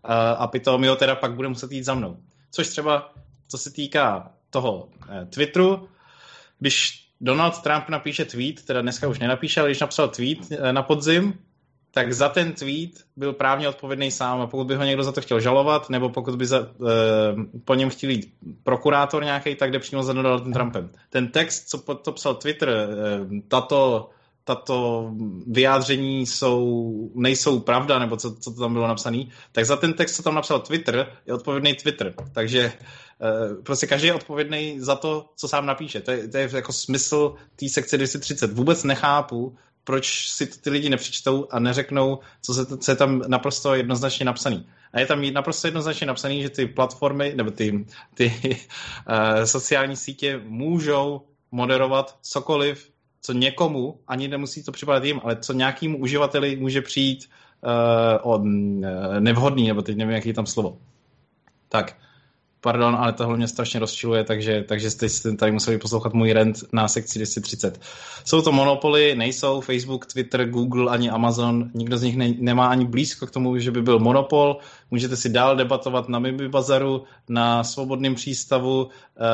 a potom jo, teda pak bude muset jít za mnou. Což třeba, co se týká toho eh, Twitteru, když Donald Trump napíše tweet, teda dneska už nenapíše, ale když napsal tweet eh, na podzim, tak za ten tweet byl právně odpovědný sám a pokud by ho někdo za to chtěl žalovat, nebo pokud by za, eh, po něm chtěl jít prokurátor nějaký, tak jde přímo za Donaldem Trumpem. Ten text, co pod to psal Twitter, eh, tato tato vyjádření jsou, nejsou pravda, nebo co, co to tam bylo napsané, tak za ten text, co tam napsal Twitter, je odpovědný Twitter. Takže uh, prostě každý je odpovědný za to, co sám napíše. To je, to je jako smysl té sekce dvě stě třicet. Vůbec nechápu, proč si to ty lidi nepřečtou a neřeknou, co, se, co je tam naprosto jednoznačně napsaný. A je tam naprosto jednoznačně napsaný, že ty platformy, nebo ty, ty uh, sociální sítě můžou moderovat cokoliv, co někomu, ani nemusí to připadat jim, ale co nějakému uživateli může přijít uh, od, uh, nevhodný, nebo teď nevím, jaký je tam slovo. Tak, pardon, ale tohle mě strašně rozčiluje, takže, takže jste tady museli poslouchat můj rant na sekci dvě stě třicet. Jsou to monopoly, nejsou Facebook, Twitter, Google ani Amazon, nikdo z nich ne, nemá ani blízko k tomu, že by byl monopol. Můžete si dál debatovat na Mibi Bazaru, na Svobodném přístavu, uh,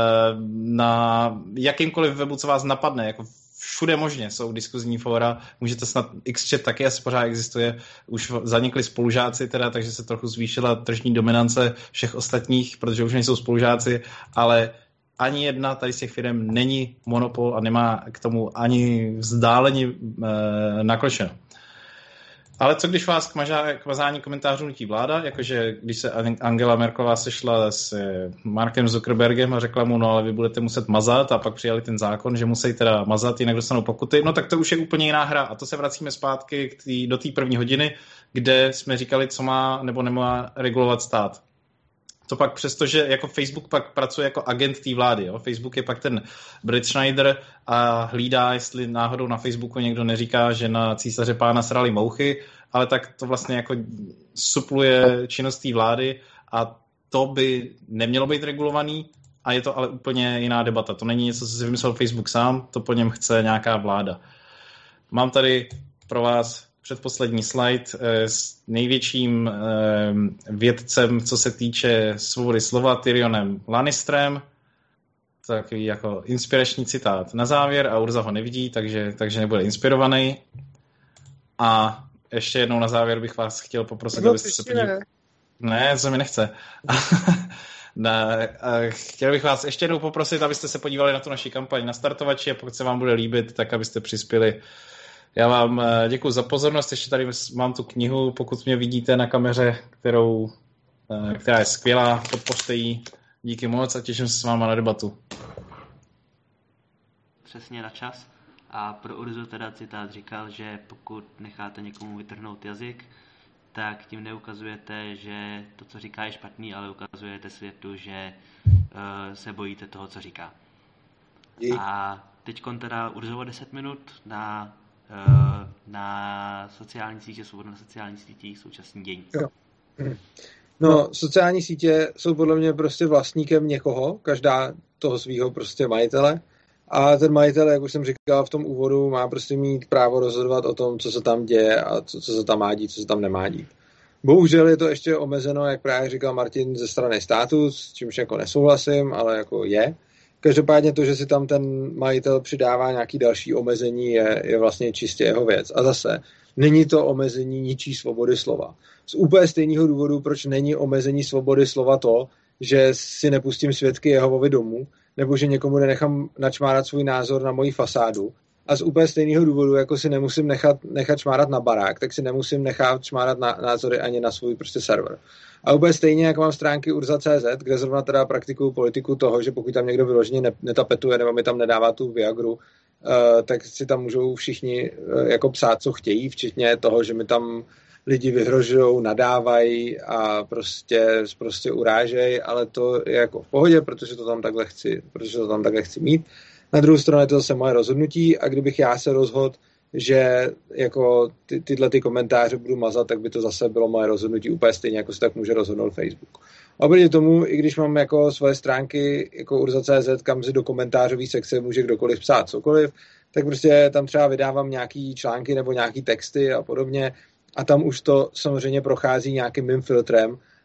na jakýmkoliv webu, co vás napadne, jako všude možně jsou diskuzní fóra, můžete snad X-chat taky asi pořád existuje, už zanikli spolužáci teda, takže se trochu zvýšila tržní dominance všech ostatních, protože už nejsou spolužáci, ale ani jedna tady z těch firm není monopol a nemá k tomu ani vzdáleně e, nakročeno. Ale co když vás k, mažá, k mazání komentářů nutí vláda, jakože když se Angela Merkelová sešla s Markem Zuckerbergem a řekla mu, no ale vy budete muset mazat a pak přijali ten zákon, že musí teda mazat, jinak dostanou pokuty, no tak to už je úplně jiná hra a to se vracíme zpátky k tý, do té první hodiny, kde jsme říkali, co má nebo nemá regulovat stát. To pak přestože jako Facebook pak pracuje jako agent té vlády. Jo? Facebook je pak ten Brett Schneider a hlídá, jestli náhodou na Facebooku někdo neříká, že na císaře pána srali mouchy, ale tak to vlastně jako supluje činnost té vlády a to by nemělo být regulovaný a je to ale úplně jiná debata. To není něco, co si vymyslel Facebook sám, to po něm chce nějaká vláda. Mám tady pro vás předposlední slide s největším vědcem, co se týče svobody slova, Tyrionem Lannisterem. Takový jako inspirační citát na závěr a Urza ho nevidí, takže, takže nebude inspirovaný. A ještě jednou na závěr bych vás chtěl poprosit, no, abyste se podívali. Ne, co mi nechce. Ne, chtěl bych vás ještě jednou poprosit, abyste se podívali na tu naši kampaň na startovači a pokud se vám bude líbit, tak abyste přispěli. Já vám děkuji za pozornost, ještě tady mám tu knihu, pokud mě vidíte na kameře, kterou, která je skvělá, podpořte ji, díky moc a těším se s váma na debatu. Přesně na čas a pro Urzu teda citát říkal, že pokud necháte někomu vytrhnout jazyk, tak tím neukazujete, že to, co říká, je špatný, ale ukazujete světu, že uh, se bojíte toho, co říká. Dík. A teďkon teda Urzovo deset minut na na sociální sítě, svobodu na sociálních sítích, současný dění. Jo. No, sociální sítě jsou podle mě prostě vlastníkem někoho, každá toho svého prostě majitele a ten majitel, jak už jsem říkal v tom úvodu, má prostě mít právo rozhodovat o tom, co se tam děje a co, co se tam má dít, co se tam nemá dít. Bohužel je to ještě omezeno, jak právě říkal Martin, ze strany státu, s čímž jako nesouhlasím, ale jako je. Každopádně to, že si tam ten majitel přidává nějaký další omezení, je, je vlastně čistě jeho věc. A zase, není to omezení ničí svobody slova. Z úplně stejného důvodu, proč není omezení svobody slova to, že si nepustím svědky Jehovovi domů, nebo že někomu nenechám načmárat svůj názor na moji fasádu. A z úplně stejného důvodu, jako si nemusím nechat, nechat šmárat na barák, tak si nemusím nechat šmárat na, názory ani na svůj prostě server. A úplně stejně, jako mám stránky urza tečka cé zet, kde zrovna teda praktikuju politiku toho, že pokud tam někdo vyloženě netapetuje nebo mi tam nedává tu Viagru, uh, tak si tam můžou všichni uh, jako psát, co chtějí, včetně toho, že mi tam lidi vyhrožujou, nadávají a prostě, prostě urážejí, ale to je jako v pohodě, protože to tam takhle chci, protože to tam takhle chci mít. Na druhou stranu je to zase moje rozhodnutí a kdybych já se rozhodl, že jako ty, tyhle ty komentáře budu mazat, tak by to zase bylo moje rozhodnutí úplně stejně, jako se tak může rozhodnout Facebook. Oproti tomu, i když mám jako svoje stránky jako urza tečka cé zet, kam si do komentářové sekce může kdokoliv psát cokoliv, tak prostě tam třeba vydávám nějaký články nebo nějaký texty a podobně a tam už to samozřejmě prochází nějakým mým filtrem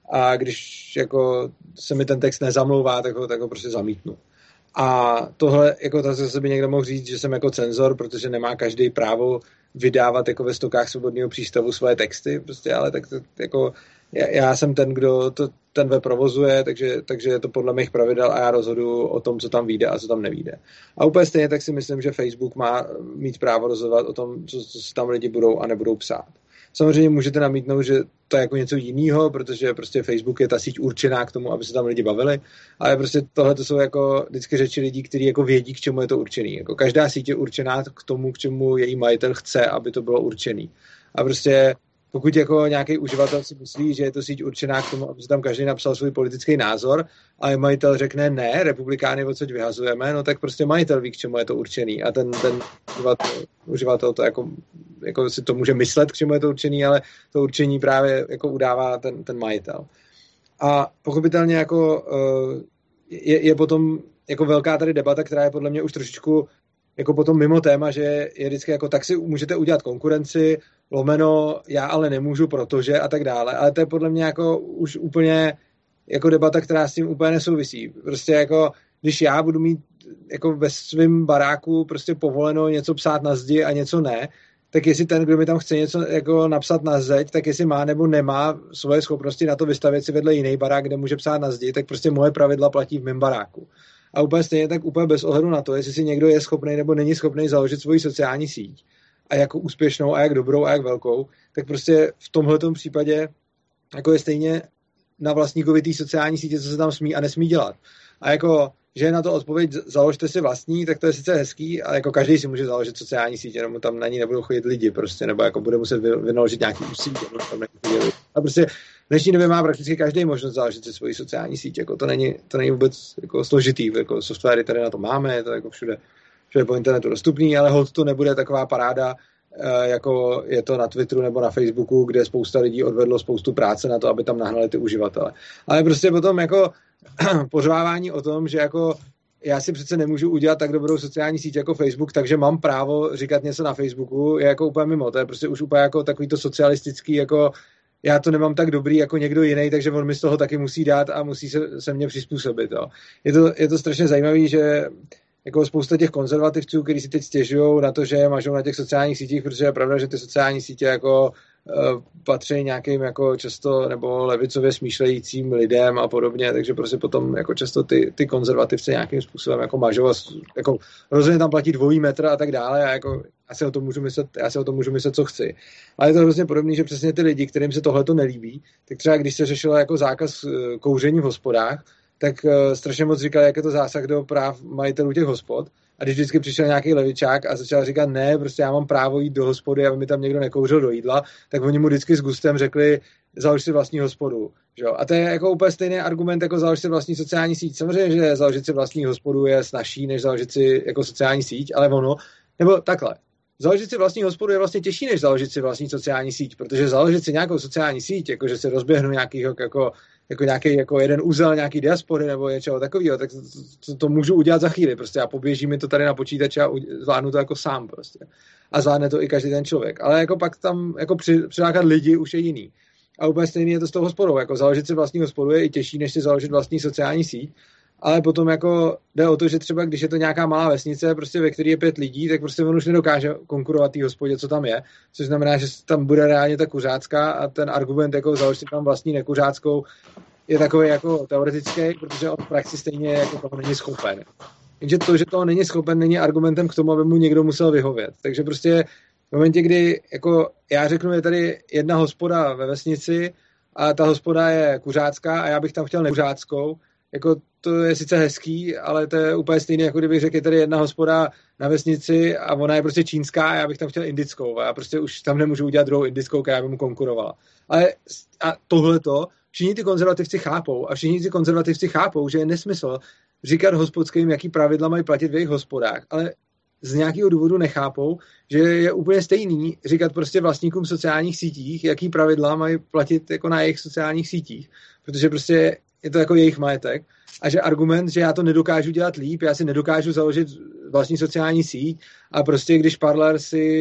a když jako se mi ten text nezamlouvá, tak ho, tak ho prostě zamítnu. A tohle, jako to zase by někdo mohl říct, že jsem jako cenzor, protože nemá každý právo vydávat jako ve stokách svobodného přístavu svoje texty, prostě, ale tak to, jako já, já jsem ten, kdo to, ten web provozuje, takže, takže je to podle mých pravidel a já rozhoduju o tom, co tam vyjde a co tam nevyjde. A úplně stejně tak si myslím, že Facebook má mít právo rozhodovat o tom, co, co si tam lidi budou a nebudou psát. Samozřejmě můžete namítnout, že to je jako něco jiného, protože prostě Facebook je ta síť určená k tomu, aby se tam lidi bavili, ale prostě tohle to jsou jako vždycky řeči lidí, kteří jako vědí, k čemu je to určený. Jako každá síť je určená k tomu, k čemu její majitel chce, aby to bylo určený. A prostě pokud jako nějaký uživatel si myslí, že je to síť určená k tomu, aby si tam každý napsal svůj politický názor, a majitel řekne ne, republikány odsud vyhazujeme, no tak prostě majitel ví, k čemu je to určený. A ten, ten uživatel, uživatel to jako, jako si to může myslet, k čemu je to určený, ale to určení právě jako udává ten, ten majitel. A pochopitelně jako je, je potom jako velká tady debata, která je podle mě už trošičku jako potom mimo téma, že je vždycky jako tak si můžete udělat konkurenci, lomeno, já ale nemůžu, protože a tak dále, ale to je podle mě jako už úplně jako debata, která s tím úplně nesouvisí. Prostě jako, když já budu mít jako ve svém baráku prostě povoleno něco psát na zdi a něco ne, tak jestli ten, kdo mi tam chce něco jako napsat na zeď, tak jestli má nebo nemá svoje schopnosti na to vystavět si vedle jiný barák, kde může psát na zdi, tak prostě moje pravidla platí v mém baráku. A úplně stejně tak úplně bez ohledu na to, jestli si někdo je schopný nebo není schopný založit svoji sociální síť a jako úspěšnou a jak dobrou a jak velkou, tak prostě v tomhletom případě jako je stejně na vlastníkovi té sociální sítě, co se tam smí a nesmí dělat. A jako, že je na to odpověď, založte si vlastní, tak to je sice hezký, ale jako každý si může založit sociální sítě, nebo tam na ní nebudou chodit lidi prostě, nebo jako bude muset vynaložit nějaký úsilí, nebo tam nechodili. A prostě v dnešní době má prakticky každý možnost založit si svoji sociální síť, jako to není, to není vůbec jako složitý, jako softwary tady na to máme, je to jako všude, všude po internetu dostupný, ale holt to nebude taková paráda, jako je to na Twitteru nebo na Facebooku, kde spousta lidí odvedlo spoustu práce na to, aby tam nahnali ty uživatele. Ale prostě potom jako pořvávání o tom, že jako já si přece nemůžu udělat tak dobrou sociální síť jako Facebook, takže mám právo říkat něco na Facebooku, je jako úplně mimo. To je prostě už úplně jako takový to socialistický, jako já to nemám tak dobrý jako někdo jiný, takže on mi z toho taky musí dát a musí se, se mně přizpůsobit. Jo. Je to, je to strašně zajímavý, že jako spousta těch konzervativců, kteří si teď stěžují na to, že je mažou na těch sociálních sítích, protože je pravda, že ty sociální sítě jako uh, patří nějakým jako často nebo levicově smýšlejícím lidem a podobně, takže prostě potom jako často ty, ty konzervativce nějakým způsobem jako mažou a jako rozhodně tam platí dvojí metr a tak dále a jako já si o tom můžu myslet, já si o tom můžu myslet, co chci. Ale je to hrozně podobné, že přesně ty lidi, kterým se tohle to nelíbí, tak třeba když se řešilo jako zákaz kouření v hospodách, tak uh, strašně moc říkali, jak je to zásah do práv majitelů těch hospod. A když vždycky přišel nějaký levičák a začal říkat, ne, prostě já mám právo jít do hospody, aby mi tam někdo nekouřil do jídla, tak oni mu vždycky s gustem řekli, založ si vlastní hospodu. Že? A to je jako úplně stejný argument, jako založ si vlastní sociální síť. Samozřejmě, že založit si vlastní hospodu je snazší, než založit si jako sociální síť, ale ono, nebo takhle. Založit si vlastní hospodu je vlastně těžší, než založit si vlastní sociální síť, protože založit si nějakou sociální síť, jako že si rozběhnu nějakýho jako jako nějaký jako jeden úzel nějaký diaspory nebo něčeho takového, tak to, to, to můžu udělat za chvíli. Prostě já poběžím mi to tady na počítači a zvládnu to jako sám prostě. A zvládne to i každý ten člověk. Ale jako pak tam jako při, přilákat lidi už je jiný. A úplně stejný je to s tou hospodou. Jako založit si vlastní hospodu je i těžší, než si založit vlastní sociální síť. Ale potom jako jde o to, že třeba když je to nějaká malá vesnice, prostě ve které je pět lidí, tak prostě on už nedokáže konkurovat té hospodě, co tam je. Což znamená, že tam bude reálně ta kuřácká a ten argument jako založit tam vlastní nekuřáckou je takový jako teoretický, protože on v praxi stejně jako toho není schopen. Jenže to, že toho není schopen, není argumentem k tomu, aby mu někdo musel vyhovět. Takže prostě v momentě, kdy jako já řeknu, je tady jedna hospoda ve vesnici a ta hospoda je kuřácká a já bych tam chtěl nekuřáckou, jako to je sice hezký, ale to je úplně stejné, jako kdybych řekl, je tady jedna hospoda na vesnici a ona je prostě čínská a já bych tam chtěl indickou a já prostě už tam nemůžu udělat druhou indickou, která by mu konkurovala. Ale a tohleto všichni ty konzervativci chápou a všichni ty konzervativci chápou, že je nesmysl říkat hospodským, jaký pravidla mají platit v jejich hospodách, ale z nějakého důvodu nechápou, že je úplně stejný říkat prostě vlastníkům sociálních sítích, jaký pravidla mají platit jako na jejich sociálních sítích, protože prostě je to jako jejich majetek a že argument, že já to nedokážu dělat líp, já si nedokážu založit vlastní sociální síť a prostě když Parler si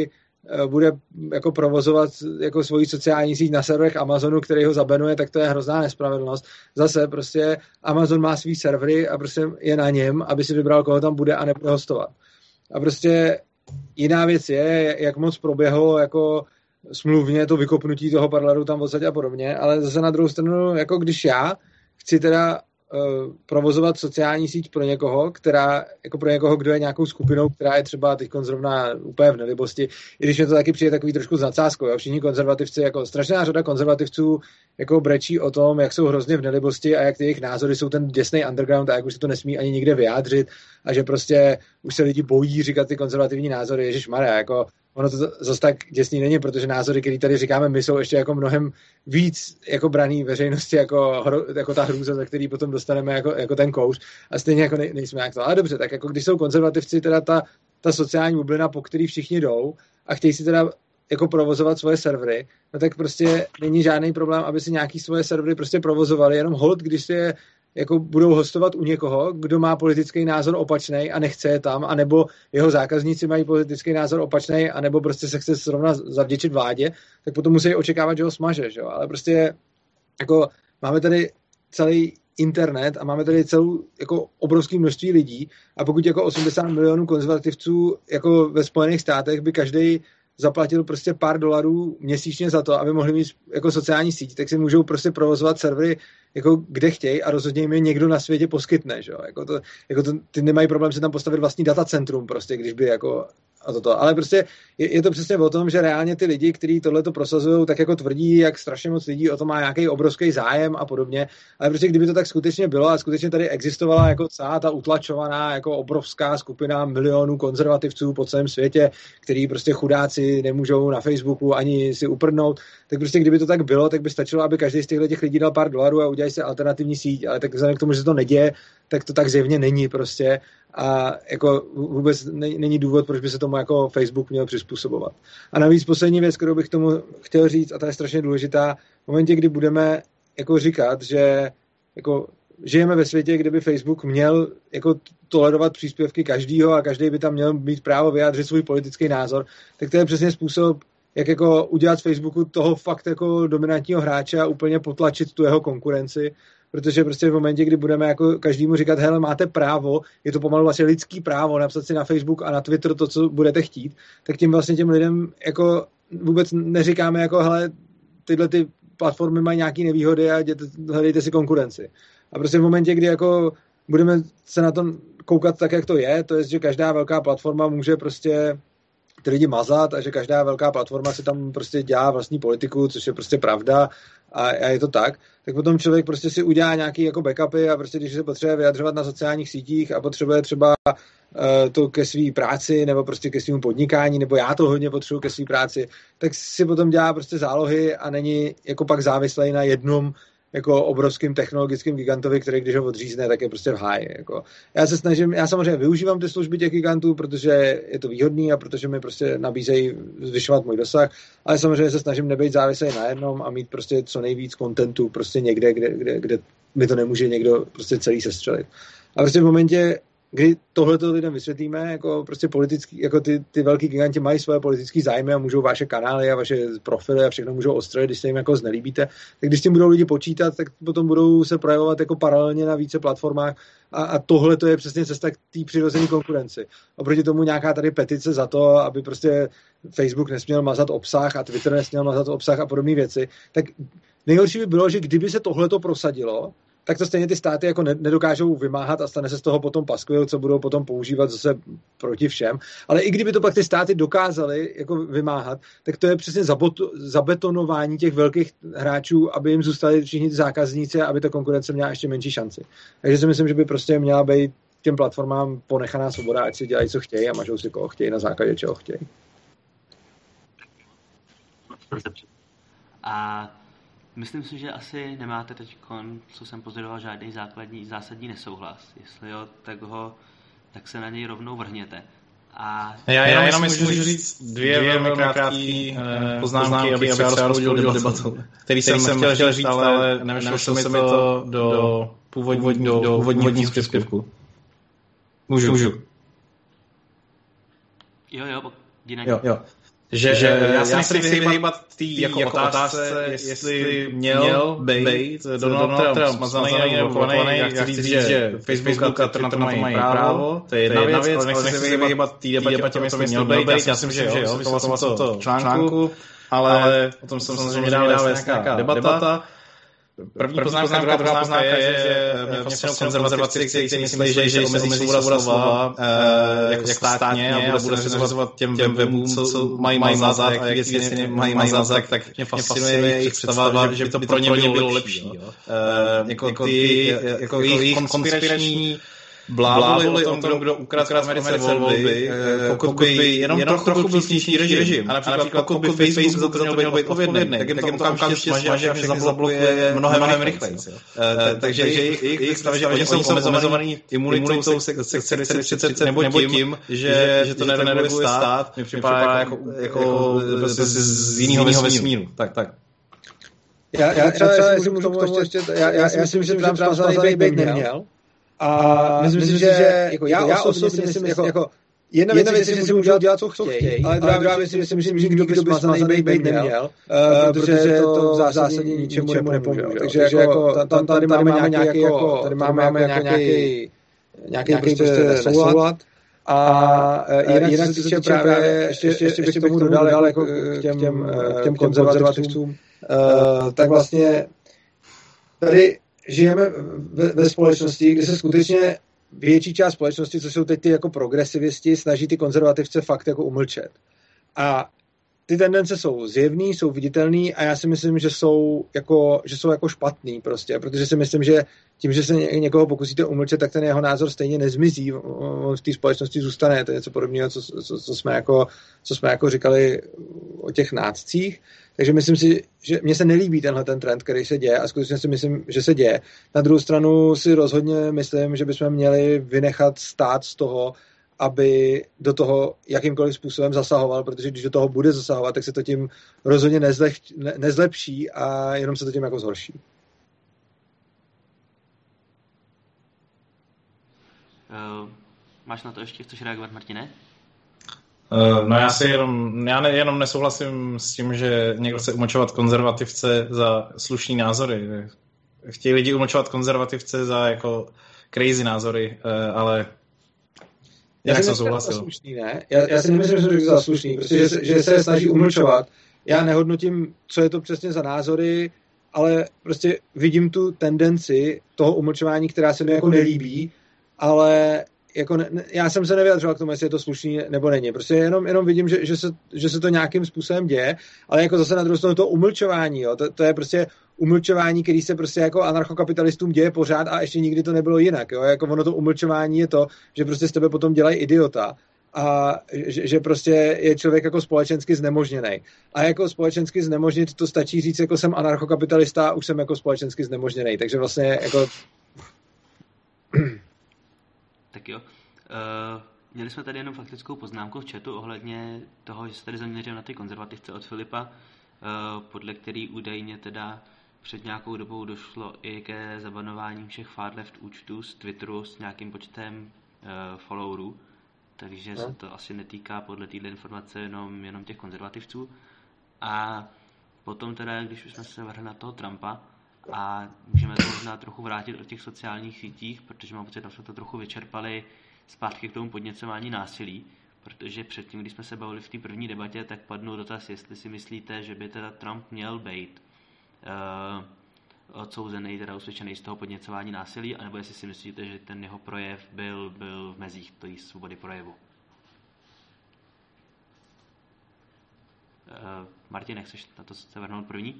bude jako provozovat jako svoji sociální síť na serverech Amazonu, který ho zabenuje, tak to je hrozná nespravedlnost. Zase prostě Amazon má svý servery a prostě je na něm, aby si vybral, koho tam bude a nebude hostovat. A prostě jiná věc je, jak moc proběhlo jako smluvně to vykopnutí toho parleru tam odsaď a podobně, ale zase na druhou stranu, jako když já chci teda provozovat sociální síť pro někoho, která, jako pro někoho, kdo je nějakou skupinou, která je třeba teď zrovna úplně v nelibosti, i když mě to taky přijde takový trošku s nadsázkou. Jo? Všichni konzervativci, jako strašná řada konzervativců jako brečí o tom, jak jsou hrozně v nelibosti a jak ty jejich názory jsou ten děsný underground a jak už se to nesmí ani nikde vyjádřit a že prostě už se lidi bojí říkat ty konzervativní názory. Ježišmarja, jako ono to zase tak děsný není, protože názory, které tady říkáme my, jsou ještě jako mnohem víc jako braný veřejnosti, jako, jako ta hrůza, za který potom dostaneme jako, jako ten kouř. A stejně jako nej, nejsme jak to. Ale dobře, tak jako když jsou konzervativci, teda ta, ta sociální bublina, po který všichni jdou a chtějí si teda jako provozovat svoje servery, no tak prostě není žádný problém, aby si nějaký svoje servery prostě provozovali, jenom hold, když si je jako budou hostovat u někoho, kdo má politický názor opačný a nechce je tam, anebo jeho zákazníci mají politický názor opačný, anebo prostě se chce zrovna zavděčit vládě, tak potom musí očekávat, že ho smaže, že jo? Ale prostě jako máme tady celý internet a máme tady celou jako obrovské množství lidí a pokud jako osmdesát milionů konzervativců jako ve Spojených státech by každý zaplatil prostě pár dolarů měsíčně za to, aby mohli mít jako sociální síť, tak si můžou prostě provozovat servery jako kde chtějí a rozhodně jim je někdo na světě poskytne, že jo. Jako to, jako to, ty nemají problém si tam postavit vlastní datacentrum prostě, když by jako a toto. Ale prostě je, je to přesně o tom, že reálně ty lidi, kteří tohleto prosazují, tak jako tvrdí, jak strašně moc lidí o to má nějaký obrovský zájem a podobně. Ale prostě kdyby to tak skutečně bylo a skutečně tady existovala jako celá ta utlačovaná jako obrovská skupina milionů konzervativců po celém světě, který prostě chudáci nemůžou na Facebooku ani si uprdnout, tak prostě kdyby to tak bylo, tak by stačilo, aby každý z těchto těch lidí dal pár dolarů a udělají si alternativní síť, ale tak vzhledem k tomu, že se to neděje, tak to tak zjevně není prostě a jako vůbec není důvod, proč by se tomu jako Facebook měl přizpůsobovat. A navíc poslední věc, kterou bych tomu chtěl říct, a ta je strašně důležitá, v momentě, kdy budeme jako říkat, že jako žijeme ve světě, kde by Facebook měl jako tolerovat příspěvky každýho a každý by tam měl mít právo vyjádřit svůj politický názor, tak to je přesně způsob, jak jako udělat z Facebooku toho fakt jako dominantního hráče a úplně potlačit tu jeho konkurenci, protože prostě v momentě, kdy budeme jako každému říkat, hele, máte právo, je to pomalu vlastně lidský právo napsat si na Facebook a na Twitter to, co budete chtít, tak tím vlastně těm lidem jako vůbec neříkáme jako, hele, tyhle ty platformy mají nějaké nevýhody a jděte, hledejte si konkurenci. A prostě v momentě, kdy jako budeme se na to koukat tak, jak to je, to je, že každá velká platforma může prostě ty lidi mazat a že každá velká platforma si tam prostě dělá vlastní politiku, což je prostě pravda a, a je to tak, tak potom člověk prostě si udělá nějaký jako backupy a prostě když se potřebuje vyjadřovat na sociálních sítích a potřebuje třeba uh, to ke své práci nebo prostě ke svému podnikání, nebo já to hodně potřebuji ke své práci, tak si potom dělá prostě zálohy a není jako pak závislý na jednom jako obrovským technologickým gigantovi, který když ho odřízne, tak je prostě v háji. Jako. Já se snažím, já samozřejmě využívám ty služby těch gigantů, protože je to výhodný a protože mi prostě nabízejí zvyšovat můj dosah, ale samozřejmě se snažím nebejt závislý na jednom a mít prostě co nejvíc kontentu prostě někde, kde, kde, kde mi to nemůže někdo prostě celý sestřelit. A prostě v momentě, kdy tohleto lidem vysvětlíme, jako prostě politický, jako ty, ty velký giganti mají svoje politické zájmy a můžou vaše kanály a vaše profily a všechno můžou ostřelit, když se jim jako znelíbíte, tak když s tím budou lidi počítat, tak potom budou se projevovat jako paralelně na více platformách a, a tohle to je přesně cesta k té přirozené konkurenci. Oproti tomu nějaká tady petice za to, aby prostě Facebook nesměl mazat obsah a Twitter nesměl mazat obsah a podobné věci, tak nejhorší by bylo, že kdyby se tohleto prosadilo, tak to stejně ty státy jako nedokážou vymáhat a stane se z toho potom paskvil, co budou potom používat zase proti všem. Ale i kdyby to pak ty státy dokázaly jako vymáhat, tak to je přesně zabetonování těch velkých hráčů, aby jim zůstali všichni ty zákazníci a aby ta konkurence měla ještě menší šanci. Takže si myslím, že by prostě měla být těm platformám ponechaná svoboda, ať si dělají, co chtějí a mažou si koho chtějí na základě čeho chtějí. A myslím si, že asi nemáte teď, co jsem pozoroval, žádný základní, zásadní nesouhlas. Jestli jo, tak ho, tak se na něj rovnou vrhněte. A já, já jenom můžu říct, říct dvě, dvě velmi krátké poznámky, abych třeba rozpoudil debatu, který jsem, jsem chtěl říct, ale nevšel se mi to do původního do původního příspěvku. Můžu. Můžu. Jo, jo, jinak. Jo, jo. Že, že já se nechci vyhýbat té jako otázce, jestli měl být Donald Trump smazaný nebo blokovaný. Já chci říct, že Facebook a Twitter na to mají právo, to je jedna věc, ale nechci se vyhýbat té debatě, jestli měl být. Já si myslím, že jo, vysvětloval jsem to článku, ale o tom jsem samozřejmě dál nějaká debata. První poznámka, druhá poznámka je, že mě fascinují konzervativci, kteří si myslí, že se omezí svoboda slova jako státně a bude se rozhodovat těm webům, co mají mazat a jaký věci mají mazat, tak mě fascinuje jejich představa, že by to pro ně bylo lepší. Jako jejich konspirační blávoli o tom, kdo ukradl v Americe volby, pokud by jenom trochu byl přísnější režim. A například pokud by Facebook za to měl být odpovědný, tak jim to okamžitě smaže a všechny zablokuje mnohem rychleji. Takže jejich stava, že oni jsou omezovaný imunitou sekce třicet nebo tím, že to nereguluje stát, mi připadá jako z jiného vesmíru. Tak, tak. Já, já třeba, jestli můžu k tomu ještě, já, já si myslím, že Trump smazaný být neměl. A myslím si, že jako já, já osobně si myslím, jako, jako jedna věc je, že si můžou dělat, co chtějí, ale druhá věc si myslím, že nikdo by smazaný být neměl, uh, protože to v zásadě ničemu nepomůže. Takže jako tam tady máme nějaký jako tady máme jako nějaký nějaký prostě nesoulad. A jinak si týče právě, ještě, ještě bych tomu dodal jako k těm, k těm konzervativcům, tak vlastně tady žijeme ve, ve společnosti, kde se skutečně větší část společnosti, co jsou teď ty jako progresivisti, snaží ty konzervativce fakt jako umlčet. A ty tendence jsou zjevný, jsou viditelný a já si myslím, že jsou jako, že jsou jako špatný prostě, protože si myslím, že tím, že se ně, někoho pokusíte umlčet, tak ten jeho názor stejně nezmizí, on v té společnosti zůstane, to je něco podobného, co, co, co, jsme jako, co jsme jako říkali o těch nácích. Takže myslím si, že mně se nelíbí tenhle ten trend, který se děje a skutečně si myslím, že se děje. Na druhou stranu si rozhodně myslím, že bychom měli vynechat stát z toho, aby do toho jakýmkoliv způsobem zasahoval, protože když do toho bude zasahovat, tak se to tím rozhodně nezlep, ne, nezlepší a jenom se to tím jako zhorší. Uh, máš na to ještě, chceš reagovat, Martine? Uh, no já si jenom, já ne, jenom nesouhlasím s tím, že někdo chce umlčovat konzervativce za slušný názory. Chtějí lidi umlčovat konzervativce za jako crazy názory, uh, ale já jsem souhlasil. Slušný, ne? Já, já si nemyslím, že to je za slušný, protože že, že se snaží umlčovat. Já nehodnotím, co je to přesně za názory, ale prostě vidím tu tendenci toho umlčování, která se mi jako nelíbí, ale jako ne, já jsem se nevyjadřoval k tomu, jestli je to slušný nebo není. Prostě jenom, jenom vidím, že, že, se, že se to nějakým způsobem děje, ale jako zase na druhou stranu to umlčování, jo, to, to je prostě umlčování, který se prostě jako anarchokapitalistům děje pořád a ještě nikdy to nebylo jinak. Jo? Jako ono to umlčování je to, že prostě z tebe potom dělají idiota a že, že prostě je člověk jako společensky znemožněný. A jako společensky znemožnit to stačí říct, jako jsem anarchokapitalista a už jsem jako společensky znemožněný. Takže vlastně jako... Tak jo. Uh, měli jsme tady jenom faktickou poznámku v chatu ohledně toho, že se tady zaměřil na ty konzervativce od Filipa, uh, podle který údajně teda před nějakou dobou došlo i ke zabanování všech far left účtů z Twitteru s nějakým počtem uh, followerů, takže no. se to asi netýká podle této informace jenom, jenom těch konzervativců. A potom teda, když už jsme se vrhli na toho Trumpa, a můžeme to možná trochu vrátit od těch sociálních sítích, protože mám pocit, že jsme to trochu vyčerpali zpátky k tomu podněcování násilí, protože předtím, když jsme se bavili v té první debatě, tak padnul dotaz, jestli si myslíte, že by teda Trump měl být uh, odsouzený, teda usvědčený z toho podněcování násilí, anebo jestli si myslíte, že ten jeho projev byl, byl v mezích té svobody projevu. Uh, Martin, chceš na to se vrhnout první?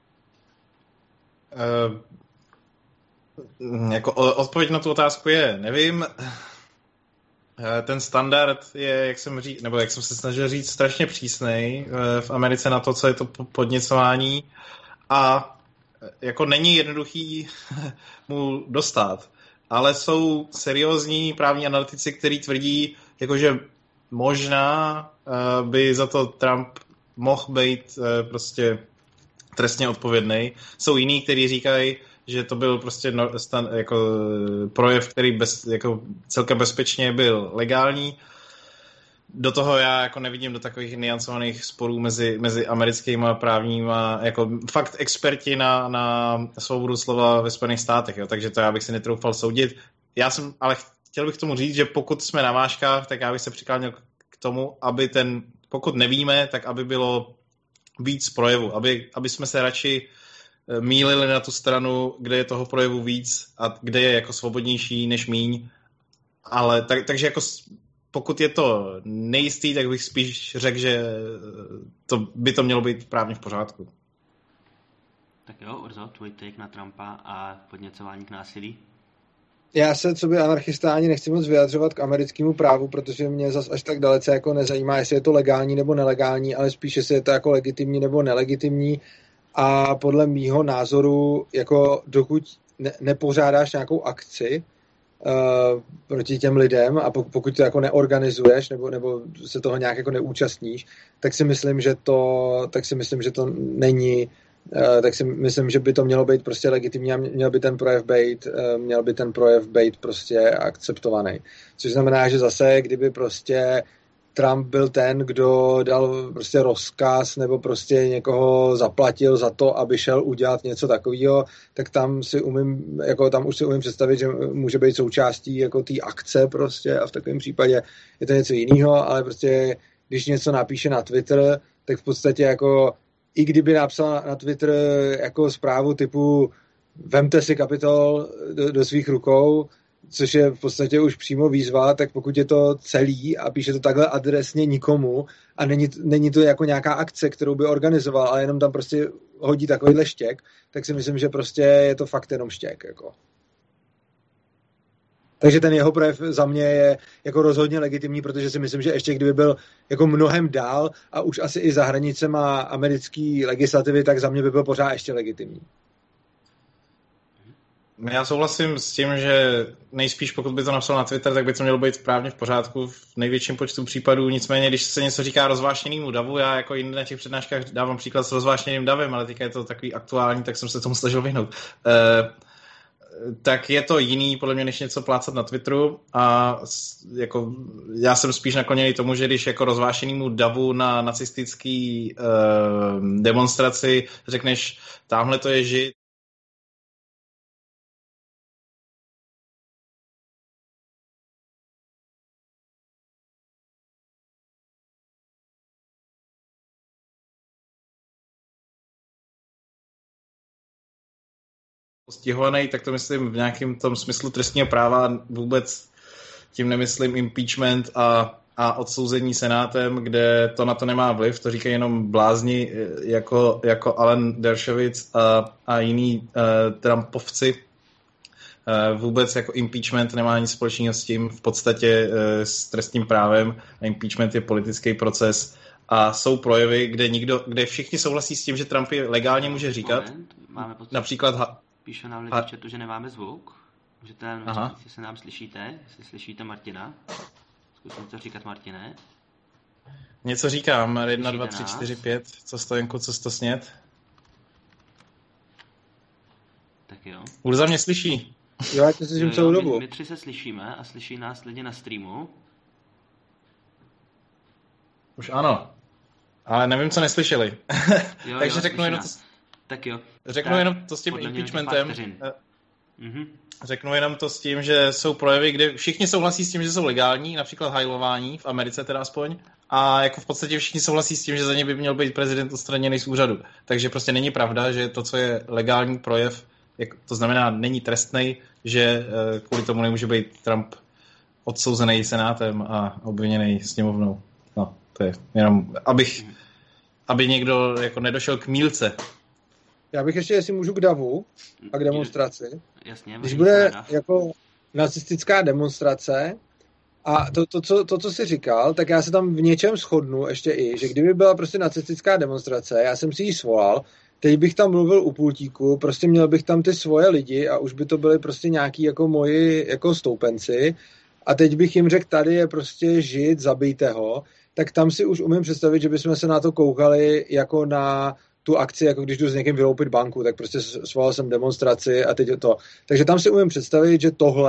Uh, jako odpověď na tu otázku je, nevím. Ten standard je, jak jsem, ří, nebo jak jsem se snažil říct, strašně přísnej v Americe na to, co je to podněcování a jako není jednoduchý mu dostat. Ale jsou seriózní právní analytici, kteří tvrdí, jakože možná by za to Trump mohl být prostě trestně odpovědný. Jsou jiní, kteří říkají, že to byl prostě no, stan, jako projev, který bez, jako celkem bezpečně byl legální. do toho já jako nevidím do takových niancovaných sporů mezi, mezi americkými právníma, jako fakt experti na, na svobodu slova ve Spojených státech, jo, takže to já bych si netroufal soudit. Já jsem, ale chtěl bych tomu říct, že pokud jsme na vážkách, tak já bych se přikláněl k tomu, aby ten, pokud nevíme, tak aby bylo víc projevu, aby, aby jsme se radši mýlili na tu stranu, kde je toho projevu víc a kde je jako svobodnější než míň. Ale tak, takže jako pokud je to nejistý, tak bych spíš řekl, že to, by to mělo být právně v pořádku. Tak jo, Urzo, tvůj take na Trumpa a podněcování k násilí? Já se, co by anarchista, ani nechci moc vyjadřovat k americkému právu, protože mě zas až tak dalece jako nezajímá, jestli je to legální nebo nelegální, ale spíš, jestli je to jako legitimní nebo nelegitimní. A podle mýho názoru, jako dokud ne, nepořádáš nějakou akci uh, proti těm lidem a pokud to jako neorganizuješ nebo, nebo se toho nějak jako neúčastníš, tak si myslím, že to, tak si myslím, že to není, uh, tak si myslím, že by to mělo být prostě legitimní a měl by ten projev být, uh, měl by ten projev být prostě akceptovaný. Což znamená, že zase, kdyby prostě Trump byl ten, kdo dal prostě rozkaz nebo prostě někoho zaplatil za to, aby šel udělat něco takového, tak tam si umím, jako tam už si umím představit, že může být součástí jako té akce prostě a v takovém případě je to něco jiného, ale prostě když něco napíše na Twitter, tak v podstatě jako i kdyby napsal na Twitter jako zprávu typu vemte si Kapitol do, do svých rukou, což je v podstatě už přímo výzva, tak pokud je to celý a píše to takhle adresně nikomu a není, není to jako nějaká akce, kterou by organizoval, ale jenom tam prostě hodí takovýhle štěk, tak si myslím, že prostě je to fakt jenom štěk. Jako. Takže ten jeho projev za mě je jako rozhodně legitimní, protože si myslím, že ještě kdyby byl jako mnohem dál a už asi i za hranicema americké legislativy, tak za mě by byl pořád ještě legitimní. Já souhlasím s tím, že nejspíš pokud by to napsal na Twitter, tak by to mělo být správně v pořádku v největším počtu případů. Nicméně, když se něco říká rozvášněnému davu, já jako jinde na těch přednáškách dávám příklad s rozvášněným davem, ale teďka je to takový aktuální, tak jsem se tomu snažil vyhnout. E, tak je to jiný, podle mě, než něco plácat na Twitteru a jako, já jsem spíš nakloněný tomu, že když jako rozvášenému davu na nacistický e, demonstraci řekneš, tamhle to je žid, postihovaný, tak to myslím v nějakém tom smyslu trestního práva, vůbec tím nemyslím impeachment a, a odsouzení senátem, kde to na to nemá vliv, to říkají jenom blázni jako, jako Alan Dershowitz a, a jiní uh, Trumpovci. Uh, vůbec jako impeachment nemá nic společného s tím, v podstatě uh, s trestním právem. Impeachment je politický proces a jsou projevy, kde, nikdo, kde všichni souhlasí s tím, že Trump je legálně může říkat. Moment, máme pocit, například ha- píšu nám lidi v chatu, že nemáme zvuk. Můžete nám říct, jestli se nám slyšíte, jestli slyšíte Martina. Zkusím to říkat, Martine. Něco říkám, jedna, dva, tři, čtyři, pět, co stojenku, co sto snět. Tak jo. Urza mě slyší. Jo, já tě slyším celou dobu. My, my tři se slyšíme a slyší nás lidi na streamu. Už ano, ale nevím, co neslyšeli. Jo, Takže jo, řeknu jenom to, tak jo. řeknu tak, jenom to s tím impeachmentem. Mm-hmm. Řeknu jenom to s tím, že jsou projevy, kde všichni souhlasí s tím, že jsou legální, například hajlování, v Americe teda aspoň, a jako v podstatě všichni souhlasí s tím, že za ně by měl být prezident odstraněný z úřadu. Takže prostě není pravda, že to, co je legální projev, to znamená, není trestnej, že kvůli tomu nemůže být Trump odsouzený senátem a obviněný sněmovnou. No, to je jenom, abych, aby někdo jako nedošel k mýlce. Já bych ještě, jestli můžu, k davu a k demonstraci. Jasně. Když bude jako nacistická demonstrace a to, to, co, to, co jsi říkal, tak já se tam v něčem shodnu ještě i, že kdyby byla prostě nacistická demonstrace, já jsem si ji svolal, teď bych tam mluvil u pultíku, prostě měl bych tam ty svoje lidi a už by to byly prostě nějaký jako moji jako stoupenci a teď bych jim řekl, tady je prostě žid, zabijte ho, tak tam si už umím představit, že bychom se na to koukali jako na tu akci, jako když jdu s někým vyloupit banku, tak prostě svolal jsem demonstraci a teď je to. Takže tam si umím představit, že tohle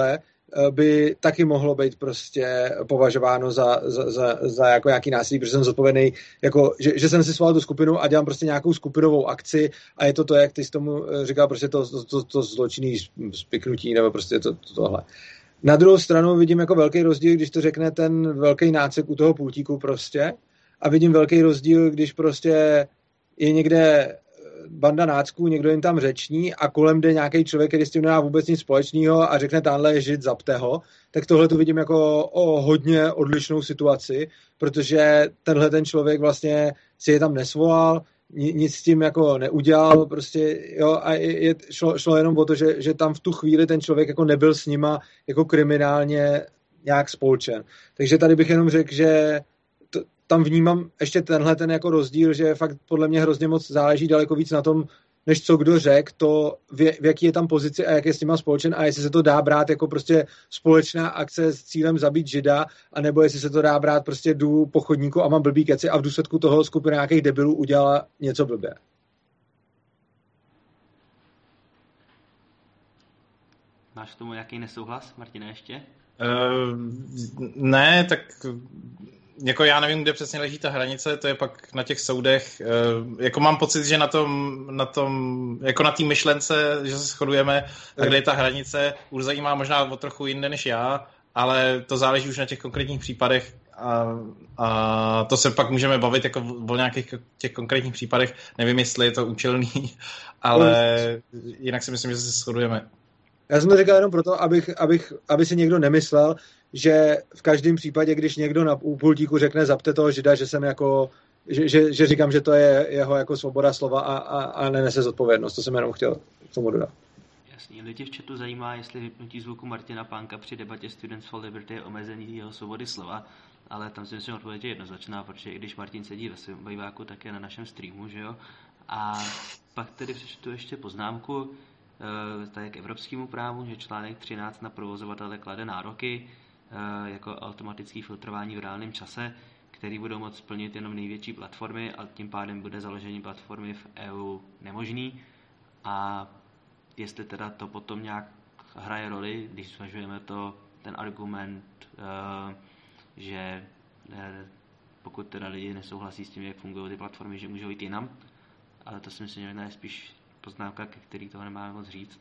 by taky mohlo být prostě považováno za, za, za, za jako nějaký násilí, protože jsem zodpovědný, jako, že, že jsem si svolal tu skupinu a dělám prostě nějakou skupinovou akci a je to to, jak ty jsi tomu říkal, prostě to, to, to, to zločinný spiknutí nebo prostě to, to, tohle. Na druhou stranu vidím jako velký rozdíl, když to řekne ten velký nácek u toho pultíku prostě a vidím velký rozdíl, když prostě je někde banda nácků, někdo jim tam řeční a kolem jde nějaký člověk, který s tím nemá vůbec nic společného a řekne tamhle je žid, zapte ho, tak tohle tu vidím jako o hodně odlišnou situaci, protože tenhle ten člověk vlastně si je tam nesvolal, nic s tím jako neudělal, prostě, jo, a je, šlo, šlo jenom o to, že, že tam v tu chvíli ten člověk jako nebyl s nima jako kriminálně nějak spolčen. Takže tady bych jenom řekl, že to, tam vnímám ještě tenhle ten jako rozdíl, že fakt podle mě hrozně moc záleží daleko víc na tom, než co kdo řekl, to v, v jaký je tam pozici a jak je s nima spolčen a jestli se to dá brát jako prostě společná akce s cílem zabít žida, anebo jestli se to dá brát prostě jdu po chodníku a mám blbý keci a v důsledku toho skupina nějakých debilů udělala něco blbě. Máš k tomu nějaký nesouhlas, Martine, ještě? Uh, ne, tak jako já nevím, kde přesně leží ta hranice, to je pak na těch soudech. Uh, jako mám pocit, že na tom, na tom jako na té myšlence, že se shodujeme, a kde je ta hranice, už zajímá možná o trochu jinde než já, ale to záleží už na těch konkrétních případech a, a to se pak můžeme bavit jako o nějakých těch konkrétních případech. Nevím, jestli je to účelný, ale jinak si myslím, že se shodujeme. Já jsem to říkal jenom proto, abych, abych, aby si někdo nemyslel, že v každém případě, když někdo na pultíku řekne zapte toho žida, že jsem jako, že, že, že říkám, že to je jeho jako svoboda slova a, a, a nenese zodpovědnost. To jsem jenom chtěl k tomu dodat. Jasně, lidi v chatu zajímá, jestli vypnutí zvuku Martina Pánka při debatě Students for Liberty je omezení jeho svobody slova, ale tam si myslím, odpověď je jednoznačná, protože i když Martin sedí ve svém obýváku, tak je na našem streamu, že jo? A pak tedy přečtu ještě poznámku, tak k evropskému právu, že článek třináct na provozovatele klade nároky jako automatické filtrování v reálném čase, který budou moct splnit jenom největší platformy a tím pádem bude založení platformy v E U nemožný. A jestli teda to potom nějak hraje roli, když zvažujeme to, ten argument, že pokud teda lidi nesouhlasí s tím, jak fungují ty platformy, že můžou jít jinam, ale to si myslím, že je spíš poznámka, ke který toho nemáme moc říct.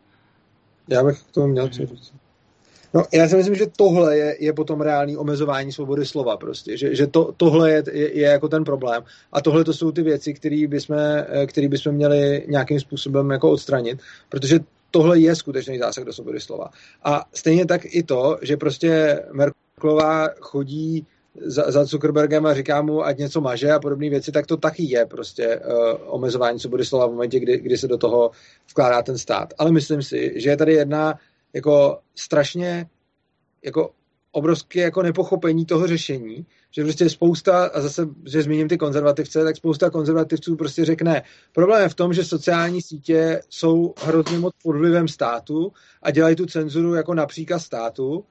Já bych k tomu měl co říct. No, já si myslím, že tohle je, je potom reálný omezování svobody slova prostě, že, že to, tohle je, je, je jako ten problém a tohle to jsou ty věci, které bychom, který bychom měli nějakým způsobem jako odstranit, protože tohle je skutečný zásah do svobody slova. A stejně tak i to, že prostě Merkelová chodí za, za Zuckerbergem a říká mu, ať něco maže a podobné věci, tak to taky je prostě uh, omezování svobody slova v momentě, kdy, kdy se do toho vkládá ten stát. Ale myslím si, že je tady jedna jako strašně jako obrovské jako nepochopení toho řešení, že prostě spousta, a zase, že zmíním ty konzervativce, tak spousta konzervativců prostě řekne, problém je v tom, že sociální sítě jsou hrozně moc pod vlivem státu a dělají tu cenzuru jako na příkaz státu,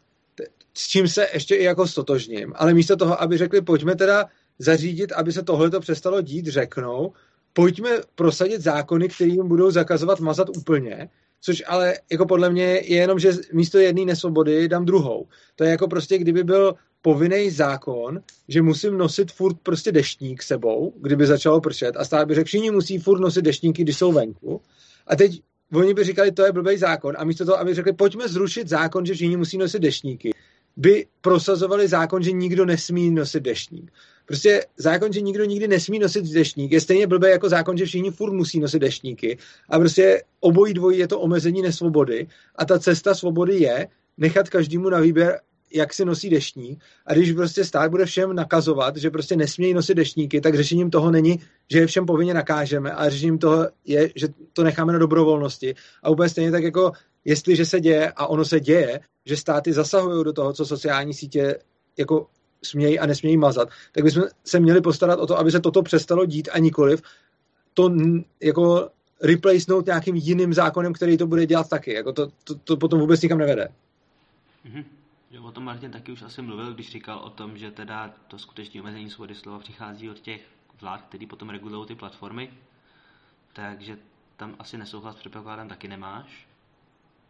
s čím se ještě i jako stotožním. Ale místo toho, aby řekli, pojďme teda zařídit, aby se tohleto přestalo dít, řeknou, pojďme prosadit zákony, které jim budou zakazovat mazat úplně, což ale jako podle mě je jenom, že místo jedné nesvobody dám druhou. To je jako prostě, kdyby byl povinný zákon, že musím nosit furt prostě deštník sebou, kdyby začalo pršet a stát by řekl, všichni musí furt nosit deštníky, když jsou venku. A teď oni by říkali, to je blbý zákon a místo toho, aby řekli, pojďme zrušit zákon, že všichni musí nosit deštníky, by prosazovali zákon, že nikdo nesmí nosit deštník. Prostě zákon, že nikdo nikdy nesmí nosit deštník, je stejně blbý jako zákon, že všichni furt musí nosit deštníky. A prostě obojí dvojí je to omezení nesvobody. A ta cesta svobody je nechat každému na výběr, jak si nosí deštník. A když prostě stát bude všem nakazovat, že prostě nesmějí nosit deštníky, tak řešením toho není, že je všem povinně nakážeme, ale řešením toho je, že to necháme na dobrovolnosti. A úplně stejně tak jako jestliže se děje, a ono se děje, že státy zasahují do toho, co sociální sítě jako smějí a nesmějí mazat, tak bychom se měli postarat o to, aby se toto přestalo dít a nikoliv to jako replacenout nějakým jiným zákonem, který to bude dělat taky. Jako to, to, to potom vůbec nikam nevede. Mm-hmm. Jo, o tom Martin taky už asi mluvil, když říkal o tom, že teda to skutečné omezení svobody slova přichází od těch vlád, který potom regulují ty platformy. Takže tam asi nesouhlas, předpokládám, taky nemáš.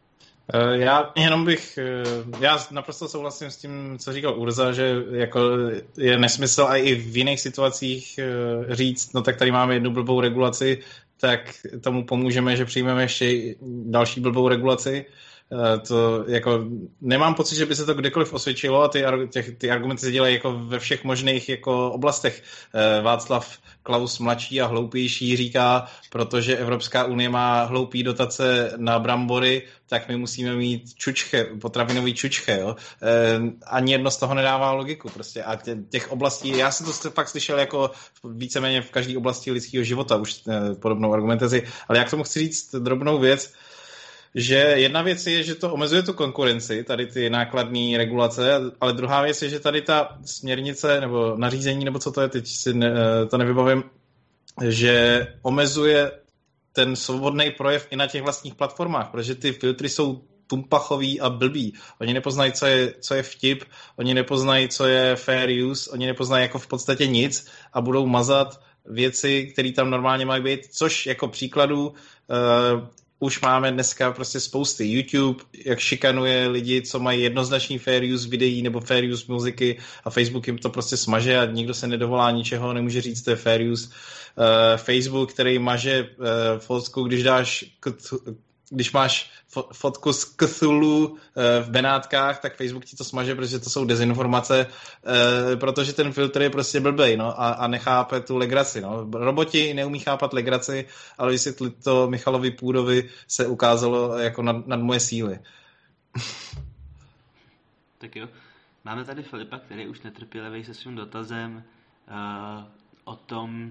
Já jenom bych, já naprosto souhlasím s tím, co říkal Urza, že jako je nesmysl a i v jiných situacích říct, no tak tady máme jednu blbou regulaci, tak tomu pomůžeme, že přijmeme ještě další blbou regulaci. To jako nemám pocit, že by se to kdekoliv osvědčilo a ty, těch, ty argumenty se dělají jako ve všech možných jako oblastech. Václav Klaus mladší a hloupější říká, protože Evropská unie má hloupý dotace na brambory, tak my musíme mít čučche, potravinový čučche. Jo? Ani jedno z toho nedává logiku. Prostě. A těch oblastí, já jsem to fakt slyšel jako víceméně v každé oblasti lidského života už podobnou argumentaci, ale já k tomu chci říct drobnou věc, že jedna věc je, že to omezuje tu konkurenci, tady ty nákladní regulace, ale druhá věc je, že tady ta směrnice nebo nařízení, nebo co to je, teď si ne, to nevybavím, že omezuje ten svobodný projev i na těch vlastních platformách, protože ty filtry jsou tumpachový a blbý. Oni nepoznají, co je, co je vtip, oni nepoznají, co je fair use, oni nepoznají jako v podstatě nic a budou mazat věci, které tam normálně mají být, což jako příkladu uh, už máme dneska prostě spousty. YouTube, jak šikanuje lidi, co mají jednoznačný fair use videí nebo fair use muziky a Facebook jim to prostě smaže a nikdo se nedovolá ničeho, nemůže říct, to je fair use. Uh, Facebook, který maže uh, fotku, když dáš když máš fotku z Cthulhu v Benátkách, tak Facebook ti to smaže, protože to jsou dezinformace, protože ten filtr je prostě blbej, no, a, a nechápe tu legraci, no. Roboti neumí chápat legraci, ale vysvětlit to Michalovi Půdovi se ukázalo jako nad, nad moje síly. Tak jo. Máme tady Filipa, který už netrpělivý se svým dotazem uh, o tom,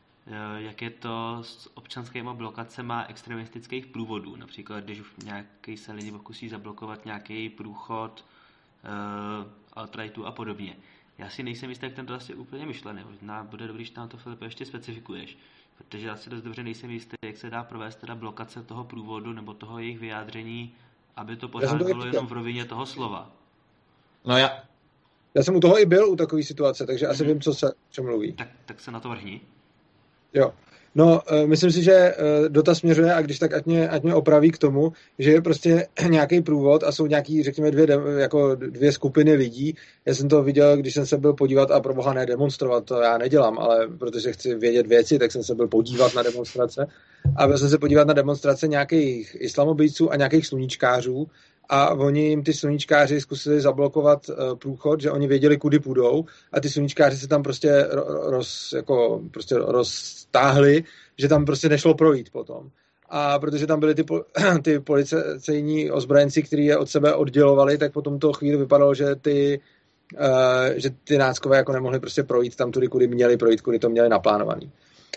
jak je to s občanskými blokacemi extremistických průvodů. Například, když nějaký se lidi pokusí zablokovat nějaký průchod uh, alt-rightu a podobně. Já si nejsem jistý, jak ten dotaz je úplně myšlený. Možná bude dobrý, že nám to, Filipe, ještě specifikuješ. Protože já si dost dobře nejsem jistý, jak se dá provést teda blokace toho průvodu nebo toho jejich vyjádření, aby to pořád to bylo jenom v rovině toho slova. No já... Já jsem u toho i byl, u takové situace, takže mm-hmm. asi vím, co se čo mluví. Tak, tak se na to vrhni. Jo. No, myslím si, že dotaz směřuje, a když tak ať mě, ať mě opraví k tomu, že je prostě nějaký průvod a jsou nějaký, řekněme, dvě, jako dvě skupiny lidí. Já jsem to viděl, když jsem se byl podívat a pro boha ne demonstrovat, to já nedělám, ale protože chci vědět věci, tak jsem se byl podívat na demonstrace. A byl jsem se podívat na demonstrace nějakých islamobijců a nějakých sluníčkářů. A oni jim ty sluníčkáři zkusili zablokovat uh, průchod, že oni věděli, kudy půjdou a ty sluníčkáři se tam prostě, roz, jako, prostě roztáhli, že tam prostě nešlo projít potom. A protože tam byli ty, ty policejní ozbrojenci, kteří je od sebe oddělovali, tak potom to chvíli vypadalo, že ty, uh, že ty náckové jako nemohli prostě projít tam tudy, kudy měli projít, kudy to měli naplánovaný.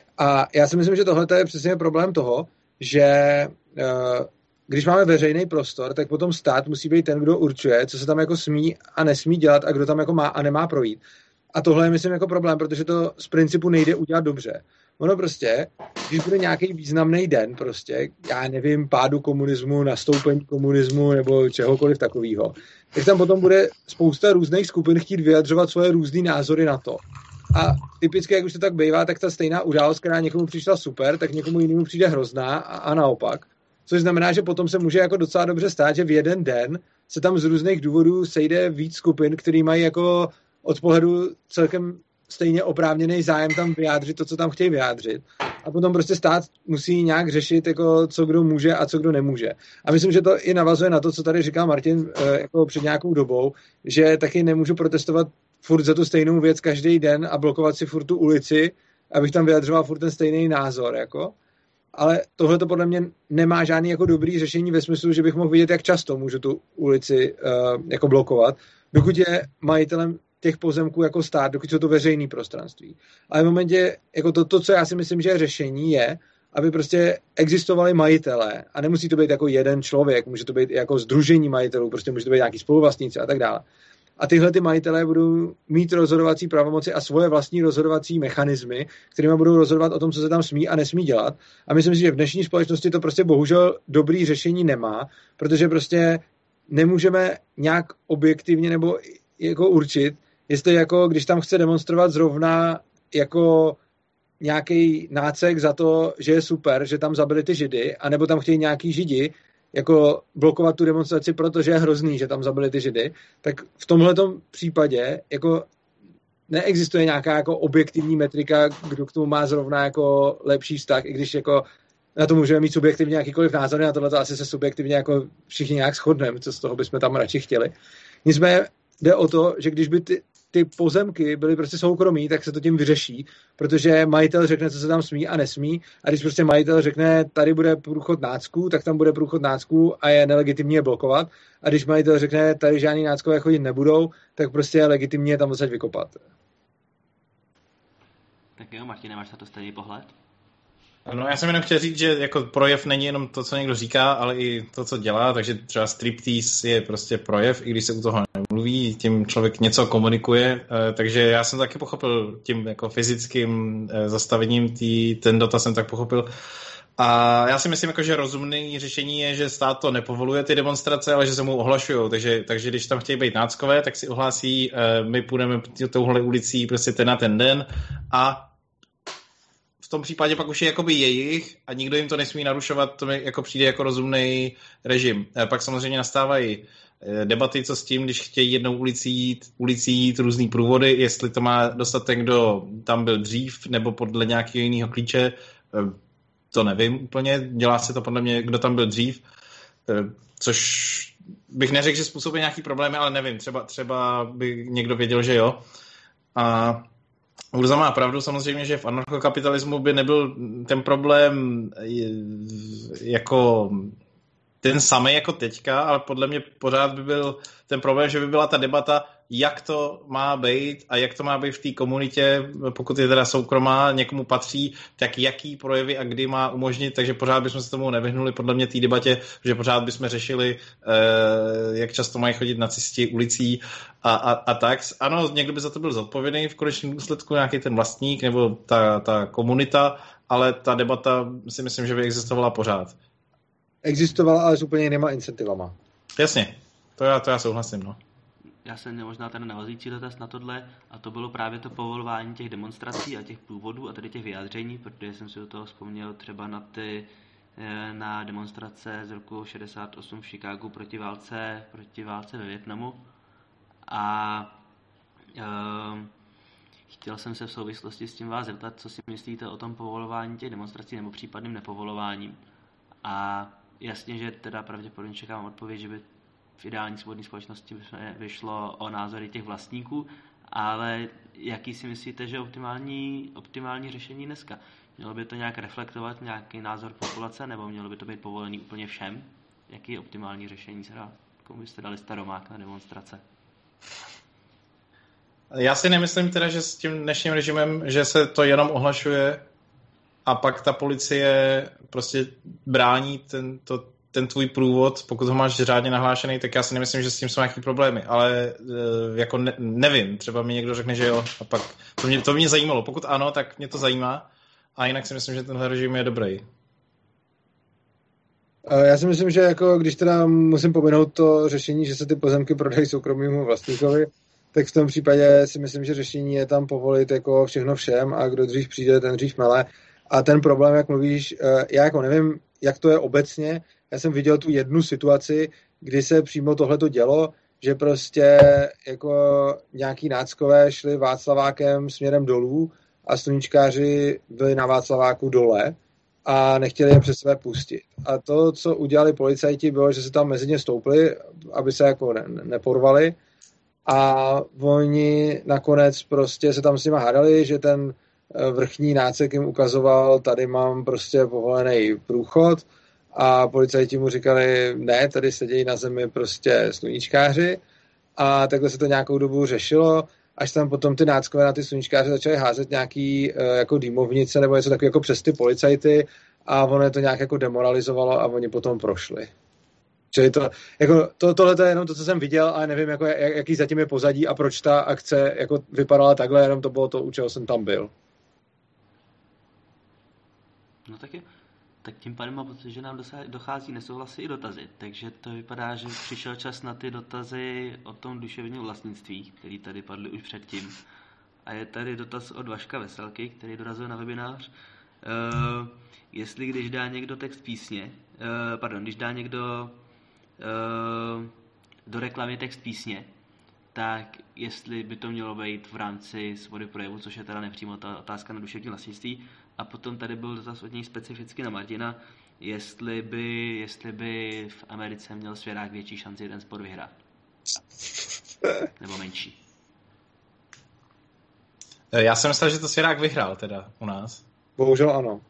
A já si myslím, že tohle je přesně problém toho, že uh, když máme veřejný prostor, tak potom stát musí být ten, kdo určuje, co se tam jako smí a nesmí dělat a kdo tam jako má a nemá projít. A tohle je, myslím, jako problém, protože to z principu nejde udělat dobře. Ono prostě, když bude nějaký významný den prostě, já nevím, pádu komunismu, nastoupení komunismu nebo čehokoliv takového, tak tam potom bude spousta různých skupin chtít vyjadřovat svoje různý názory na to. A typicky, jak už to tak bývá, tak ta stejná událost, která někomu přišla super, tak někomu jinému přijde hrozná a, a naopak. Což znamená, že potom se může jako docela dobře stát, že v jeden den se tam z různých důvodů sejde víc skupin, který mají jako od pohledu celkem stejně oprávněný zájem tam vyjádřit to, co tam chtějí vyjádřit. A potom prostě stát musí nějak řešit, jako co kdo může a co kdo nemůže. A myslím, že to i navazuje na to, co tady říkal Martin jako před nějakou dobou, že taky nemůžu protestovat furt za tu stejnou věc každý den a blokovat si furt tu ulici, abych tam vyjadřoval furt ten stejný názor, jako. Ale tohle to podle mě nemá žádný jako dobrý řešení ve smyslu, že bych mohl vidět, jak často můžu tu ulici uh, jako blokovat, dokud je majitelem těch pozemků jako stát, dokud jsou to veřejný prostranství. Ale v momentě, jako to, to, co já si myslím, že je řešení, je, aby prostě existovali majitelé a nemusí to být jako jeden člověk, může to být i jako sdružení majitelů, prostě může to být nějaký spoluvlastníci a tak dále. A tyhle ty majitelé budou mít rozhodovací pravomoci a svoje vlastní rozhodovací mechanismy, kterými budou rozhodovat o tom, co se tam smí a nesmí dělat. A myslím si, že v dnešní společnosti to prostě bohužel dobrý řešení nemá, protože prostě nemůžeme nějak objektivně nebo jako určit, jestli jako, když tam chce demonstrovat zrovna jako nějaký nácek za to, že je super, že tam zabili ty Židy, anebo tam chtějí nějaký Židi, jako blokovat tu demonstraci, protože je hrozný, že tam zabili ty Židy, tak v tomhletom případě jako neexistuje nějaká jako objektivní metrika, kdo k tomu má zrovna jako lepší vztah, i když jako na to můžeme mít subjektivně jakýkoliv názor, na tohle asi se subjektivně jako všichni nějak shodneme, co z toho bychom tam radši chtěli. Nicméně jde o to, že když by ty, ty pozemky byly prostě soukromí, tak se to tím vyřeší, protože majitel řekne, co se tam smí a nesmí, a když prostě majitel řekne, tady bude průchod nácků, tak tam bude průchod nácků a je nelegitimní je blokovat, a když majitel řekne, tady žádný náckové chodit nebudou, tak prostě je legitimní je tam odsaď vykopat. Tak jo, Martine, máš na to stejný pohled? No, já jsem jenom chtěl říct, že jako projev není jenom to, co někdo říká, ale i to, co dělá, takže třeba striptease je prostě projev, i když se u toho nemluví, tím člověk něco komunikuje, takže já jsem taky pochopil tím jako fyzickým zastavením tý, ten dotaz jsem tak pochopil. A já si myslím, jako, že rozumné řešení je, že stát to nepovoluje ty demonstrace, ale že se mu ohlašují. Takže, takže když tam chtějí být náckové, tak si ohlásí, my půjdeme touhle ulicí prostě ten na ten den a v tom případě pak už je jakoby jejich a nikdo jim to nesmí narušovat, to mi jako přijde jako rozumný režim. Pak samozřejmě nastávají debaty, co s tím, když chtějí jednou ulicí jít, ulicí jít různý průvody, jestli to má dostat ten, kdo tam byl dřív, nebo podle nějakého jiného klíče, to nevím úplně, dělá se to podle mě, kdo tam byl dřív, což bych neřekl, že způsobuje nějaký problémy, ale nevím, třeba, třeba by někdo věděl, že jo. A Urza má pravdu samozřejmě, že v anarchokapitalismu by nebyl ten problém jako ten samý jako teďka, ale podle mě pořád by byl ten problém, že by byla ta debata, jak to má být a jak to má být v té komunitě, pokud je teda soukromá, někomu patří, tak jaký projevy a kdy má umožnit, takže pořád bychom se tomu nevyhnuli podle mě té debatě, že pořád bychom řešili, jak často mají chodit nacisti ulicí a, a, a tak. Ano, někdo by za to byl zodpovědný v konečném důsledku, nějaký ten vlastník nebo ta, ta komunita, ale ta debata si myslím, že by existovala pořád. Existovala, ale s úplně jinýma incentivama. Jasně, to já, to já souhlasím, no. Já jsem měl možná ten navazující dotaz na tohle, a to bylo právě to povolování těch demonstrací a těch průvodů a tedy těch vyjádření, protože jsem si do toho vzpomněl třeba na ty na demonstrace z roku šedesát osm v Chicagu proti válce, proti válce ve Vietnamu. A e, chtěl jsem se v souvislosti s tím vás zeptat, co si myslíte o tom povolování těch demonstrací nebo případným nepovolováním. A jasně, že teda pravděpodobně čekám odpověď, že by v ideální svobodné společnosti vyšlo o názory těch vlastníků, ale jaký si myslíte, že optimální, optimální řešení dneska? Mělo by to nějak reflektovat nějaký názor populace, nebo mělo by to být povolený úplně všem? Jaký je optimální řešení? Komu byste dali staromák na demonstrace? Já si nemyslím teda, že s tím dnešním režimem, že se to jenom ohlašuje a pak ta policie prostě brání ten, to, ten tvůj průvod, pokud ho máš řádně nahlášený, tak já si nemyslím, že s tím jsou nějaký problémy, ale jako ne, nevím, třeba mi někdo řekne, že jo, a pak to mě, to mě zajímalo, pokud ano, tak mě to zajímá a jinak si myslím, že tenhle režim je dobrý. Já si myslím, že jako když teda musím pominout to řešení, že se ty pozemky prodají soukromému vlastníkovi, tak v tom případě si myslím, že řešení je tam povolit jako všechno všem a kdo dřív přijde, ten dřív mele. A ten problém, jak mluvíš, já jako nevím, jak to je obecně. Já jsem viděl tu jednu situaci, kdy se přímo tohleto dělo, že prostě jako nějaký náckové šli Václavákem směrem dolů a sluníčkáři byli na Václaváku dole a nechtěli je přes sebe pustit. A to, co udělali policajti, bylo, že se tam mezi ně stoupli, aby se jako ne- neporvali a oni nakonec prostě se tam s nima hádali, že ten vrchní nácek jim ukazoval, tady mám prostě povolený průchod a policajti mu říkali, ne, tady sedějí na zemi prostě sluníčkáři a takhle se to nějakou dobu řešilo, až tam potom ty náckové na ty sluníčkáře začaly házet nějaký jako dýmovnice nebo něco takového jako přes ty policajty a ono je to nějak jako demoralizovalo a oni potom prošli. Čili to, jako, to, tohle je jenom to, co jsem viděl, ale nevím, jako, jak, jaký zatím je pozadí a proč ta akce jako vypadala takhle, jenom to bylo to, u čeho jsem tam byl. No tak je. Tak tím pádem mám pocit, že nám dochází nesouhlasy i dotazy. Takže to vypadá, že přišel čas na ty dotazy o tom duševním vlastnictví, který tady padly už předtím. A je tady dotaz od Vaška Veselky, který dorazil na webinář. Uh, jestli když dá někdo text písně, uh, pardon, když dá někdo uh, do reklamy text písně, tak jestli by to mělo být v rámci svobody projevu, což je teda nepřímo ta otázka na duševní vlastnictví. A potom tady byl dotaz od něj specificky na Martina, jestli by, jestli by v Americe měl svěrák větší šanci jeden sport vyhrát. Nebo menší. Já jsem myslel, že to svěrák vyhrál teda u nás. Bohužel ano.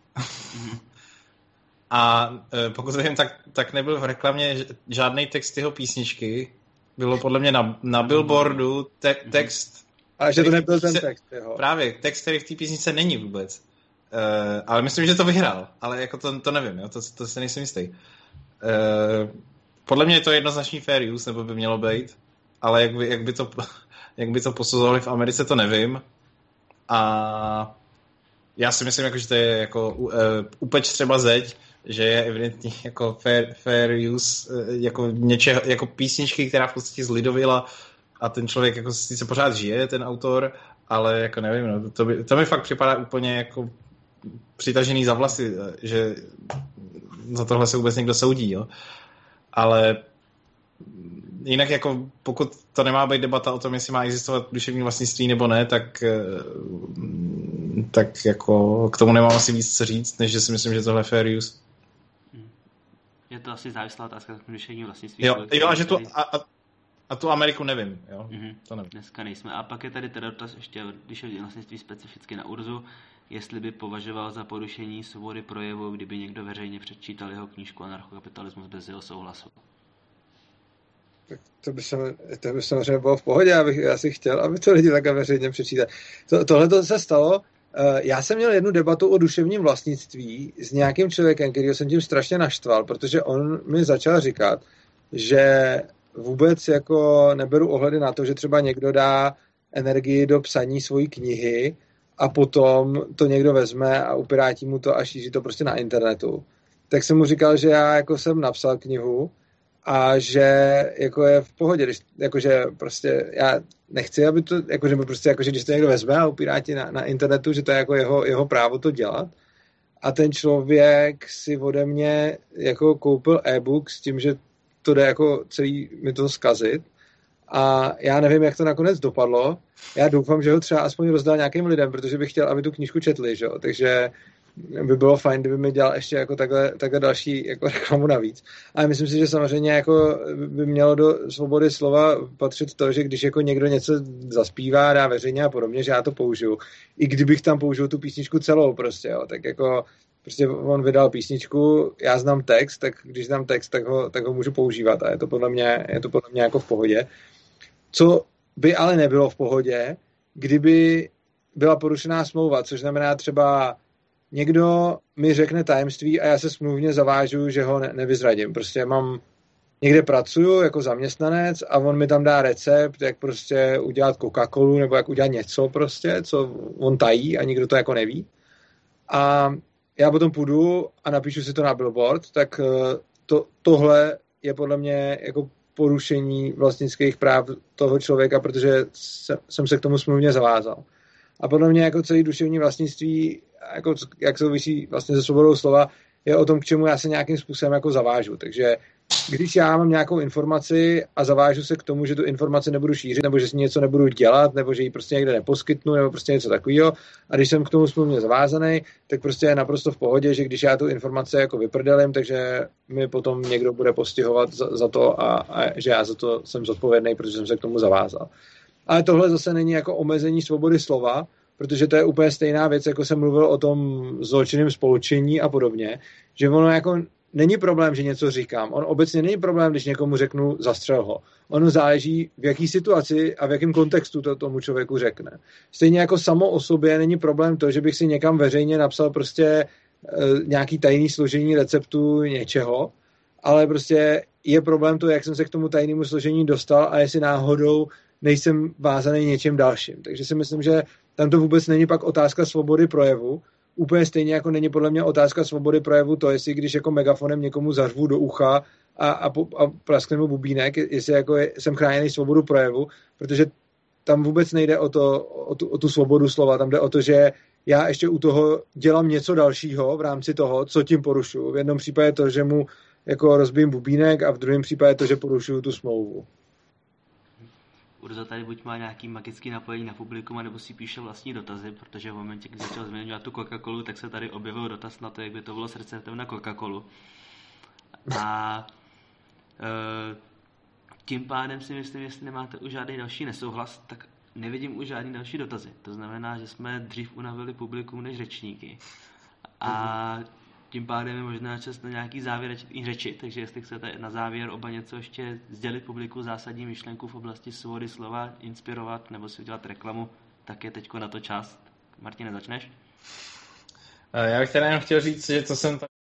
A pokud vím, tak, tak nebyl v reklamě žádný text jeho písničky. Bylo podle mě na, na billboardu te, text. Ale že to nebyl ten se, text, jeho. Právě, text, který v té písničce není vůbec. Uh, ale myslím, že to vyhrál. Ale jako to, to nevím, jo? To, to se nejsem jistý. Uh, podle mě je to jednoznačný fair use, nebo by mělo být. Ale jak by, jak by, to, jak by to posuzovali v Americe, to nevím. A já si myslím, jako, že to je jako uh, upeč třeba zeď, že je evidentně jako fair, fair use uh, jako, něčeho, jako písničky, která v podstatě zlidovila a ten člověk jako sice pořád žije, ten autor, ale jako nevím, no, to, by, to mi fakt připadá úplně jako přitažený za vlasy, že za tohle se vůbec někdo soudí, jo. Ale jinak jako pokud to nemá být debata o tom, jestli má existovat duševní vlastnictví nebo ne, tak, tak jako k tomu nemám asi víc co říct, než že si myslím, že tohle je fair use. Je to asi závislá otázka na duševní vlastnictví. Jo, jo a že tu, a, a, a tu Ameriku nevím, jo. Mm-hmm. To nevím. Dneska nejsme. A pak je tady teda dotaz ještě o duševní vlastnictví specificky na Urzu, jestli by považoval za porušení svobody projevu, kdyby někdo veřejně předčítal jeho knížku Anarchokapitalismus bez jeho souhlasu. Tak to by, sam, to by samozřejmě bylo v pohodě, já, bych, já si chtěl, aby to lidi takhle veřejně přečítali. To, tohle to se stalo. Já jsem měl jednu debatu o duševním vlastnictví s nějakým člověkem, kterýho jsem tím strašně naštval, protože on mi začal říkat, že vůbec jako neberu ohledy na to, že třeba někdo dá energii do psaní svojí knihy a potom to někdo vezme a upirátí mu to a šíří to prostě na internetu. Tak jsem mu říkal, že já jako jsem napsal knihu a že jako je v pohodě, když, jakože prostě já nechci, aby to, jakože prostě jakože když to někdo vezme a upirátí na, na internetu, že to je jako jeho, jeho právo to dělat. A ten člověk si ode mě jako koupil e-book s tím, že to jde jako celý mi to zkazit. A já nevím, jak to nakonec dopadlo. Já doufám, že ho třeba aspoň rozdal nějakým lidem, protože bych chtěl, aby tu knížku četli, že jo. Takže by bylo fajn, kdyby mi dělal ještě jako takhle, takhle další jako reklamu navíc. Ale myslím si, že samozřejmě jako by mělo do svobody slova patřit to, že když jako někdo něco zaspívá, dá veřejně a podobně, že já to použiju. I kdybych tam použil tu písničku celou prostě, jo. Tak jako prostě on vydal písničku, já znám text, tak když znám text, tak ho, tak ho můžu používat a je to podle mě, je to podle mě jako v pohodě. Co by ale nebylo v pohodě, kdyby byla porušená smlouva, což znamená třeba někdo mi řekne tajemství a já se smluvně zavážu, že ho ne- nevyzradím. Prostě mám, někde pracuju jako zaměstnanec a on mi tam dá recept, jak prostě udělat Coca-Colu nebo jak udělat něco prostě, co on tají a nikdo to jako neví. A já potom půjdu a napíšu si to na billboard, tak to, tohle je podle mě jako porušení vlastnických práv toho člověka, protože se, jsem se k tomu smluvně zavázal. A podle mě jako celý duševní vlastnictví, jako, jak souvisí vlastně se svobodou slova, je o tom, k čemu já se nějakým způsobem jako zavážu. Takže když já mám nějakou informaci a zavážu se k tomu, že tu informaci nebudu šířit, nebo že si něco nebudu dělat, nebo že ji prostě někde neposkytnu, nebo prostě něco takového, a když jsem k tomu smluvně zavázaný, tak prostě je naprosto v pohodě, že když já tu informaci jako vyprdelím, takže mi potom někdo bude postihovat za, za to a, a že já za to jsem zodpovědný, protože jsem se k tomu zavázal. Ale tohle zase není jako omezení svobody slova, protože to je úplně stejná věc, jako jsem mluvil o tom zločinném spolčení a podobně, že ono jako není problém, že něco říkám. On obecně není problém, když někomu řeknu zastřel ho. Ono záleží, v jaký situaci a v jakém kontextu to tomu člověku řekne. Stejně jako samo o sobě není problém to, že bych si někam veřejně napsal prostě e, nějaký tajný složení receptu něčeho, ale prostě je problém to, jak jsem se k tomu tajnému složení dostal a jestli náhodou nejsem vázaný něčím dalším. Takže si myslím, že tam to vůbec není pak otázka svobody projevu. Úplně stejně jako není podle mě otázka svobody projevu to, jestli když jako megafonem někomu zařvu do ucha a, a, a praskne mu bubínek, jestli jako je, jsem chráněný svobodu projevu, protože tam vůbec nejde o, to, o, tu, o tu svobodu slova, tam jde o to, že já ještě u toho dělám něco dalšího v rámci toho, co tím porušuju. V jednom případě to, že mu jako rozbijím bubínek a v druhém případě to, že porušuju tu smlouvu. Urza tady buď má nějaký magický napojení na publikum, nebo si píše vlastní dotazy, protože v momentě, kdy začal zmiňovat tu Coca-Colu, tak se tady objevil dotaz na to, jak by to bylo s receptem na Coca-Colu. A e, tím pádem si myslím, jestli nemáte už žádný další nesouhlas, tak nevidím už žádný další dotazy. To znamená, že jsme dřív unavili publikum než řečníky. A tím pádem je možná čas na nějaký závěrečný řeči, takže jestli chcete na závěr oba něco ještě sdělit publiku, zásadní myšlenku v oblasti svobody slova, inspirovat nebo si udělat reklamu, tak je teďko na to čas. Martine, začneš? Já bych teda jenom chtěl říct, že co jsem tady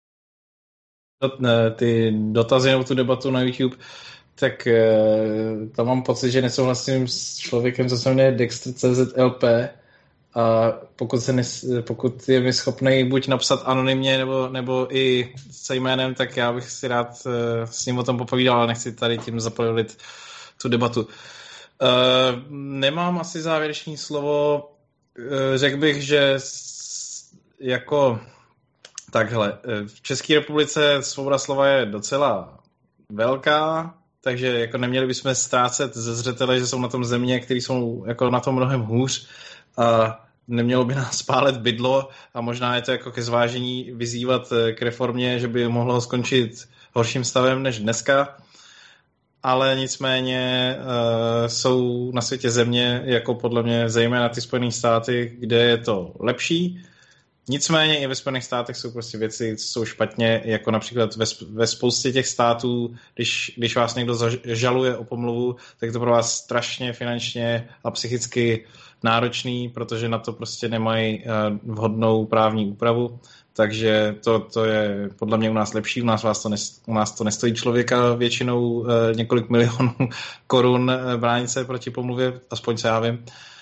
ty dotazy nebo tu debatu na YouTube, tak tam mám pocit, že nesouhlasím s člověkem, co se jmenuje Dexter C Z L P, a pokud, se nes, pokud je mi schopný buď napsat anonymně nebo, nebo i se jménem, tak já bych si rád uh, s ním o tom popovídal, ale nechci tady tím zapojit tu debatu. Uh, nemám asi závěrečné slovo. Uh, řekl bych, že s, jako takhle. V České republice svoboda slova je docela velká, takže jako neměli bychom ztrácet ze zřetele, že jsou na tom země, které jsou jako na tom mnohem hůř, a nemělo by nás pálet bydlo a možná je to jako ke zvážení vyzývat k reformě, že by mohlo skončit horším stavem než dneska, ale nicméně uh, jsou na světě země, jako podle mě zejména ty Spojené státy, kde je to lepší. Nicméně i ve Spojených státech jsou prostě věci, co jsou špatně, jako například ve, ve spoustě těch států, když, když vás někdo žaluje o pomluvu, tak to pro vás strašně finančně a psychicky náročný, protože na to prostě nemají vhodnou právní úpravu, takže to, to je podle mě u nás lepší, u nás, vás to, nes, u nás to nestojí člověka většinou několik milionů korun bránit se proti pomluvě, aspoň se já vím.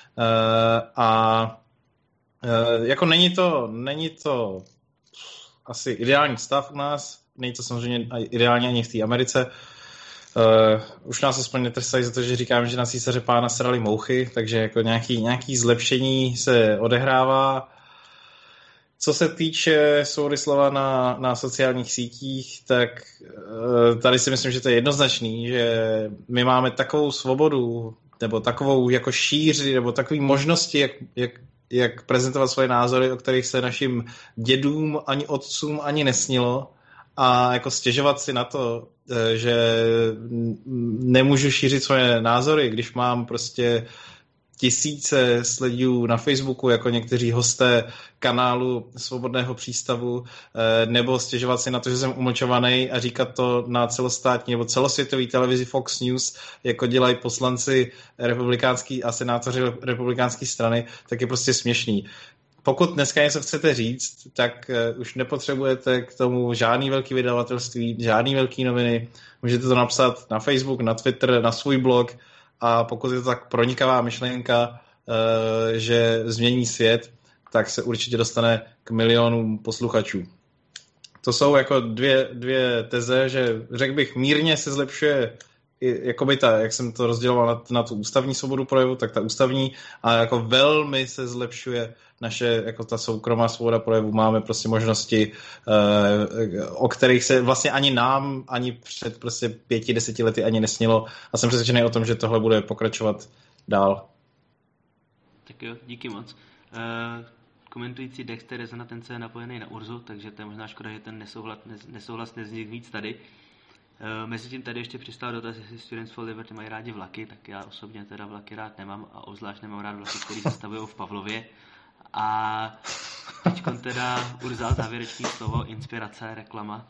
A jako není to, není to asi ideální stav u nás, není to samozřejmě ideální ani v té Americe. Uh, už nás aspoň netrestají za to, že říkám, že na císaře pána srali mouchy, takže jako nějaký, nějaký zlepšení se odehrává. Co se týče svobody slova na, na sociálních sítích, tak uh, tady si myslím, že to je jednoznačný, že my máme takovou svobodu, nebo takovou jako šíři, nebo takové možnosti, jak, jak, jak prezentovat svoje názory, o kterých se našim dědům, ani otcům, ani nesnilo. A jako stěžovat si na to, že nemůžu šířit svoje názory, když mám prostě tisíce sledů na Facebooku, jako někteří hosté kanálu Svobodného přístavu, nebo stěžovat si na to, že jsem umlčovaný a říkat to na celostátní nebo celosvětový televizi Fox News, jako dělají poslanci republikánský a senátoři republikánské strany, tak je prostě směšný. Pokud dneska něco chcete říct, tak uh, už nepotřebujete k tomu žádný velký vydavatelství, žádný velký noviny. Můžete to napsat na Facebook, na Twitter, na svůj blog, a pokud je to tak pronikavá myšlenka, uh, že změní svět, tak se určitě dostane k milionům posluchačů. To jsou jako dvě, dvě teze, že řekl bych mírně se zlepšuje jakoby ta, jak jsem to rozděloval na, na tu ústavní svobodu projevu, tak ta ústavní, a jako velmi se zlepšuje naše, jako ta soukromá svoboda projevu. Máme prostě možnosti, o kterých se vlastně ani nám, ani před prostě pěti, deseti lety ani nesnilo, a jsem přesvědčený o tom, že tohle bude pokračovat dál. Tak jo, díky moc. Uh, komentující Dexter je na ten, co je napojený na Urzu, takže to je možná škoda, že ten nesouhlas, nesouhlas nezní víc tady. Uh, Mezitím tady ještě přistál dotaz, jestli Students for Liberty mají rádi vlaky, tak já osobně teda vlaky rád nemám a obzvlášť nemám rád vlaky, které se stavují v Pavlově. A teďkon teda Urza, závěrečné slovo, inspirace, reklama.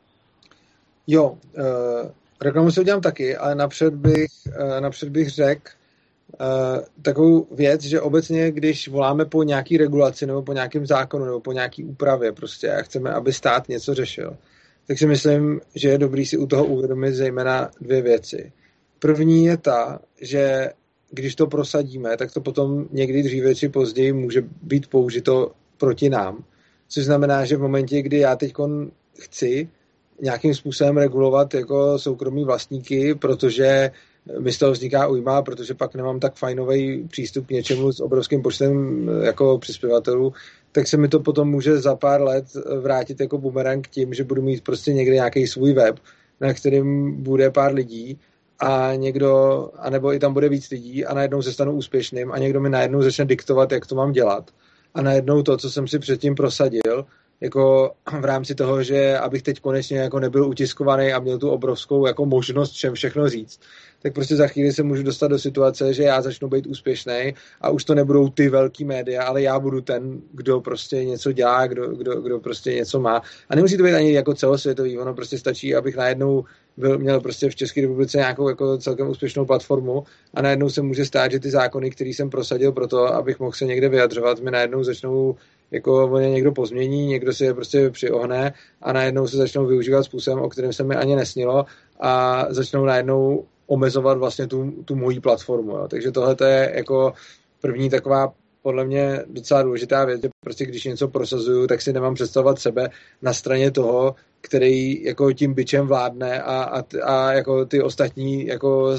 Jo, uh, reklamu si udělám taky, ale napřed bych, uh, napřed bych řekl uh, takovou věc, že obecně, když voláme po nějaký regulaci nebo po nějakém zákonu nebo po nějaký úpravě prostě a chceme, aby stát něco řešil, tak si myslím, že je dobrý si u toho uvědomit zejména dvě věci. První je ta, že když to prosadíme, tak to potom někdy dříve či později může být použito proti nám. Což znamená, že v momentě, kdy já teď chci nějakým způsobem regulovat jako soukromí vlastníky, protože mi z toho vzniká ujma, protože pak nemám tak fajnový přístup k něčemu s obrovským počtem jako přispěvatelů, tak se mi to potom může za pár let vrátit jako bumerang tím, že budu mít prostě někde nějaký svůj web, na kterým bude pár lidí a někdo, anebo i tam bude víc lidí a najednou se stanu úspěšným a někdo mi najednou začne diktovat, jak to mám dělat. A najednou to, co jsem si předtím prosadil, jako v rámci toho, že abych teď konečně jako nebyl utiskovaný a měl tu obrovskou jako možnost všem všechno říct, tak prostě za chvíli se můžu dostat do situace, že já začnu být úspěšný a už to nebudou ty velký média, ale já budu ten, kdo prostě něco dělá, kdo, kdo, kdo prostě něco má. A nemusí to být ani jako celosvětový, ono prostě stačí, abych najednou byl, měl prostě v České republice nějakou jako celkem úspěšnou platformu a najednou se může stát, že ty zákony, které jsem prosadil pro to, abych mohl se někde vyjadřovat, mi najednou začnou jako on je někdo pozmění, někdo si je prostě přiohne a najednou se začnou využívat způsobem, o kterém se mi ani nesnilo a začnou najednou omezovat vlastně tu, tu moji platformu. Jo. Takže tohle je jako první taková podle mě docela důležitá věc, že prostě když něco prosazuju, tak si nemám představovat sebe na straně toho, který jako tím bičem vládne a, a, a jako ty ostatní jako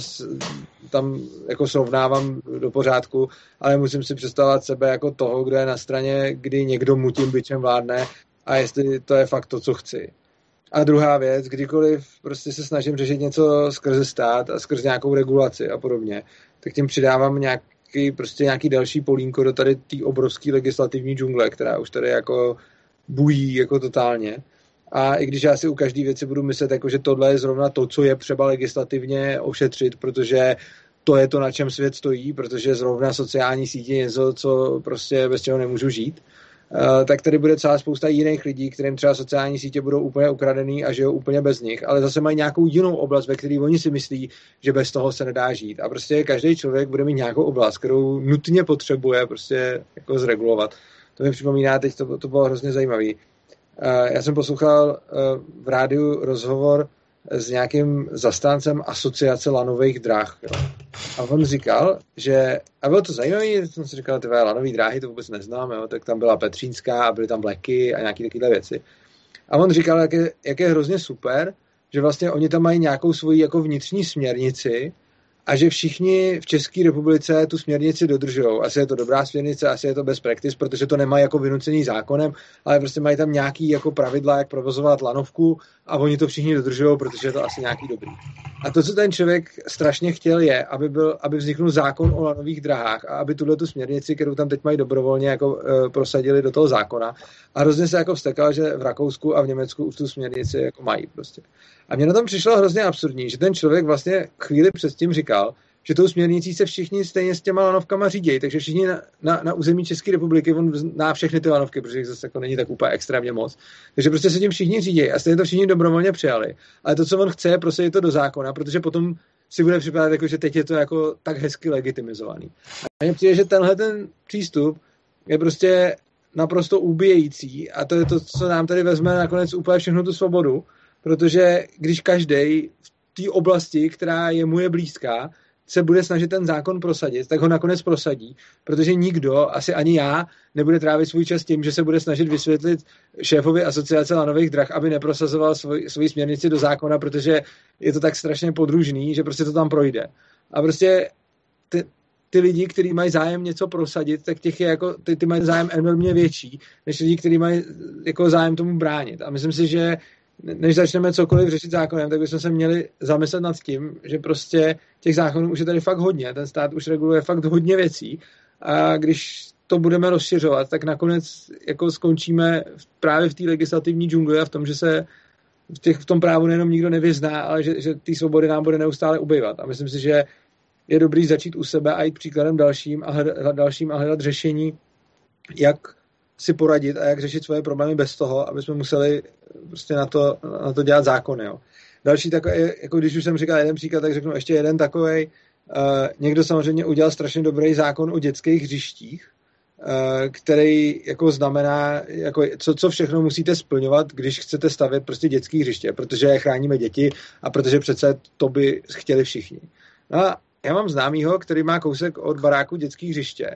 tam jako srovnávám do pořádku, ale musím si představovat sebe jako toho, kdo je na straně, kdy někdo mu tím bičem vládne a jestli to je fakt to, co chci. A druhá věc, kdykoliv prostě se snažím řešit něco skrze stát a skrze nějakou regulaci a podobně, tak tím přidávám nějaký, prostě nějaký další polínko do tady té obrovské legislativní džungle, která už tady jako bují jako totálně. A i když já si u každé věci budu myslet, jako, že tohle je zrovna to, co je třeba legislativně ošetřit, protože to je to, na čem svět stojí, protože zrovna sociální sítě je něco, co prostě bez čeho nemůžu žít, Uh, tak tady bude celá spousta jiných lidí, kterým třeba sociální sítě budou úplně ukradený a žijou úplně bez nich, ale zase mají nějakou jinou oblast, ve které oni si myslí, že bez toho se nedá žít. A prostě každý člověk bude mít nějakou oblast, kterou nutně potřebuje prostě jako zregulovat. To mi připomíná, teď to, to bylo hrozně zajímavý. Uh, já jsem poslouchal uh, v rádiu rozhovor s nějakým zastáncem asociace lanových drah. Jo. A on říkal, že, a bylo to zajímavé, jsem si říkal, ty lanové dráhy to vůbec neznám, jo, tak tam byla Petřínská a byly tam Bleky a nějaké takové věci. A on říkal, jak je, jak je hrozně super, že vlastně oni tam mají nějakou svoji jako vnitřní směrnici a že všichni v České republice tu směrnici dodržují. Asi je to dobrá směrnice, asi je to best practice, protože to nemají jako vynucený zákonem, ale prostě mají tam nějaký jako pravidla, jak provozovat lanovku a oni to všichni dodržují, protože je to asi nějaký dobrý. A to, co ten člověk strašně chtěl, je, aby, byl, aby vzniknul zákon o lanových drahách a aby tuhle tu směrnici, kterou tam teď mají dobrovolně jako e, prosadili do toho zákona. A hrozně se jako vztekal, že v Rakousku a v Německu už tu směrnici jako mají prostě. A mně na tom přišlo hrozně absurdní, že ten člověk vlastně chvíli předtím říkal, že tou směrnicí se všichni stejně s těma lanovkama řídějí, takže všichni na, na, na území České republiky, on zná všechny ty lanovky, protože jich zase jako není tak úplně extrémně moc. Takže prostě se tím všichni řídějí a stejně to všichni dobrovolně přijali. Ale to, co on chce, je prosadit to do zákona, protože potom si bude připadat, jako, že teď je to jako tak hezky legitimizovaný. A mně přijde, že tenhle ten přístup je prostě naprosto ubíjející a to je to, co nám tady vezme nakonec úplně všechno tu svobodu, protože když každý v té oblasti, která je mu je blízká, se bude snažit ten zákon prosadit, tak ho nakonec prosadí, protože nikdo, asi ani já, nebude trávit svůj čas tím, že se bude snažit vysvětlit šéfovi asociace lanových drah, aby neprosazoval svoj, svoji směrnici do zákona, protože je to tak strašně podružný, že prostě to tam projde. A prostě ty, ty lidi, kteří mají zájem něco prosadit, tak těch je jako, ty, ty mají zájem enormně větší, než lidi, kteří mají jako zájem tomu bránit. A myslím si, že než začneme cokoliv řešit zákonem, tak bychom se měli zamyslet nad tím, že prostě těch zákonů už je tady fakt hodně, ten stát už reguluje fakt hodně věcí a když to budeme rozšiřovat, tak nakonec jako skončíme právě v té legislativní džungli a v tom, že se v, těch, v tom právu nejenom nikdo nevyzná, ale že, že té svobody nám bude neustále ubývat. A myslím si, že je dobrý začít u sebe a jít příkladem dalším a hledat, dalším a hledat řešení, jak si poradit a jak řešit svoje problémy bez toho, aby jsme museli prostě na to, na to dělat zákony. Jo. Další takový, jako když už jsem říkal jeden příklad, tak řeknu ještě jeden takovej. Uh, někdo samozřejmě udělal strašně dobrý zákon o dětských hřištích, uh, který jako znamená, jako, co, co všechno musíte splňovat, když chcete stavět prostě dětské hřiště, protože chráníme děti a protože přece to by chtěli všichni. No a já mám známýho, který má kousek od baráku dětské hřiště.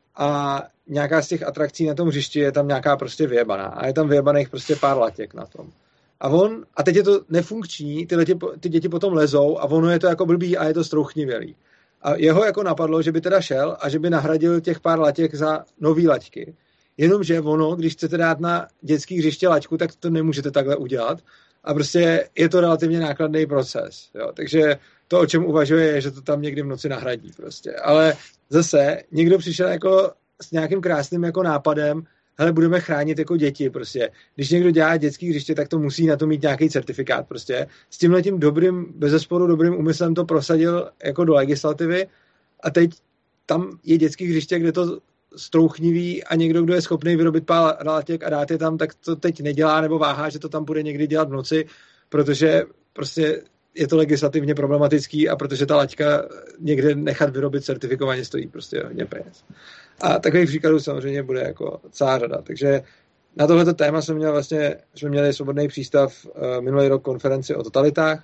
A nějaká z těch atrakcí na tom hřišti je tam nějaká prostě vyjebaná. A je tam vyjebaných prostě pár latěk na tom. A on, a teď je to nefunkční, ty, leti, ty děti potom lezou a ono je to jako blbý a je to strouchnivělý. A jeho jako napadlo, že by teda šel a že by nahradil těch pár latěk za nový laťky. Jenomže ono, když chcete dát na dětský hřiště laťku, tak to nemůžete takhle udělat. A prostě je to relativně nákladný proces. Jo. Takže to, o čem uvažuje, je, že to tam někdy v noci nahradí. Prostě. Ale zase někdo přišel jako s nějakým krásným jako nápadem, hele, budeme chránit jako děti. Prostě. Když někdo dělá dětský hřiště, tak to musí na to mít nějaký certifikát. Prostě. S tímhletím dobrým, bezesporu dobrým úmyslem to prosadil jako do legislativy a teď tam je dětský hřiště, kde to strouchnivý a někdo, kdo je schopný vyrobit pár latěk a dát je tam, tak to teď nedělá nebo váhá, že to tam bude někdy dělat v noci, protože prostě je to legislativně problematický a protože ta laťka někde nechat vyrobit certifikovaně stojí prostě hodně peněz. A takových příkladů samozřejmě bude jako celá řada. Takže na tohleto téma jsme měli vlastně, jsme měli Svobodný přístav minulý rok konferenci o totalitách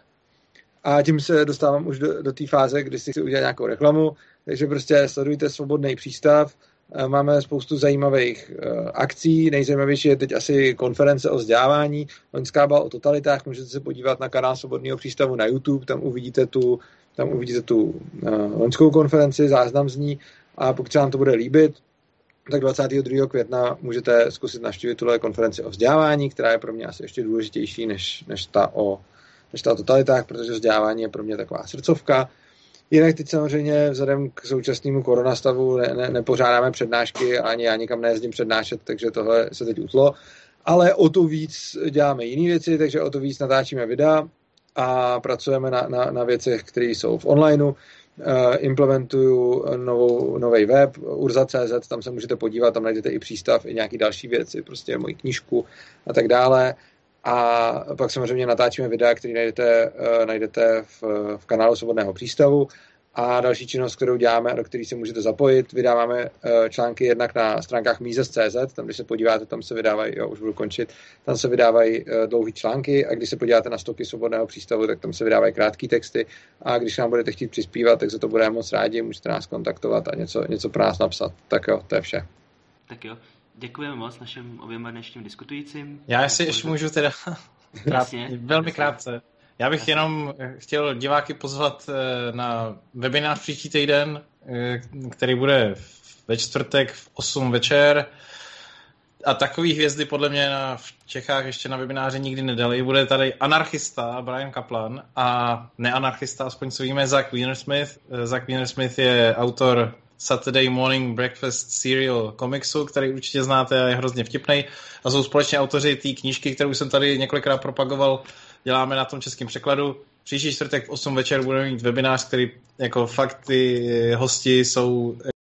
a tím se dostávám už do, do té fáze, kdy si chci udělat nějakou reklamu, takže prostě sledujte Svobodný přístav. Máme spoustu zajímavých uh, akcí, nejzajímavější je teď asi konference o vzdělávání, loňská byla o totalitách, můžete se podívat na kanál Svobodného přístavu na YouTube, tam uvidíte tu, tam uvidíte tu uh, loňskou konferenci, záznam z ní a pokud se vám to bude líbit, tak dvacátého druhého května můžete zkusit navštívit tuhle konferenci o vzdělávání, která je pro mě asi ještě důležitější než, než, ta, o, než ta o totalitách, protože vzdělávání je pro mě taková srdcovka. Jinak teď samozřejmě vzhledem k současnému koronastavu ne, ne, nepořádáme přednášky, ani já nikam nejezdím přednášet, takže tohle se teď utlo. Ale o to víc děláme jiné věci, takže o to víc natáčíme videa a pracujeme na, na, na věcech, které jsou v onlineu. Uh, implementuju novou, nový web urza tečka cé zet, tam se můžete podívat, tam najdete i přístav, i nějaké další věci, prostě moji knížku a tak dále. A pak samozřejmě natáčíme videa, které najdete, uh, najdete v, v kanálu Svobodného přístavu a další činnost, kterou děláme a do které se můžete zapojit. Vydáváme uh, články jednak na stránkách mízes tečka cé zet, tam když se podíváte, tam se vydávají, jo, už budu končit, tam se vydávají uh, dlouhý články a když se podíváte na stoky Svobodného přístavu, tak tam se vydávají krátké texty a když nám budete chtít přispívat, tak za to budeme moc rádi, můžete nás kontaktovat a něco, něco pro nás napsat. Tak jo, to je vše. Tak jo. Děkujeme moc našim oběma dnešním diskutujícím. Já si ještě můžu teda Jasně, velmi jasně. krátce. Já bych jenom chtěl diváky pozvat na webinář příští týden, který bude ve čtvrtek v osm večer. A takový hvězdy podle mě na, v Čechách ještě na webináři nikdy nedali. Bude tady anarchista Brian Kaplan a neanarchista, aspoň co víme, Zach Wienersmith. Zach Wienersmith je autor Saturday Morning Breakfast Serial komiksu, který určitě znáte a je hrozně vtipnej. A jsou společně autoři té knížky, kterou jsem tady několikrát propagoval. Děláme na tom českém překladu. Příští čtvrtek v osm večer budeme mít webinář, který jako fakt ty hosti jsou